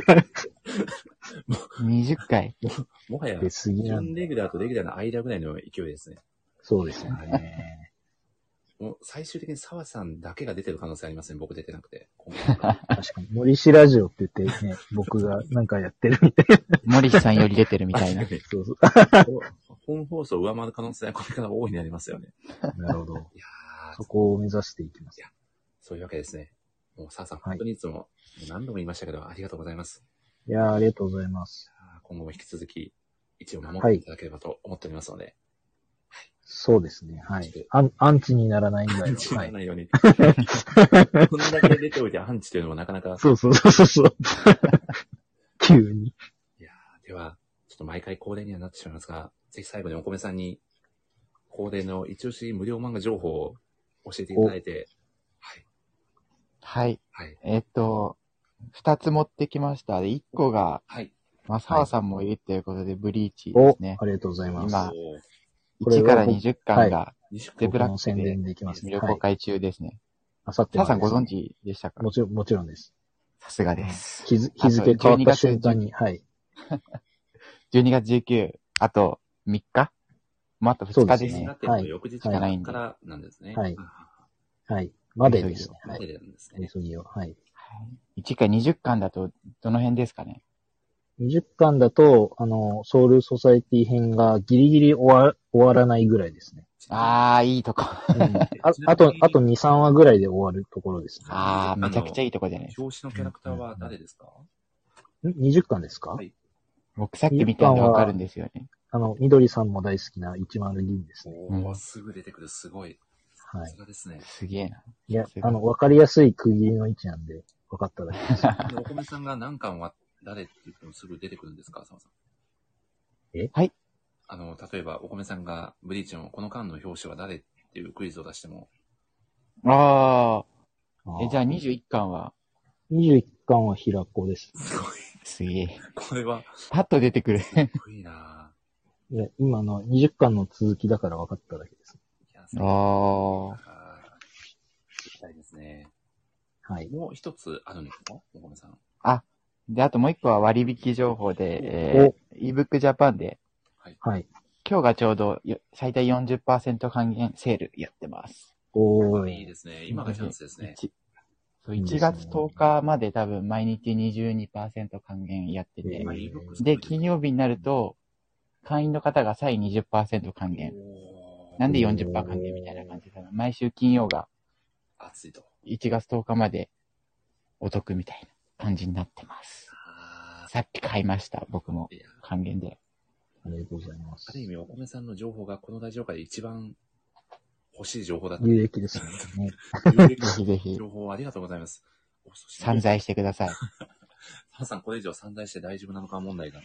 にじゅっかい。 もはや、 出過ぎなんだ。 準レギュラーとレギュラーの間ぐらいの勢いですね。 そうですよね。 もう最終的に澤さんだけが出てる可能性ありますね。僕出てなくて。 確かに。森氏ラジオって言ってね、僕がなんかやってるみたいな。 森さんより出てるみたいな。 そうそう。 本放送を上回る可能性はこれから大いになりますよね。 なるほど。 いやーそこを目指していきます。 そういうわけですね。もう澤さん、 はい本当にいつも、もう何度も言いましたけど、ありがとうございます。 いやー、ありがとうございます。 今後も引き続き、一応守っていただければと思っておりますので。 そうですね。はい。アンアンチにならないぐらいの。 アンチになはい。 らないように。こんだけ出ておいてアンチというのもなかなか。 そうそうそうそうそう。急に。 いやー、では、ちょっと毎回恒例にはなってしまいますが、ぜひ最後にお米さんに、恒例の一押し無料漫画情報を教えていただいて、はい。 はい。 はい。 えっと、二つ持ってきました。で、一個が、 はい。 まあ、澤さんもいるということで、ブリーチでおすね。 ありがとうございます。 今、 おーいちからにじゅっかんが、ゼブ僕の宣ラックで伝できますね。はい。 無料公開中ですね。 あさって澤さんご存知でしたか？ もちろん、もちろんです。 さすがです。 日付日付変わった瞬間に、はい。 じゅうにがつじゅうくにち、あとみっかもうあとふつかですね。 になってるの翌日からなんですね。 はい。はい。までですね。 までなんですね。 急ぎを。はい。 いちかいにじゅっかんだと、どの辺ですかね？ にじゅっかんだと、あの、ソウルソサエティ編がギリギリ終わ終わらないぐらいですね。 あー、いいとこ。 うん、ああと、あとに、さんわぐらいで終わるところですね。 あー、めちゃくちゃいいとこじゃないですか。 表紙のキャラクターは誰ですか？ ん ?にじゅっかんですか？ はい。 僕さっき見たんでわかるんですよね。 あの、みどりさんも大好きな一丸銀ですね。 おー、うん、すぐ出てくる、すごい。 はい。 さすがですね。 すげえな。 いや、あの、わかりやすい区切りの位置なんで、わかっただけです。 お米さんが何巻は誰って言ってもすぐ出てくるんですか、澤さん。 えはい。 あの、例えば、お米さんがブリーチのこの巻の表紙は誰っていうクイズを出しても。 あー。え、じゃあにじゅういっかんはにじゅういっかんは平子です。 すごい。 すげえ。 これは。 パッと出てくる。すごいなぁ。 いや、今のにじゅっかんの続きだから分かっただけです。 いや、 あー。 聞きたいですね。 はい。 もう一つあるんですか、お米さん。 あ、で、あともう一個は割引情報で、えー、ebook Japan で、 はい。 今日がちょうど最大 よんじゅっパーセント 還元セールやってます。 おー。 いいですね。今がチャンスですね。 そういちがつとおかまで多分毎日 にじゅうにパーセント 還元やってて、で、金曜日になると、会員の方が再 にじゅっパーセント 還元。なんで よんじゅっパーセント 還元みたいな感じで、毎週金曜が、 熱いと。 いちがつとおかまでお得みたいな感じになってます。さっき買いました、僕も。還元で。 ありがとうございます。 ある意味、お米さんの情報がこのラジオ界で一番欲しい情報だった。 有益ですね。 ぜひぜひ。 情報ありがとうございます。 散財してください。 澤さん、これ以上散財して大丈夫なのか問題が。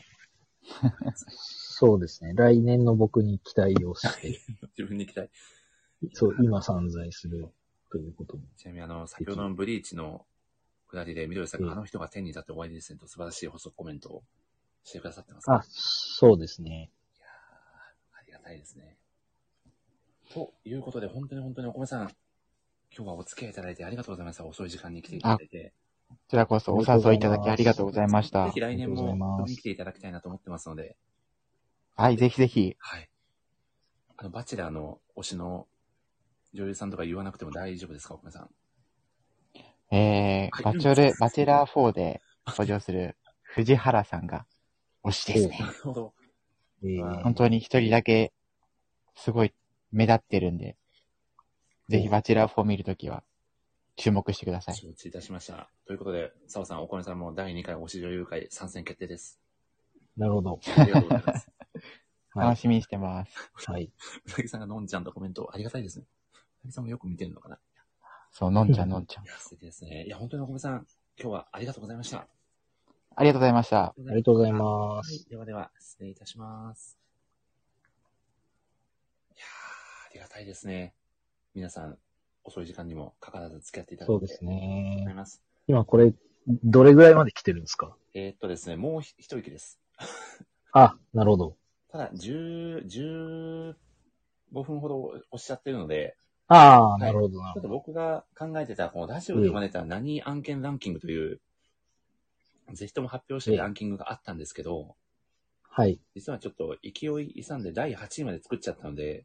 そうですね。来年の僕に期待をして。 自分に期待。 そう、今散財するということも。 ちなみに、あの、先ほどのブリーチのくだりで、みどりさんが、あの人が天に立って終わりですねと素晴らしい補足コメントをしてくださってます、 ね。あ、そうですね。 いやー、ありがたいですね。ということで、本当に本当にお米さん、今日はお付き合いいただいてありがとうございました。遅い時間に来ていただいて。 こちらこそお誘いいただきありがとうございましたぜひ。来年ありがとうございもます遊びに来ていただきたいなと思ってますので、 はい、ぜひぜひ。 はい。あの、バチェラーの推しの女優さんとか言わなくても大丈夫ですか、お米さん。 えー、バチョル、バチェラーフォーで登場する藤原さんが推しですねな。るほど。 えー本当に一人だけすごい目立ってるんで、ぜひバチェラーフォー見るときは注目してください。 承知いたしました。ということで、澤さん、お米さんもだいにかい推し女優会参戦決定です。 なるほど。 ありがとうございます。 はい。 楽しみにしてます。 はい。 うさぎさんがのんちゃんとコメントありがたいですね。うさぎさんもよく見てるのかな。 そう、のんちゃんのんちゃんい。や、素敵ですね。いや、本当にお米さん、今日はありがとうございました。 ありがとうございました。 ありがとうございまはいす。。 ではでは、失礼いたします。いやー、ありがたいですね。皆さん、遅い時間にもかかわらず付き合っていただいて。 そうですありがとうございね。 ます。 今これ、どれぐらいまで来てるんですか？ えーっとですね、もうひ一息です。 あ、なるほど。 ただ、じゅう、じゅうごふんほどおっしゃってるので、 ああ、 いなるほど、なちょっとるほど。 僕が考えてた、このラジオで生まれた何案件ランキングという、ぜひとも発表したいランキングがあったんですけど、 はい。 実はちょっと勢い勇んでだいはちいまで作っちゃったので、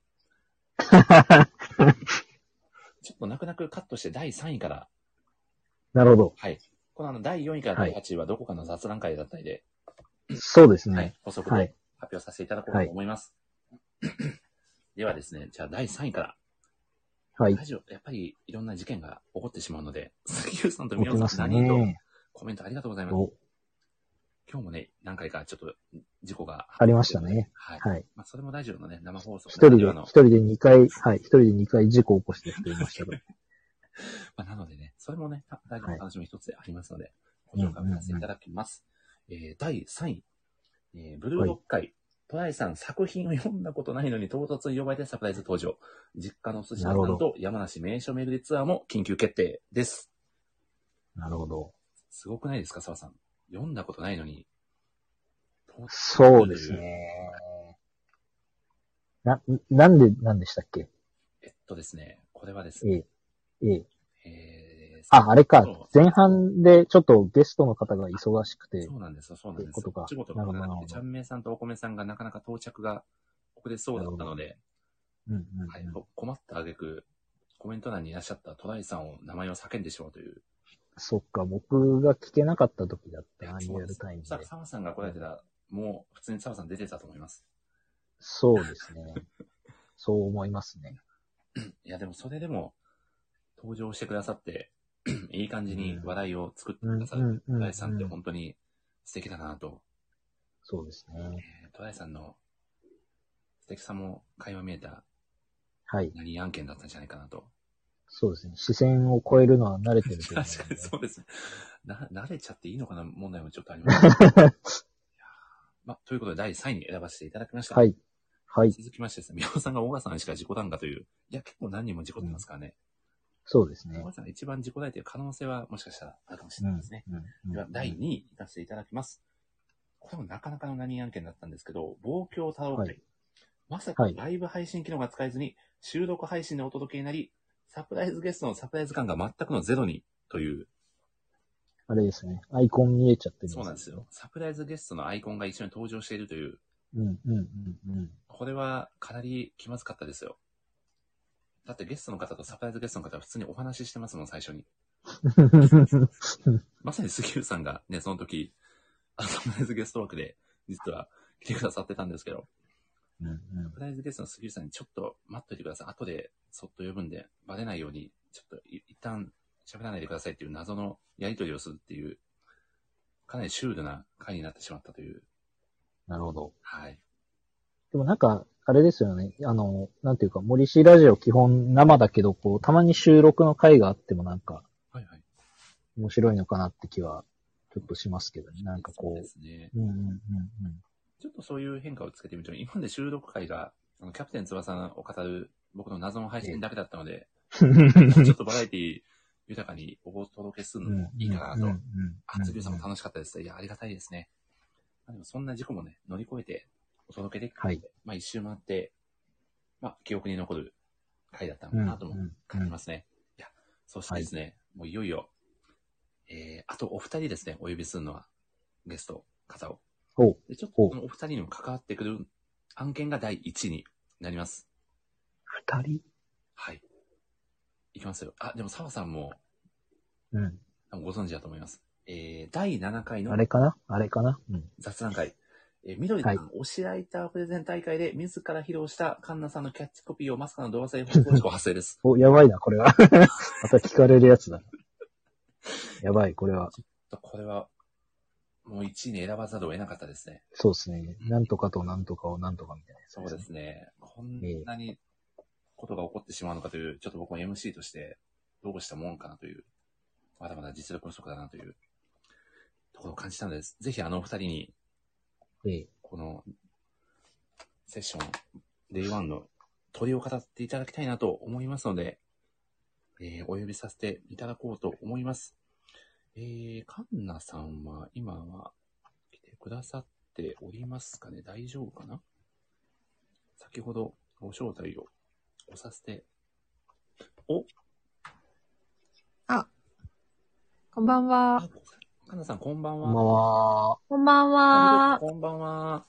ちょっと泣く泣くカットしてだいさんいから、 なるほど。 はい。このあのだいよんいからだいはちいはどこかの雑談会だったりで、 そうですはいね。。 補足はいで発表させていただこうと思います。ではですね、じゃあだいさんいから、 はい。 ラジオ、やっぱりいろんな事件が起こってしまうので、杉浦さんと起宮本きますさん何とね。 コメントありがとうございます。 お、 今日もね、何回かちょっと事故がありましたね。 はい。 はい。 まあ、それもラジオのね、生放送一人で、 ラジオの一人で二回、はい。一人で二回事故を起こしてる人いましたけど。 まあ、なのでね、それもね、たラジオの楽しみ一つでありますので、 いご紹介させていただきます。えー、だいさんい、えー、ブルーロック会、トライさん作品を読んだことないのに唐突に呼ばれてサプライズ登場。実家の寿司屋さんと山梨名所巡りツアーも緊急決定です。 なるほど。 すごくないですか、澤さん。読んだことないのに。 そうですね。な、なんで、なんでしたっけ？ えっとですね、これはですね、 ええ、ええ。 えー、 あ、あれかそう。 前半でちょっとゲストの方が忙しくてそ。うなんですよ、そうなんですよ。 ってことかお仕事なるほどがなくて、 なるほどちゃんめいさんとお米さんがなかなか到着が遅れそうだったので、 うんうんうん。 はい、困った挙句、コメント欄にいらっしゃったトライさんを名前を叫んでしまうという。 そっか、僕が聞けなかった時だったな、リそうですアルタイムで。 さ澤さんが来られてたら、もう普通に澤さん出てたと思います。 そうですね。そう思いますね。 いや、でもそれでも登場してくださって、いい感じに話題を作ってくださるトライさんって本当に素敵だなと。 そうですね。 えートライさんの素敵さも垣間見えたはい。 何案件だったんじゃないかなと。 そうですね。視線を超えるのは慣れてると思うので。 確かにそうですね。な、慣れちゃっていいのかな問題もちょっとあります。いやまあ、ということでだいさんいに選ばせていただきました。 はい。はい。 続きましてですね、宮尾さんが小川さんしか自己談過という、いや、結構何人も事故ってますからね。 そうですね小。川さんが一番自己談という可能性はもしかしたらあるかもしれないですね。 うんうんでは、だいにい行かせていただきます。これもなかなかの何案件だったんですけど、望郷太郎会。 はいまさかはいライブ配信機能が使えずに、収録配信でお届けになり、サプライズゲストのサプライズ感が全くのゼロにという。 あれですね。アイコン見えちゃってる、 そうなんですよ。。サプライズゲストのアイコンが一緒に登場しているという。 うんうんうんうん。 これはかなり気まずかったですよ。だってゲストの方とサプライズゲストの方は普通にお話ししてますもん、最初に。まさに杉浦さんがね、その時、あのサプライズゲスト枠で、実は来てくださってたんですけど、 うんうんサプライズゲストの杉浦さんにちょっと待っといてください。後でそっと呼ぶんで、バレないように、ちょっと一旦喋らないでくださいっていう謎のやりとりをするっていう、かなりシュールな回になってしまったという。 なるほど。 はい。 でもなんか、あれですよね。あの、なんていうか、森氏ラジオ基本生だけど、こう、たまに収録の回があってもなんか、 はいはい。 面白いのかなって気は、ちょっとしますけどね。なんかこそうですね。 う。うんうんうんちょっとそういう変化をつけてみても、今まで収録回が、あのキャプテン翼を語る僕の謎の配信だけだったので、 うん。 ちょっとバラエティ豊かにお届けするのもいいかなと。あ、杉浦さんも楽しかったです。いや、ありがたいですね。まあ、でもそんな事故もね、乗り越えてお届けできたので、 はいまあ一周回って、まあ記憶に残る回だったのかなとも感じますね。いや、そしてですね、もういよいよ、 えー、あとお二人ですね、お呼びするのは、ゲスト、方を。 ほう。 で、ちょっとこのお二人にも関わってくる案件がだいいちになります。 二人はい。いきますよ。あ、でも澤さんも、 うん。 ご存知だと思います。えー、だいななかいのあれかなあれかなうん。 雑談会。えー、緑さん、 はい推しライタープレゼン大会で自ら披露したカンナさんのキャッチコピーをまさかの動画再放送事故発生です。 お、やばいな、これは。また聞かれるやつだ。やばい、これは。 ちょっとこれは、もういちいに選ばざるを得なかったですね。 そうですね。なんとかとなんとかをなんとかみたいなやつ、 そうですね。こんなにことが起こってしまうのかという、ちょっと僕も エムシー としてどうしたもんかなという、まだまだ実力不足だなというところを感じたのです。ぜひあのお二人に、 ええ、 このセッション、デイワンの鳥を語っていただきたいなと思いますので、えー、お呼びさせていただこうと思います。えー、カンナさんは今は来てくださっておりますかね？大丈夫かな？先ほどご招待を押させて、おあ、こんばんは。 あ、カンナさんこんばんは。 こんばんは。 こんばんは。 こんばんは。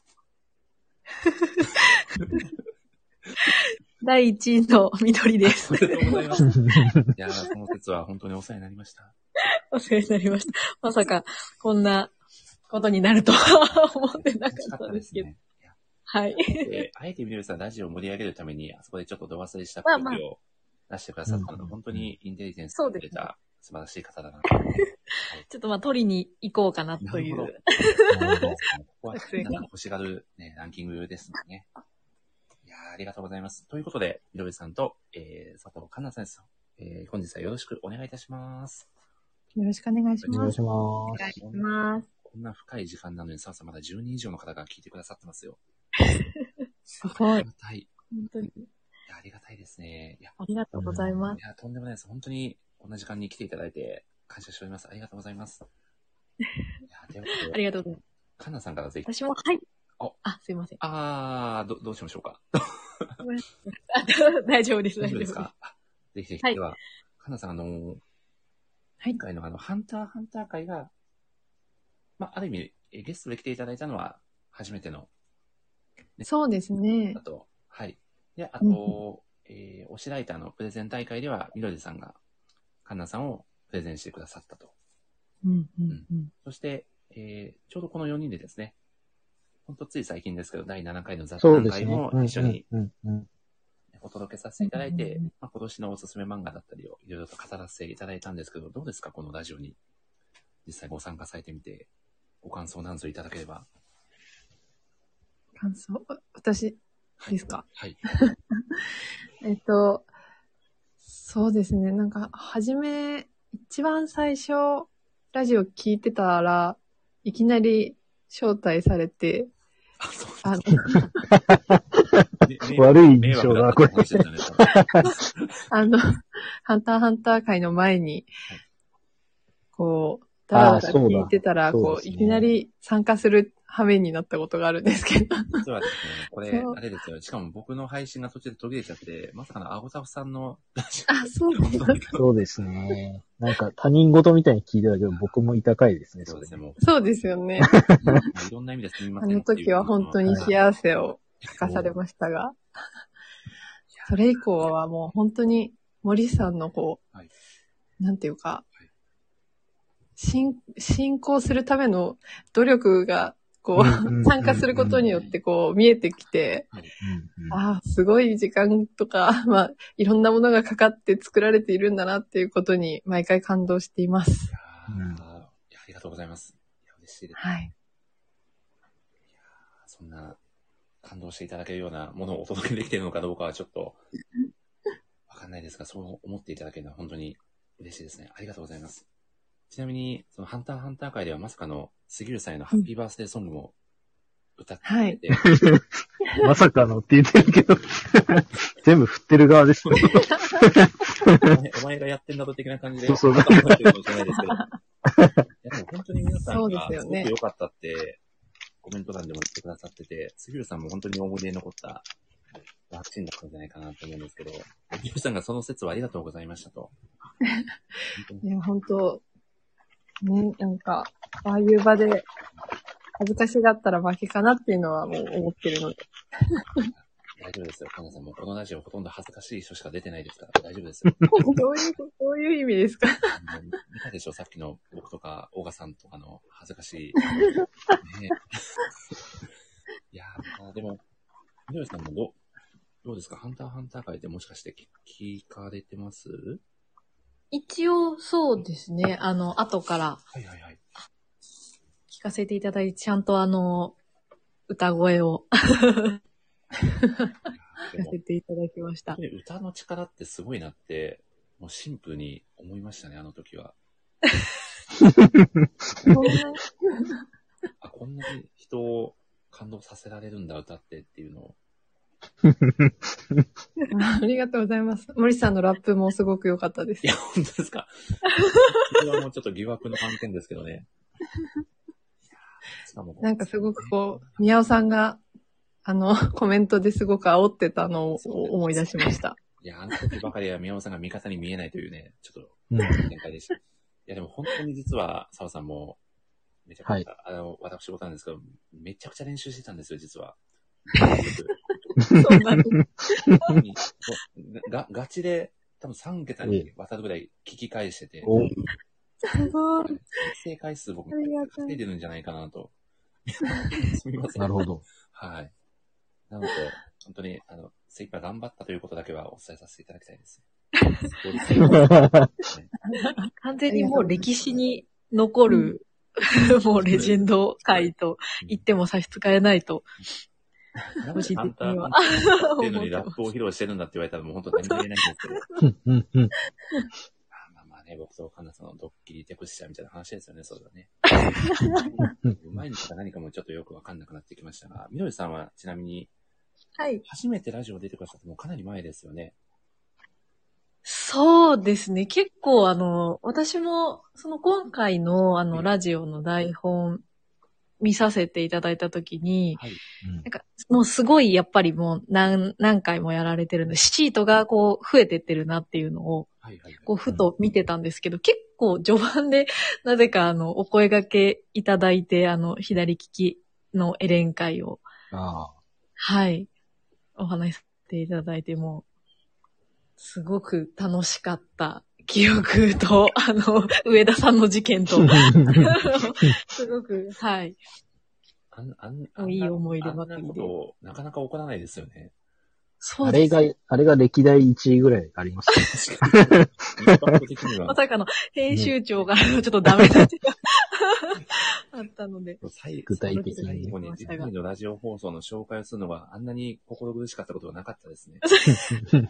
だいいちいの緑です。 おめでとうございます。いやー、その説は本当にお世話になりました。 お世話になりました。まさか、こんなことになるとは思ってなかったですけど。 ね、 はい。 えー、あえてみるさん、ラジオを盛り上げるために、あそこでちょっとど忘れした空気を出してくださったので、まあまあ、本当にインテリジェンスを入れた素晴らしい方だなと、はい。 ちょっとまあ、取りに行こうかなという。 なるほど。ここはみんなが欲しがる、ね、ランキングですもんね。いやー、ありがとうございます。ということで、みどりさんと、えー、佐藤環奈さんです。えー、本日はよろしくお願いいたします。 よろしくお願いします。 お願いします。 お願いします。 こんな深い時間なのに、澤さんまだじゅうにん以上の方が聞いてくださってますよ。 すごい。 ありがたい。 本当に。 いや、ありがたいですね。いや、 ありがとうございます。 いや、とんでもないです。本当に、こんな時間に来ていただいて、感謝しております。ありがとうございます。いや、では、 ありがとうございます。 カンナさんからぜひ。 私も、はい。 あ、 あ、すいません。 あー、ど、どうしましょうか。 大丈夫です、大丈夫です。 か。ぜひぜひ。 はい、 では、カンナさん、あのー、 はい、 今回のあの、ハンターハンター会が、まあ、ある意味、ゲストで来ていただいたのは、初めての、 ね、そうですね。 あと、はい。で、あと、うん、えー、推しライターのプレゼン大会では、みどりさんが、カンナさんをプレゼンしてくださったと。 うんうんうんうん、 そして、えー、ちょうどこのよにんでですね、ほんとつい最近ですけど、だいななかいの雑談会も一緒にお届けさせていただいて、まあ、今年のおすすめ漫画だったりをいろいろと語らせていただいたんですけど、どうですかこのラジオに実際ご参加されてみて、ご感想なんぞいただければ。 感想私ですか？ はい。 はい、えっと、そうですね、なんか、はじめ、一番最初、ラジオ聞いてたら、いきなり招待されて、 あの悪い印象だ、これ。 あの、ハンターハンター会の前に、こう、だらだら聞いてたら、こう、いきなり参加する羽目になったことがあるんですけど。 実はですね、これ、あれですよ。しかも僕の配信が途中で途切れちゃって、まさかのアゴタフさんのラジオ。あ、そうですね。 そうですね。なんか他人事みたいに聞いてたけど、僕もいたかいですね。 そうですね、もう。そうですよね。 いろんな意味ですみません。 あの時は本当に幸せを聞かされましたが、それ以降はもう本当に森さんのこう、はい、なんていうか、進、進行するための努力が、こう、参加することによって、こう、見えてきて、ああ、すごい時間とか、まあ、いろんなものがかかって作られているんだなっていうことに、毎回感動しています。 うん、ありがとうございます。いや嬉しいです。 はい。いやそんな、感動していただけるようなものをお届けできているのかどうかはちょっと、わかんないですが、そう思っていただけるのは本当に嬉しいですね。ありがとうございます。ちなみに、そのハンターハンター会ではまさかの杉浦さんへのハッピーバースデーソングも歌ってて、はい、 まさかのって言ってるけど、全部振ってる側ですねお前がやってんだと的な感じで、 そうそう。 思ってるかもしれないですけど。いやでも本当に皆さんがすごく良かったって、コメント欄でも言ってくださってて、杉浦さんも本当に思い出に残ったワクチンだったんじゃないかなと思うんですけど、杉浦さんがその説はありがとうございましたと。 いや、本当、 ね、なんか、ああいう場で恥ずかしがったら負けかなっていうのはもう思ってるので。 大丈夫ですよ。カナさんもこのラジオほとんど恥ずかしい人しか出てないですから大丈夫ですよ。 どういう、どういう意味ですか？ 見たでしょさっきの僕とか、オガさんとかの恥ずかしい。ね、いやー、でも、みどりさんもど、どうですかハンターハンター会でもしかして聞かれてます？ 一応そうですね。あの、後から、 はいはいはい。 聞かせていただいて、ちゃんとあの、歌声を聞かせていただきました。 歌の力ってすごいなって、もうシンプルに思いましたね、あの時は。あ、こんなに人を感動させられるんだ、歌ってっていうのを。 ありがとうございます。森さんのラップもすごく良かったです。 いや、本当ですか。これはもうちょっと疑惑の観点ですけどね。 なんかすごくこう、宮尾さんが、あの、コメントですごく煽ってたのを思い出しました。 いや、あの時ばかりは宮尾さんが味方に見えないというね、ちょっと展開でした。いや、でも本当に実は、澤さんも、めちゃくちゃ、はい、あの、私事なんですけど、めちゃくちゃ練習してたんですよ、実は。そうなんですがガチで、多分さん桁に渡るぐらい聞き返してて、すごい。正解数僕、稼いでるんじゃないかなと。すみません。 なるほど。 はい。なので、本当に、あの、精一杯頑張ったということだけはお伝えさせていただきたいです。 完全にもう歴史に残る、もうレジェンド回と言っても差し支えないと。 個人的には。っていうのにラップを披露してるんだって言われたらもう本当何も言えないんですけど。まあまあね、僕とカンナさんのドッキリテクスチャーみたいな話ですよね、それはね。うまいのか何かもちょっとよくわかんなくなってきましたが、みどりさんはちなみに、 はい。 初めてラジオ出てくださってもうかなり前ですよね。 そうですね。結構あの、私もその今回のあのラジオの台本見させていただいたときに、はい、なんかもうすごいやっぱりもう何、何回もやられてるんで、シートがこう増えてってるなっていうのを、こうふと見てたんですけど、結構序盤でなぜかあの、お声掛けいただいて、あの、左利きのエレン会を、あはい、お話しさせていただいても、すごく楽しかった記憶と、あの、上田さんの事件と、すごく、はい。 あん、あん、あんいい思い出ばかりで。あんなことをなかなか起こらないですよね。 そうです。あれが、あれが歴代いちいぐらいあります、ね。 まさかの編集長がちょっとダメだってあったので。 具体的に。 ここに実際のラジオ放送の紹介をするのがあんなに心苦しかったことがなかったですね。なんか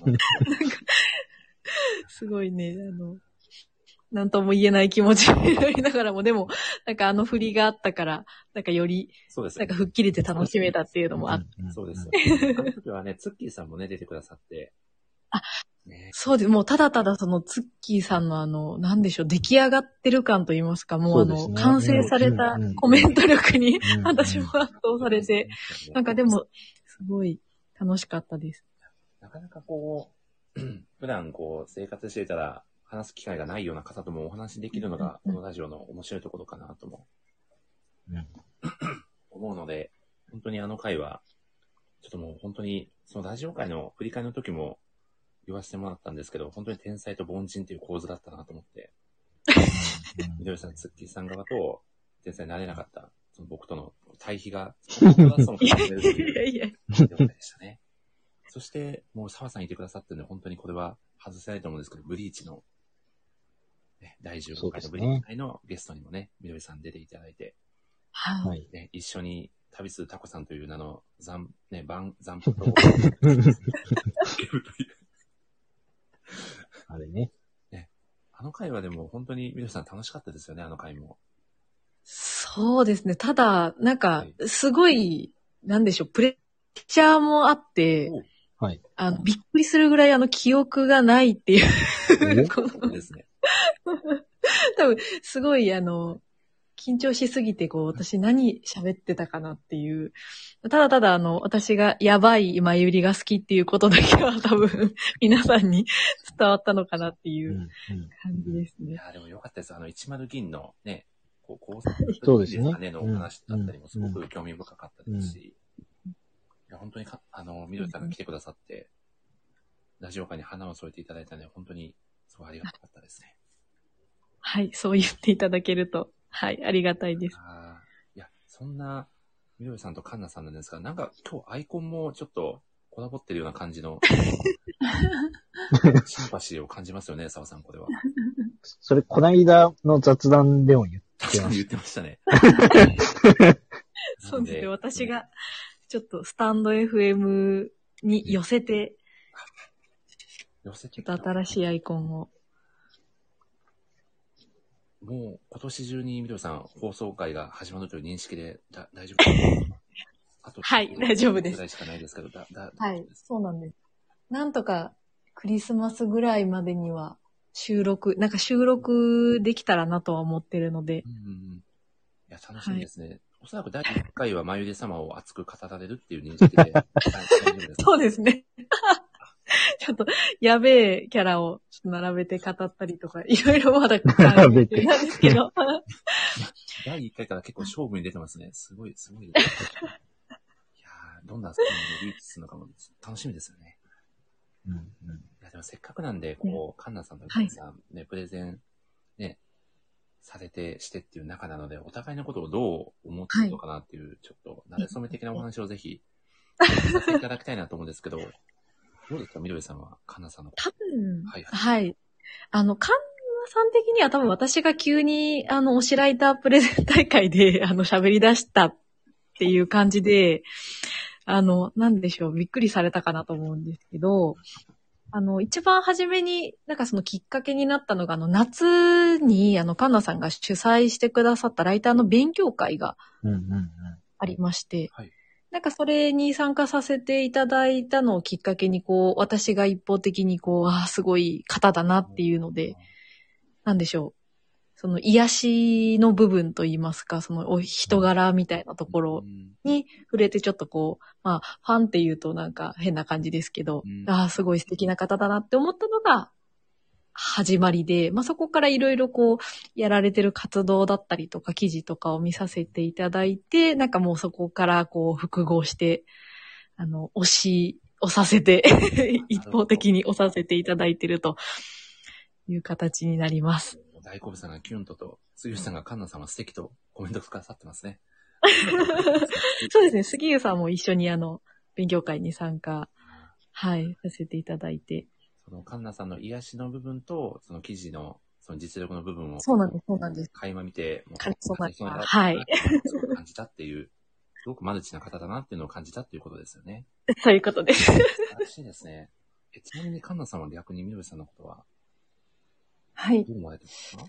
すごいね、あの、なんとも言えない気持ちになりながらも、でも、なんかあの振りがあったから、なんかより、 そうです、 なんか吹っ切れて楽しめたっていうのもあって。 そうです。あの時はね、ツッキーさんもね、出てくださって。 あ、ね、そうです。もうただただそのツッキーさんのあの、なんでしょう、出来上がってる感と言いますか、もうあの、ね、完成されたコメント力に、うん、私も圧倒されて、うん、なんかでも、すごい楽しかったです。 なかなかこう、普段こう、生活していたら、話す機会がないような方ともお話できるのが、このラジオの面白いところかなとも、うん、思うので、本当にあの回は、ちょっともう本当に、そのラジオ界の振り返りの時も言わせてもらったんですけど、本当に天才と凡人という構図だったなと思って、みどりさん、ツッキーさん側と天才になれなかった、その僕との対比が、本当だったのかもしれないという状態でしたね。そして、もう澤さんいてくださってるので、本当にこれは外せないと思うんですけど、ブリーチの、ね、だいじゅうごかいのブリーチ会のゲストにもね、みどりさん出ていただいて、 はい、 ね、一緒に旅するタコさんという名の残、ね、残歩と、 あれね。 ね。あの回はでも本当にみどりさん楽しかったですよね、あの回も。 そうですね。ただ、なんか、すごい、はい、なんでしょう、プレッシャーもあって、 はい。 あの、びっくりするぐらいあの、記憶がないっていう。 そうですね。 多分、すごいあの、 緊張しすぎて、こう、私何喋ってたかなっていう。ただただ、あの、私がやばい今ゆりが好きっていうことだけは多分、皆さんに伝わったのかなっていう感じですね。 いや、でもよかったです。あの、一丸銀のね、こう、工作そうですね。 金のお話だったりもすごく興味深かったですし、いや本当にか、あの、みどりさんが来てくださって、ラジオ界に花を添えていただいたので、本当にすごいありがたかったですね。 はい、そう言っていただけると、はい、ありがたいです。 あいや、そんな、みどりさんとカンナさんなんですが、なんか今日アイコンもちょっとコラボってるような感じの、シンパシーを感じますよね、澤さん、これは。 それ、こないだの雑談でも言ってました。 言ってましたね。 そうですね、私が、ちょっとスタンド エフエム に寄せて、 寄せてちょっと新しいアイコンを。 もう今年中にみどりさん放送会が始まるという認識でだ大丈夫ですか？あとはい、大丈夫です。 ぐらいしかないですけど、だだはい、そうなんです。なんとかクリスマスぐらいまでには収録、なんか収録できたらなとは思ってるので。 うんうんうん、いや、楽しみですね。はい、おそらくだいいっかいはまゆり様を熱く語られるっていう認識で。 そうですね。ちょっと、やべえキャラをちょっと並べて語ったりとか、いろいろまだ考えてなんですけど。 だいいっかいから結構勝負に出てますね。すごい、すごい。いやー、どんなストーリーをリーチするのかも楽しみですよね。うんうん、いやでもせっかくなんで、こう、カンナさんとミさん、ね、プレゼン、ね、されてしてっていう中なので、お互いのことをどう思っているのかなっていう、はい、ちょっと、慣れ初め的なお話をぜひ、させていただきたいなと思うんですけど、どうですか、みどりさんは、カンナさんのこと。 多分、はい、はい。はい。あの、カンナさん的には多分私が急に、あの、推しライタープレゼン大会で、あの、喋り出したっていう感じで、あの、なんでしょう、びっくりされたかなと思うんですけど、あの、一番初めに、なんかそのきっかけになったのが、あの、夏に、あの、カンナさんが主催してくださったライターの勉強会がありまして、うんうんうん、はい、なんかそれに参加させていただいたのをきっかけに、こう、私が一方的にこう、ああ、すごい方だなっていうので、なんでしょう。その癒しの部分といいますか、そのお人柄みたいなところに触れてちょっとこう、まあ、ファンって言うとなんか変な感じですけど、ああ、すごい素敵な方だなって思ったのが始まりで、まあそこからいろいろこう、やられてる活動だったりとか記事とかを見させていただいて、なんかもうそこからこう複合して、あの、推しをさせて、一方的に推させていただいているという形になります。 大好物さんがキュンとと、杉内さんがカンナさんは素敵とコメントくださってますね。 そうですね、杉内さんも一緒にあの、勉強会に参加、はい、させていただいて。 そのカンナさんの癒しの部分と、その記事のその実力の部分を、 そうなんです、そうなんです。 垣間見て、もう、 そうなんです。はい。 感じたっていう、すごくマルチな方だなっていうのを感じたっていうことですよね。 そういうことです。 素晴らしいですね。え、ちなみにカンナさんは逆にみどりさんのことは、 はい。 どう思われて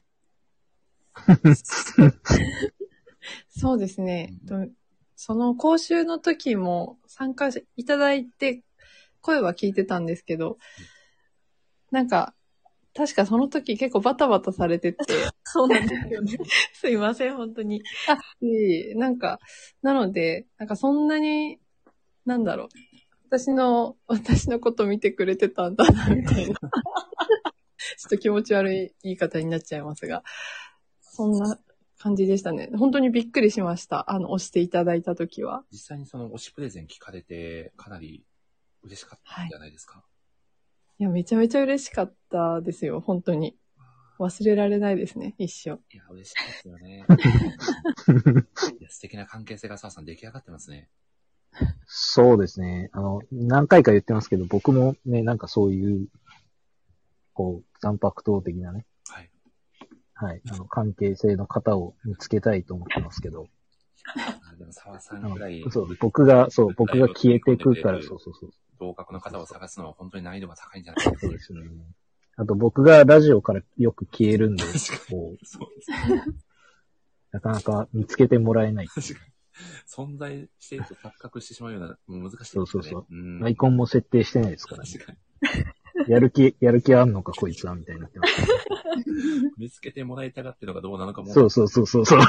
ますか？ そうですね、うん。その講習の時も参加いただいて、声は聞いてたんですけど、うん、なんか、確かその時結構バタバタされてて。 そうなんですよね。すいません、本当に。 あ、いい。なんか、なので、なんかそんなに、なんだろう。私の、私のこと見てくれてたんだな、みたいな。ちょっと気持ち悪い言い方になっちゃいますが、そんな感じでしたね。本当にびっくりしました。あの、押していただいた時は。 実際にその推しプレゼン聞かれて、かなり嬉しかったんじゃないですか？はいいや、めちゃめちゃ嬉しかったですよ、本当に。忘れられないですね、一生。 いや、嬉しいですよね。いや素敵な関係性が澤さん出来上がってますね。 そうですね。あの、何回か言ってますけど、僕もね、なんかそういう、こう、残白刀的なね。はい。はい。あの、関係性の方を見つけたいと思ってますけど。 でも澤さんぐらい。 そう、僕が、そう、僕が消えてくから、そうそうそう。 同格の方を探すのは本当に難易度が高いんじゃないですか。 そうですね。あと僕がラジオからよく消えるんで、こう、そうですね、なかなか見つけてもらえない。確かに。 存在していると錯覚してしまうような、難しいですね。 そうそうそう。うん、アイコンも設定してないですから、ね。確かに。 やる気、やる気あんのか、こいつは、みたいになってます。 見つけてもらいたがってるのかどうなのかも。 そうそうそうそうそう。 い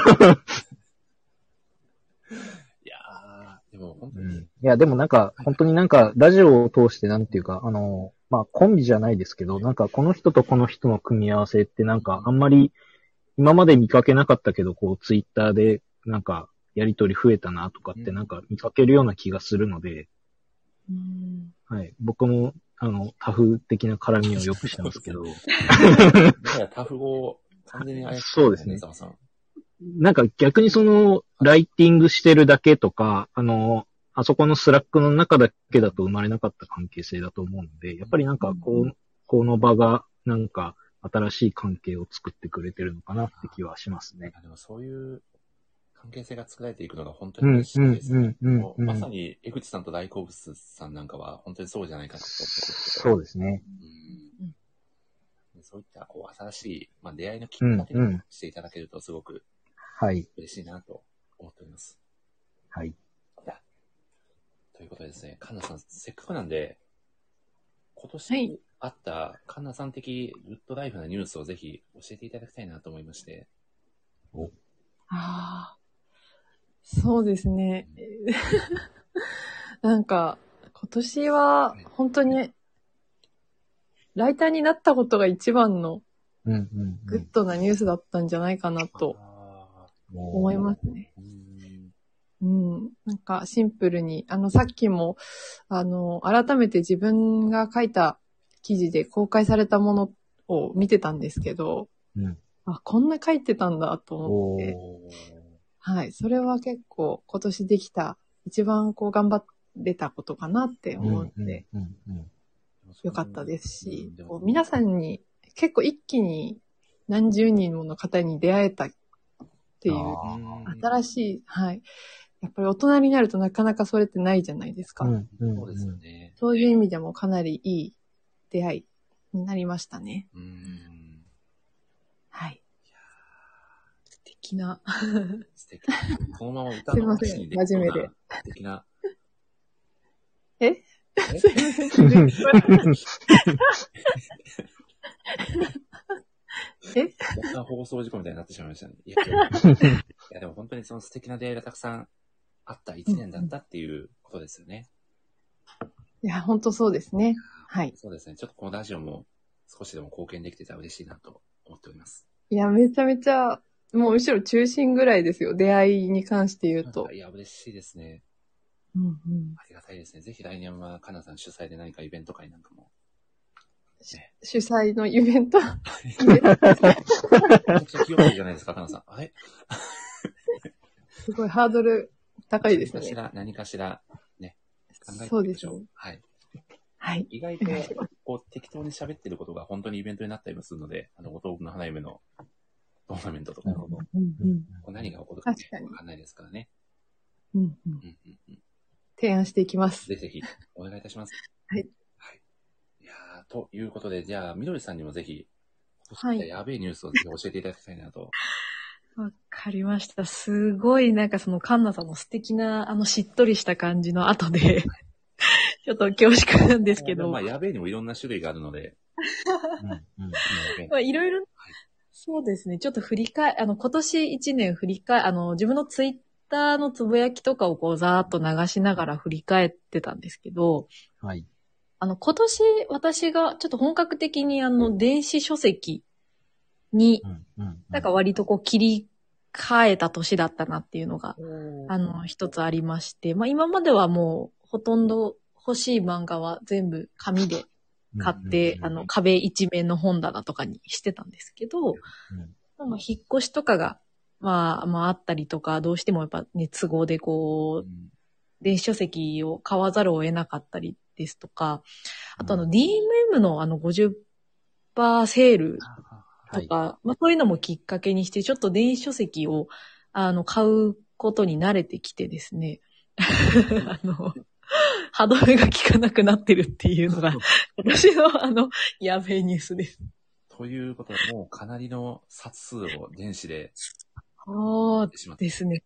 やー、でも本当に。 うん、いや、でもなんか、本当になんか、ラジオを通してなんていうか、あの、まあ、コンビじゃないですけど、なんか、この人とこの人の組み合わせってなんか、あんまり、今まで見かけなかったけど、こう、ツイッターで、なんか、やりとり増えたなとかってなんか見かけるような気がするので、 うん、 はい。僕も、あの、タフ的な絡みをよくしてますけど。 だからタフ語を完全に操ってる、ね、 そうですね。 澤さん。 なんか逆にその、ライティングしてるだけとか、あの、あそこのスラックの中だけだと生まれなかった関係性だと思うので、やっぱりなんかこう、この場がなんか新しい関係を作ってくれてるのかなって気はしますね。 でもそういう関係性が作られていくのが本当に嬉しいですね。まさに江口さんと大好物さんなんかは本当にそうじゃないかなと思ってそうですね。 うん、そういったこう新しい、まあ、出会いのきっかけにしていただけるとすごく嬉しいなと思っております。 はい。 ということでですね、カンナさん、せっかくなんで、今年あったカンナさん的グッドライフなニュースをぜひ教えていただきたいなと思いまして。 おああ、そうですね。なんか、今年は本当に、ライターになったことが一番のグッドなニュースだったんじゃないかなと思いますね。うん。なんかシンプルに、あのさっきも、あの、改めて自分が書いた記事で公開されたものを見てたんですけど、うん、あ、こんな書いてたんだと思って、はい。それは結構今年できた一番こう頑張れたことかなって思って、よかったですし、こう皆さんに結構一気に何十人もの方に出会えたっていう、新しい、はい。やっぱり大人になるとなかなかそれってないじゃないですか。うんうん、そうですよね。そういう意味でもかなりいい出会いになりましたね。うん、はい。素敵な。 素敵。このまま歌の話にできそうな。すいません、真面目で。素敵な。 えすいません。え放送事故みたいになってしまいましたね。いや、いやでも本当にその素敵な出会いがたくさんあった一年だったっていうことですよね。 いや、本当そうですね。はい。 そうですね。ちょっとこのラジオも少しでも貢献できてたら嬉しいなと思っております。 いや、めちゃめちゃ、もうむしろ中心ぐらいですよ。出会いに関して言うと。 いや、嬉しいですね。 うんうん。 ありがたいですね。ぜひ来年はかなさん主催で何かイベント会なんかも。 ね、主催のイベントイベント清いじゃないですか、かなさん。あれすごいハードル高いですね。 何かしら、何かしら、ね、考えてみましょう。 そうですね。 はい。 はい。 意外と、こう、適当に喋ってることが本当にイベントになったりもするので、あの、五等分の花嫁のトーナメントとか、うんうん、何が起こるか、ね、わかんないですからね。 うんうんうんうん、提案していきます。 ぜひぜひ、お願いいたします。 はい。 いやー、ということで、じゃあ、みどりさんにもぜひ、はい、やべえニュースをぜひ教えていただきたいなと。 わかりました。すごい、なんかその、カンナさんの素敵な、あの、しっとりした感じの後で、ちょっと恐縮なんですけど。 まあ、やべえにもいろんな種類があるので。 うんうんまあ、いろいろ、はい、そうですね。ちょっと振り返、あの、今年一年振り返、あの、自分のツイッターのつぶやきとかをこう、ざーっと流しながら振り返ってたんですけど、 はい。 あの、今年私がちょっと本格的にあの、電子書籍に、なんか割とこう切り替えた年だったなっていうのが、あの、一つありまして、まあ今まではもうほとんど欲しい漫画は全部紙で買って、あの、壁一面の本棚とかにしてたんですけど、まあ引っ越しとかが、まあ、まああったりとか、どうしてもやっぱね、都合でこう、電子書籍を買わざるを得なかったりですとか、あとあの ディーエムエム のあの ごじゅっパーセント セールとか、はい、まあそういうのもきっかけにして、ちょっと電子書籍をあの買うことに慣れてきてですね、あの、歯止めが効かなくなってるっていうのが、今年のあの、やべえニュースです。 ということで、もうかなりの冊数を電子で。 そうですね。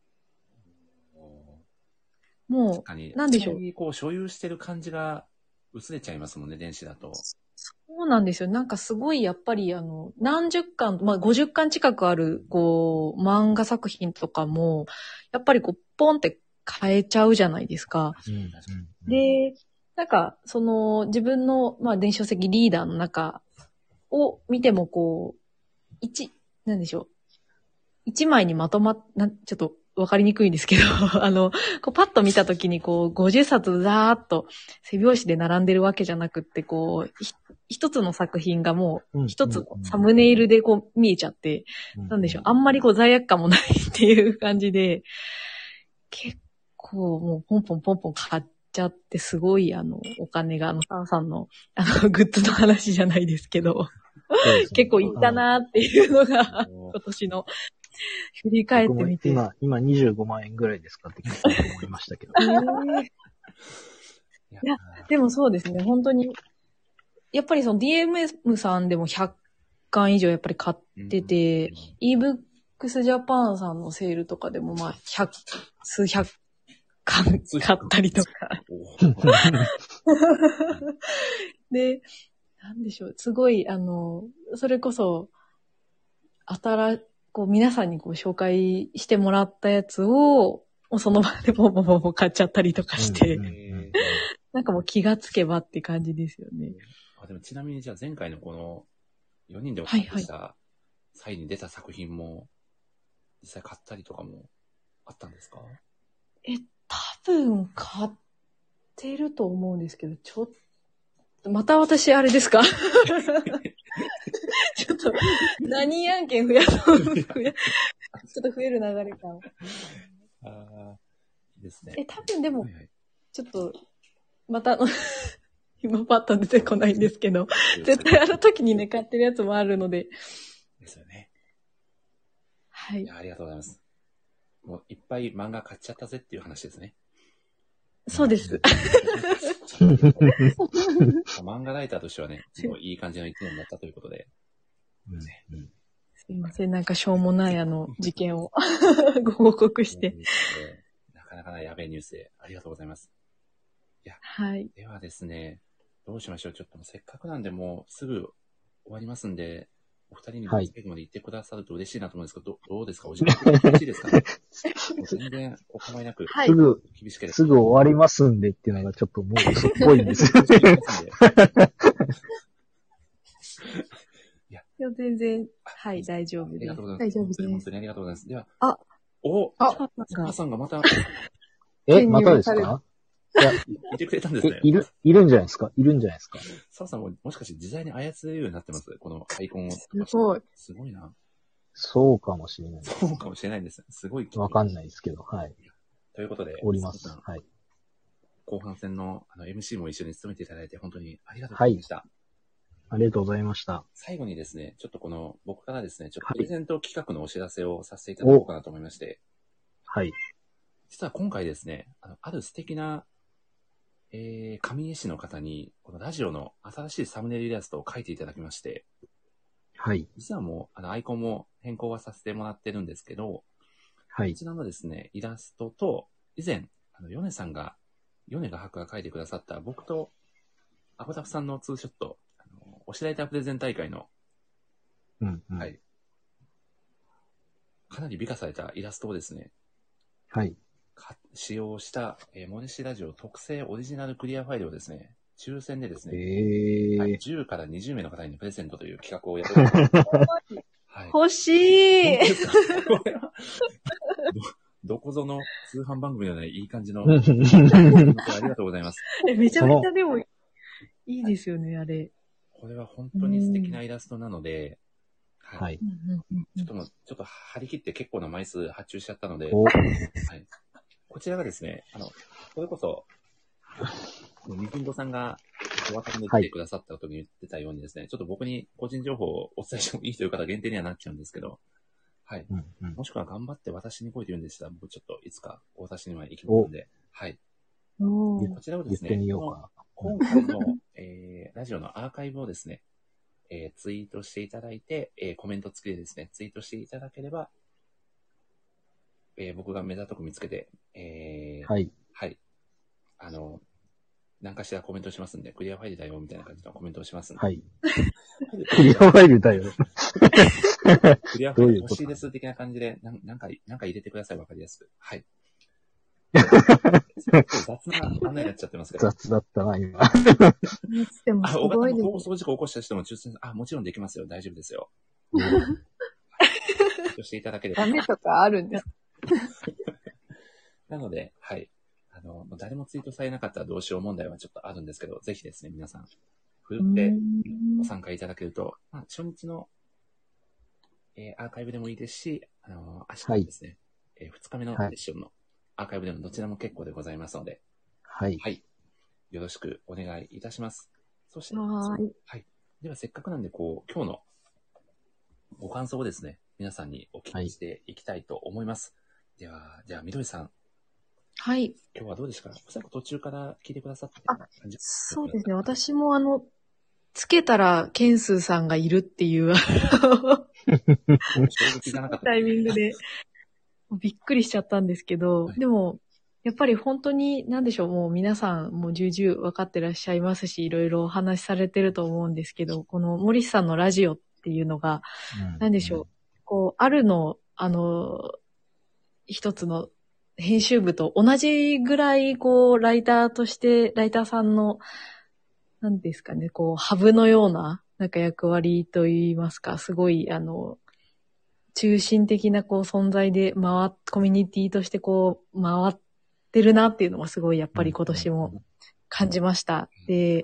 もう、なんでしょう。 こう所有してる感じが薄れちゃいますもんね、電子だと。 そうなんですよ。なんかすごいやっぱりあの、何十巻、まあごじゅっかん近くある、こう、漫画作品とかも、やっぱりこう、ポンって変えちゃうじゃないですか。 うんで、なんか、その、自分の、まあ電子書籍リーダーの中を見てもこう、一、なんでしょう。一枚にまとまっ、なん、ちょっとわかりにくいんですけど、あの、こうパッと見たときにこう、ごじゅっさつざーっと背表紙で並んでるわけじゃなくって、こう、ひ一つの作品がもう、一つサムネイルでこう見えちゃって、なんでしょう、あんまりこう罪悪感もないっていう感じで、結構もうポンポンポンポン買っちゃって、すごいあの、お金があの、サーさんの、あの、グッズの話じゃないですけど、結構いったなーっていうのが、今年の、振り返ってみて。 今、今にじゅうごまん円ぐらいですかって聞こうと思いましたけど。 いや、でもそうですね、本当に、やっぱりその ディーエムエム さんでもひゃっかん以上やっぱり買ってて、eBooks Japan さんのセールとかでもまあ、百、数百巻買ったりとか。で、なんでしょう、すごい、あの、それこそ、新、こう皆さんにこう紹介してもらったやつを、その場でポンポンポンポン買っちゃったりとかして、うんうんうん、なんかもう気がつけばって感じですよね。 あ、でもちなみにじゃあ前回のこのよにんでお話しした際に出た作品も実際買ったりとかもあったんですか？ え、多分買ってると思うんですけど、ちょっと、また私あれですか？ちょっと、何案件増やそう、増や、ちょっと増える流れか。 ああ、いいですね。 え、多分でも、はいはい、ちょっと、また、今パッと出てこないんですけど、絶対あの時にね、買ってるやつもあるので。 ですよね。 はい。 いや、ありがとうございます。もういっぱい漫画買っちゃったぜっていう話ですね。 そうです。 漫画ライターとしてはね、すごいいい感じの一年だったということで。 うんうん、すいません、なんかしょうもないあの事件をご報告して。 なかなかなやべえニュースでありがとうございます。いや、 はい。 ではですね、どうしましょう。ちょっとせっかくなんでもうすぐ終わりますんで、お二人に最後まで言ってくださると嬉しいなと思うんですけど、はい、ど, どうですかお時間よろしいですかね全然お構いなく。 はい。すぐ、厳しければ。すぐ終わりますんでっていうのがちょっともう嘘っぽいんですよね。 いや、全然、はい、大丈夫です。 ありがとうございます。 大丈夫です。 本当にありがとうございます。では、 あ、 お、 あ、 母さんがまた。 え、またですかいや、いてくれたんですね。 いる、いるんじゃないですかいるんじゃないですか澤さんももしかして自在に操れるようになってますこのアイコンを。 すごい。 すごいな。 そうかもしれない。 そうかもしれないんです。すごい。 わかんないですけど、はい。 ということで。 おります。はい。 後半戦のあの エムシー も一緒に務めていただいて本当にありがとうございました。はい。 ありがとうございました。 最後にですね、ちょっとこの僕からですね、ちょっとプレゼント企画のお知らせをさせていただこうかなと思いまして。 はい。 実は今回ですね、あの、ある素敵なえー、上江市の方に、このラジオの新しいサムネイルイラストを描いていただきまして、 はい。 実はもう、あの、アイコンも変更はさせてもらってるんですけど、 はい。 こちらのですね、イラストと、以前、あの、ヨネさんが、ヨネ画伯が描いてくださった僕と、アコタフさんのツーショット、あの、推しライタープレゼン大会の、 うんうん、 はい。かなり美化されたイラストをですね、 はい。 使用した、えー、モネシラジオ特製オリジナルクリアファイルをですね、抽選でですね、 えーはい、じゅうからにじゅうめいの方にプレゼントという企画をやっております。 はい、欲しいこれはど、どこぞの通販番組のようないい感じの、ありがとうございます。 え、めちゃめちゃでもいいですよね、あれ。 これは本当に素敵なイラストなので、 はい。はい、 ちょっともう、ちょっと張り切って結構な枚数発注しちゃったので、はい。こちらがですね、あの、それこそ、みきんごさんがお分かりで来てくださった時に言ってたようにですね、はい、ちょっと僕に個人情報をお伝えしてもいいという方限定にはなっちゃうんですけど、はい。うんうん、もしくは頑張って私に来いと言うんでしたら、僕ちょっといつかお渡しには行きますので、はい。こちらをですね、今回の、えー、ラジオのアーカイブをですね、えー、ツイートしていただいて、えー、コメント付きでですね、ツイートしていただければ、えー、僕が目ざとく見つけて、えー、 はい。 はい。あの、 何かしらコメントしますんで、クリアファイルだよ、みたいな感じのコメントをしますんで。 はい。クリアファイルだよ。 クリアファイル欲しいです的な感じで、なんなんか、なんか入れてください、わかりやすく。はい。雑な案内になっちゃってますけど。 雑だったな、今。 でもすごいです。 放送事故起こした人も抽選、あ、もちろんできますよ。大丈夫ですよ。としていただければ。 ダメとかあるんですか？ なので、はい。あの、誰もツイートされなかったらどうしよう問題はちょっとあるんですけど、ぜひですね、皆さん、ふるってご参加いただけると、まあ、初日の、えー、アーカイブでもいいですし、あのー、明日ですね、はいえー、ふつかめのセッションのアーカイブでもどちらも結構でございますので、 はい。 はい。よろしくお願いいたします。そして、 はい。 はい。では、せっかくなんで、こう、今日のご感想をですね、皆さんにお聞きしていきたいと思います。はい、では、じゃあ、みどりさん。 はい。 今日はどうですか？おそらく途中から聞いてくださってた感じ。 そうですね。私もあの、つけたら、ケンスーさんがいるっていう、タイミングで、びっくりしちゃったんですけど、はい、でも、やっぱり本当に、なんでしょう、もう皆さん、もう重々分かってらっしゃいますし、いろいろお話しされてると思うんですけど、この森さんのラジオっていうのが、うん、なんでしょう、こう、あるの、あの、一つの編集部と同じぐらい、こう、ライターとして、ライターさんの、なんですかね、こう、ハブのような、なんか役割といいますか、すごい、あの、中心的な、こう、存在で回っ、コミュニティとして、こう、回ってるなっていうのは、すごい、やっぱり今年も感じました。で、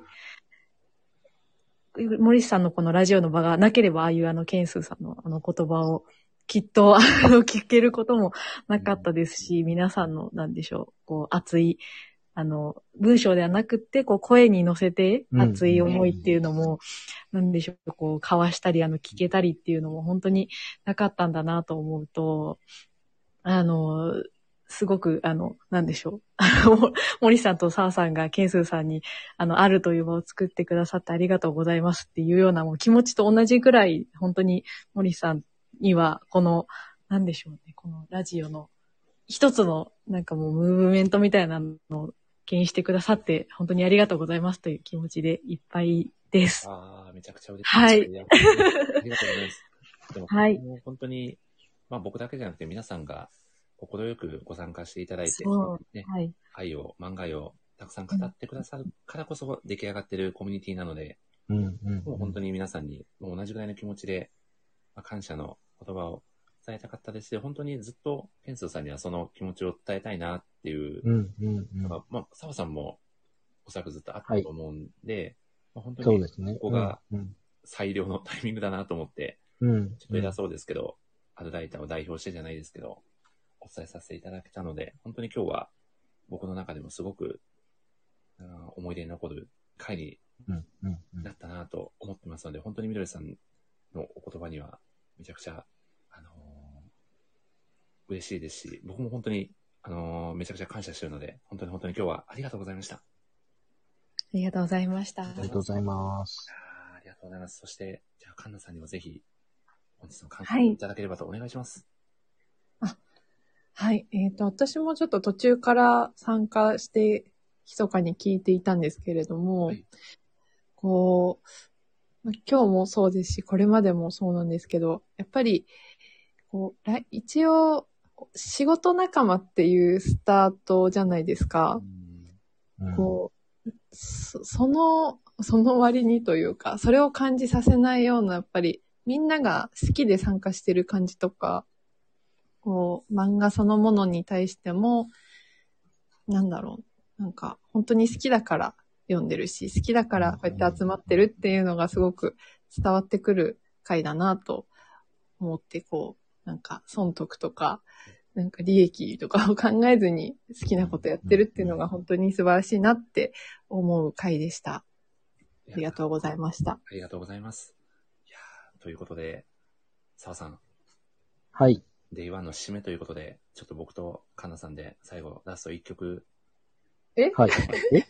森さんのこのラジオの場がなければ、ああいうあの、ケンスーさんのあの言葉を、きっと、あの、聞けることもなかったですし、皆さんの、なんでしょう、こう、熱い、あの、文章ではなくって、こう、声に乗せて、熱い思いっていうのも、うん、なんでしょう、こう、交わしたり、あの、聞けたりっていうのも本当になかったんだなと思うと、あの、すごく、あの、なんでしょう。あの、森さんと澤さんが、ケンスーさんに、あの、あるという場を作ってくださってありがとうございますっていうような、もう気持ちと同じぐらい、本当に森さんには、この、なんでしょうね、このラジオの一つの、なんかもうムーブメントみたいなのを牽引してくださって、本当にありがとうございますという気持ちでいっぱいです。 ああ、めちゃくちゃ嬉しい。 はい。 ありがとうございます。でも、 はい、 本当に、まあ僕だけじゃなくて皆さんが心よくご参加していただいて、ね、 はい、 愛を、漫画をたくさん語ってくださるからこそ出来上がっているコミュニティなので、 うんうんうん、 もう本当に皆さんにもう同じぐらいの気持ちで、まあ、感謝の言葉を伝えたかったですし、本当にずっとケンスーさんにはその気持ちを伝えたいなっていう、 うんうんうん、 まあ、澤さんもおそらくずっとあったと思うんで、はいまあ、本当にここが最良のタイミングだなと思って、 うんうん、 ちょっと偉そうですけど、アルライターを代表してじゃないですけど、お伝えさせていただけたので、本当に今日は僕の中でもすごく思い出に残る回になったなと思ってますので、本当にみどりさんのお言葉にはめちゃくちゃ、あのー、嬉しいですし、僕も本当に、あのー、めちゃくちゃ感謝しているので、本当に本当に今日はありがとうございました。 ありがとうございました。 ありがとうございます。 あ, ありがとうございます。そして、じゃあ、カンナさんにもぜひ、本日の感想をいただければとお願いします。 はい、あはい。えっと、私もちょっと途中から参加して、密かに聞いていたんですけれども、はい、こう、今日もそうですし、これまでもそうなんですけど、やっぱり、こう、一応、仕事仲間っていうスタートじゃないですか。うん、こう、そ、その、その割にというか、それを感じさせないような、やっぱり、みんなが好きで参加してる感じとか、こう、漫画そのものに対しても、なんだろう、なんか、本当に好きだから読んでるし、好きだからこうやって集まってるっていうのがすごく伝わってくる回だなと思って、こう、なんか、損得とか、なんか利益とかを考えずに好きなことやってるっていうのが本当に素晴らしいなって思う回でした。ありがとうございました。 ありがとうございます。いやということで、澤さん。 はい。 デイワンの締めということで、ちょっと僕とカンナさんで最後ラスト一曲。 えはい。え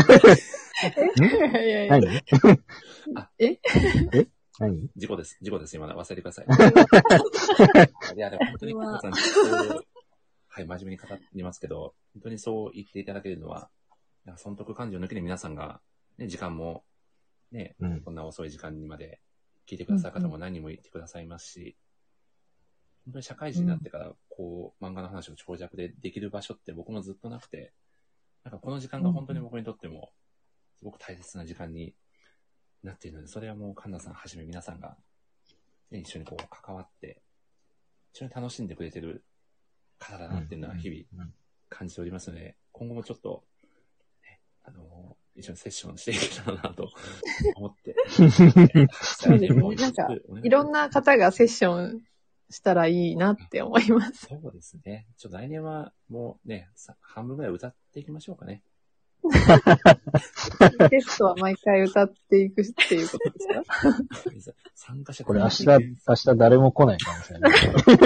えいやいや何あええ何事故です。事故です。今の忘れてください。いや、でも本当にカンナさん、はい、真面目に語りますけど、本当にそう言っていただけるのは、 損得感情抜きで皆さんが、ね、時間も、ね、 うん、 こんな遅い時間にまで聞いてくださる方も何人もいてくださいますし、本当に社会人になってから、こう、漫画の話を長尺でできる場所って僕もずっとなくて、なんかこの時間が本当に僕にとっても、すごく大切な時間になっているので、それはもう神田さんはじめ皆さんが、ね、一緒にこう関わって、一緒に楽しんでくれてる方だなっていうのは日々感じておりますので、今後もちょっと、ね、あのー、一緒にセッションしていけたらなと思って。 そうですね。なんか、いろんな方がセッションしたらいいなって思います。 そうですね。ちょっと来年はもうね、半分ぐらい歌っていきましょうかね。 テストは毎回歌っていくっていうことですか？ 参加者これ明日、明日誰も来ないかもしれない。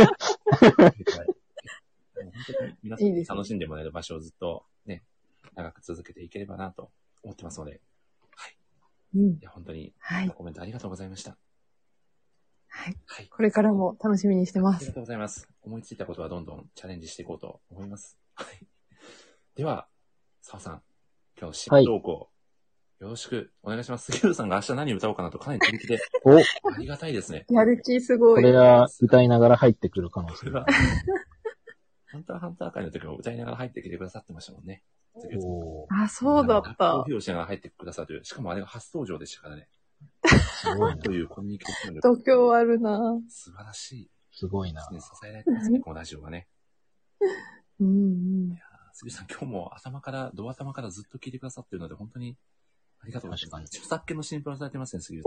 皆さんに楽しんでもらえる場所をずっとね、長く続けていければなと思ってますので、はい。うん、いや本当に、はい、コメントありがとうございました。 はい。はい、これからも楽しみにしてます。 ありがとうございます。思いついたことはどんどんチャレンジしていこうと思います。はい。では、澤さん、今日新投稿、はい、よろしくお願いします。杉浦さんが明日何歌おうかなとかなり本気で。お、ありがたいですね。 やる気すごい。 これが歌いながら入ってくる可能性が。 ハンターハンター会の時も歌いながら入ってきてくださってましたもんね。 あ、そうだった。 披露しながら入ってくださるという、しかもあれが初登場でしたからね。すごいというコミュニケーション力。 度胸あるな。 素晴らしい。 すごいな。 支えられてますね、このラジオがね。 うんうん。いや杉さん、今日も頭から、ド頭からずっと聞いてくださっているので、本当にありがとうございます。著作権の心配をされてますね、杉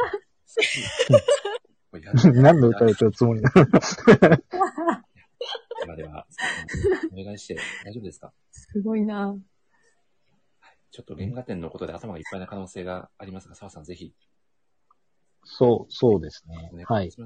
さん。何の歌を歌うつもりなのではでは、お願いして大丈夫ですか？ すごいな。 ちょっと原画展のことで頭がいっぱいな可能性がありますが、澤さんぜひ。 そう、そうですね。はい。い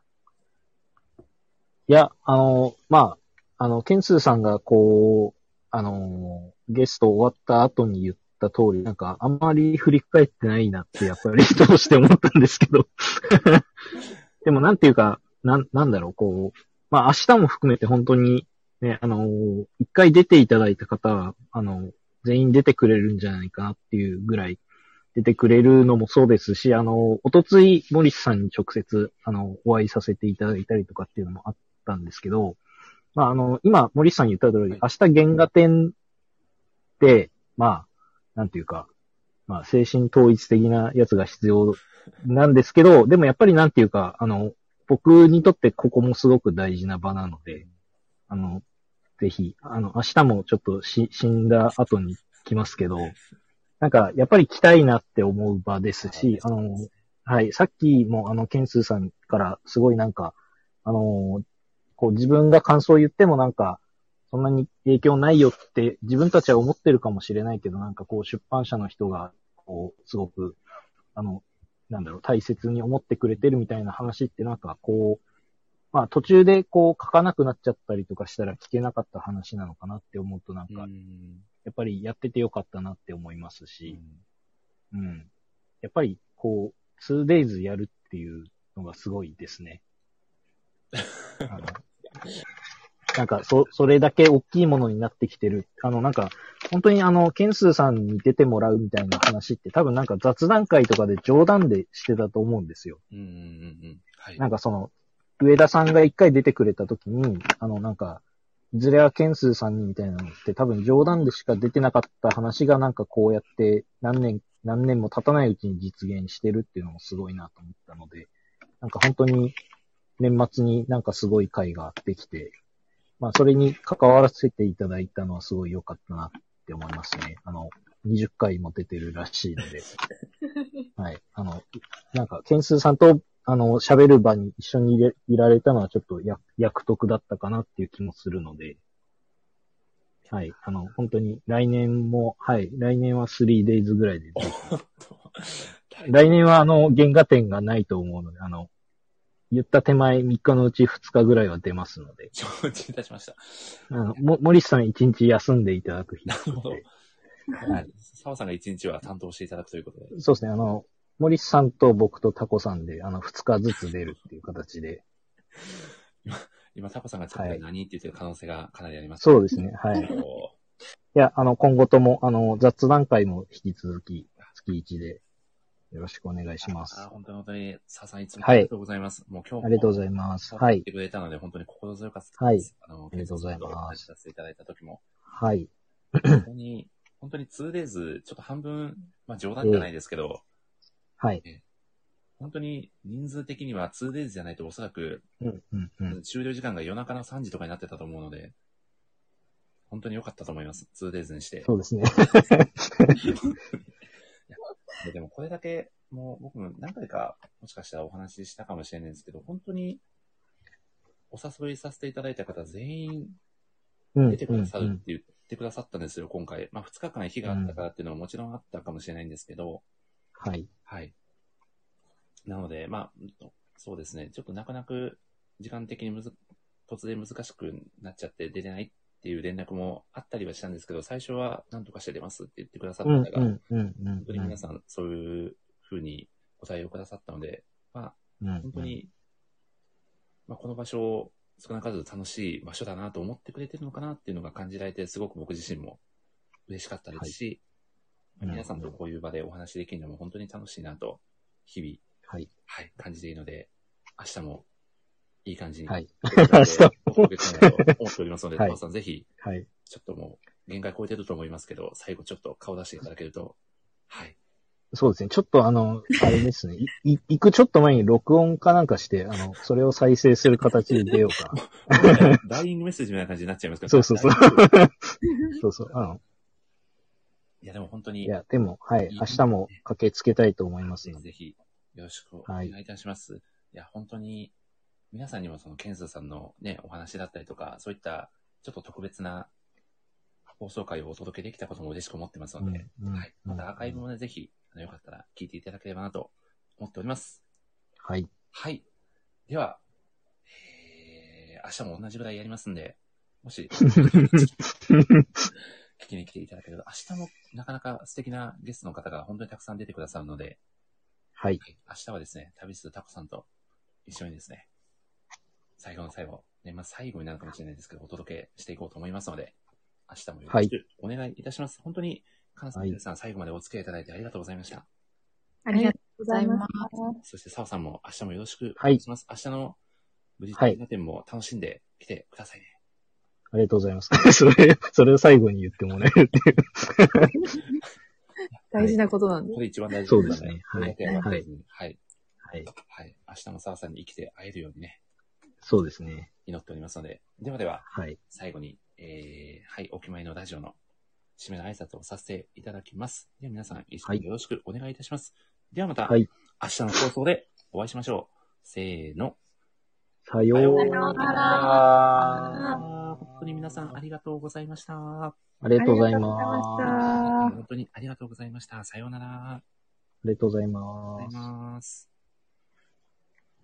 や、あの、まあ、あの、ケンスーさんがこう、あの、ゲスト終わった後に言った通り、なんかあんまり振り返ってないなって、やっぱりどうして思ったんですけど。でもなんていうか、なん、なんだろう、こう、まあ明日も含めて本当に、ね、あの、一回出ていただいた方は、あの、全員出てくれるんじゃないかなっていうぐらい出てくれるのもそうですし、あの、おとつい、モリスさんに直接、あの、お会いさせていただいたりとかっていうのもあったんですけど、まあ、あの、今、モリスさんに言った通り、明日原画展で、まあ、なんていうか、まあ、精神統一的なやつが必要なんですけど、でもやっぱりなんていうか、あの、僕にとってここもすごく大事な場なので、あの、ぜひ、あの、明日もちょっとし死んだ後に来ますけど、なんか、やっぱり来たいなって思う場ですし、あの、はい、さっきもあの、ケンスーさんからすごいなんか、あの、こう自分が感想を言ってもなんか、そんなに影響ないよって自分たちは思ってるかもしれないけど、なんかこう出版社の人が、こう、すごく、あの、なんだろう、大切に思ってくれてるみたいな話ってなんかこう、まあ途中でこう書かなくなっちゃったりとかしたら聞けなかった話なのかなって思うとなんか、やっぱりやっててよかったなって思いますし、うん。うん、やっぱりこう、ツーデイズ やるっていうのがすごいですね。あのなんか、そ、それだけ大きいものになってきてる。あの、なんか、本当にあの、ケンスーさんに出てもらうみたいな話って多分なんか雑談会とかで冗談でしてたと思うんですよ。 うんうんうん。はい。 なんかその、上田さんが一回出てくれた時に、あの、なんか、いずれはケンスーさんにみたいなのって多分冗談でしか出てなかった話がなんかこうやって何年、何年も経たないうちに実現してるっていうのもすごいなと思ったので、なんか本当に年末になんかすごい会ができて、まあそれに関わらせていただいたのはすごい良かったなって思いますね。あの、にじゅっかいも出てるらしいので。はい。あの、なんか、ケンスーさんとあの、喋る場に一緒にいれいられたのはちょっとや役得だったかなっていう気もするので、はい。あの、本当に来年も、はい。来年はスリーデイズぐらいで。来年はあの、原画展がないと思うので、あの、言った手前みっかのうちふつかぐらいは出ますので。 承知いたしました。 あの、も、森さんいちにち休んでいただく日。 なるほど。はい。澤さんがいちにちは担当していただくということで。 そうですね。あの、森さんと僕とタコさんで、あの、ふつかずつ出るっていう形で。 今、今タコさんがちょっと何って言ってる可能性がかなりあります、 ね、そうですね。はい。 いや、あの、今後とも、あの、雑談会も引き続き、月いちで、よろしくお願いします。 あ、本当に本当に、ささんいつもありがとうございます。はい、もう今日も。 ありがとうございます。はい。 来てくれたので、本当に心強かったです。 はい。 あの、 ありがとうございます。 させていただいた時も。 はい。 本当に、本当に ツーデイズ、ちょっと半分、まあ冗談じゃないですけど、 えー、はい。 本当に人数的には ツーデイズじゃないとおそらく、 うんうんうん、 終了時間が夜中のさんじとかになってたと思うので、本当に良かったと思います。ツーデイズにして。 そうですね。 いやでもこれだけ、もう僕も何回かもしかしたらお話ししたかもしれないんですけど、本当にお誘いさせていただいた方全員出てくださるって言ってくださったんですよ、今回。まあふつかかん日があったからっていうのはもちろんあったかもしれないんですけど、 はい。 はい。なので、まあ、そうですね、ちょっとなかなか時間的にむず突然難しくなっちゃって出れないっていう連絡もあったりはしたんですけど、最初は何とかして出ますって言ってくださった方が、本当に皆さんそういうふうにご対応くださったので、まあ、本当に、まあ、この場所を少なからず楽しい場所だなと思ってくれてるのかなっていうのが感じられて、すごく僕自身も嬉しかったですし、はい、皆さんとこういう場でお話できるのも本当に楽しいなと、日々、 はい、 はい、感じているので、明日もいい感じに、 はい、 明日もお届けしたいなと思っておりますので、はい、さんぜひ、 はい、 ちょっともう限界超えてると思いますけど、最後ちょっと顔出していただけると、はい。 そうですね。ちょっとあの、あれですね。い、行くちょっと前に録音かなんかして、あの、それを再生する形で出ようかな。ダイイングメッセージみたいな感じになっちゃいますけど、 そうそうそう。そうそう。あの。 いや、でも本当に。 いや、でも、はい。明日も駆けつけたいと思いますので。 ぜひ、よろしくお願いいたします。はい、いや、本当に、皆さんにもその、ケンスーさんのね、お話だったりとか、そういった、ちょっと特別な放送回をお届けできたことも嬉しく思ってますので、うんうん、はい。またアーカイブもね、ぜひ、よかったら聞いていただければなと思っております。 はい。 はい。では、えー、明日も同じぐらいやりますんで、もし、聞きに来ていただければ、明日もなかなか素敵なゲストの方が本当にたくさん出てくださるので、 はい。 はい、明日はですね、旅するタコさんと一緒にですね、最後の最後、年末最後になるかもしれないですけど、お届けしていこうと思いますので、明日もよろしくお願いいたします。はい、本当に、関西の皆さん、最後までお付き合いいただいてありがとうございました。 ありがとうございます。 そして、澤さんも明日もよろしくお願いします。はい、明日の無事的な点も楽しんできてくださいね。 ありがとうございます。それ、それを最後に言ってもらえるっていう。 大事なことなんで。 これ一番大事そうですね。はい。 はい。はい。はい。 はい。 はい。明日も澤さんに生きて会えるようにね。 そうですね。 祈っておりますので。ではでは、 はい。 最後に、えー、はい、お決まりのラジオの締めの挨拶をさせていただきます。では皆さん、一緒によろしくお願いいたします。はい、ではまた、はい、明日の放送でお会いしましょう。せーの。 さようなら。 本当に皆さんありがとうございました。 ありがとうございます。 本当にありがとうございました。さようなら。 ありがとうございます。 ありがとうございます。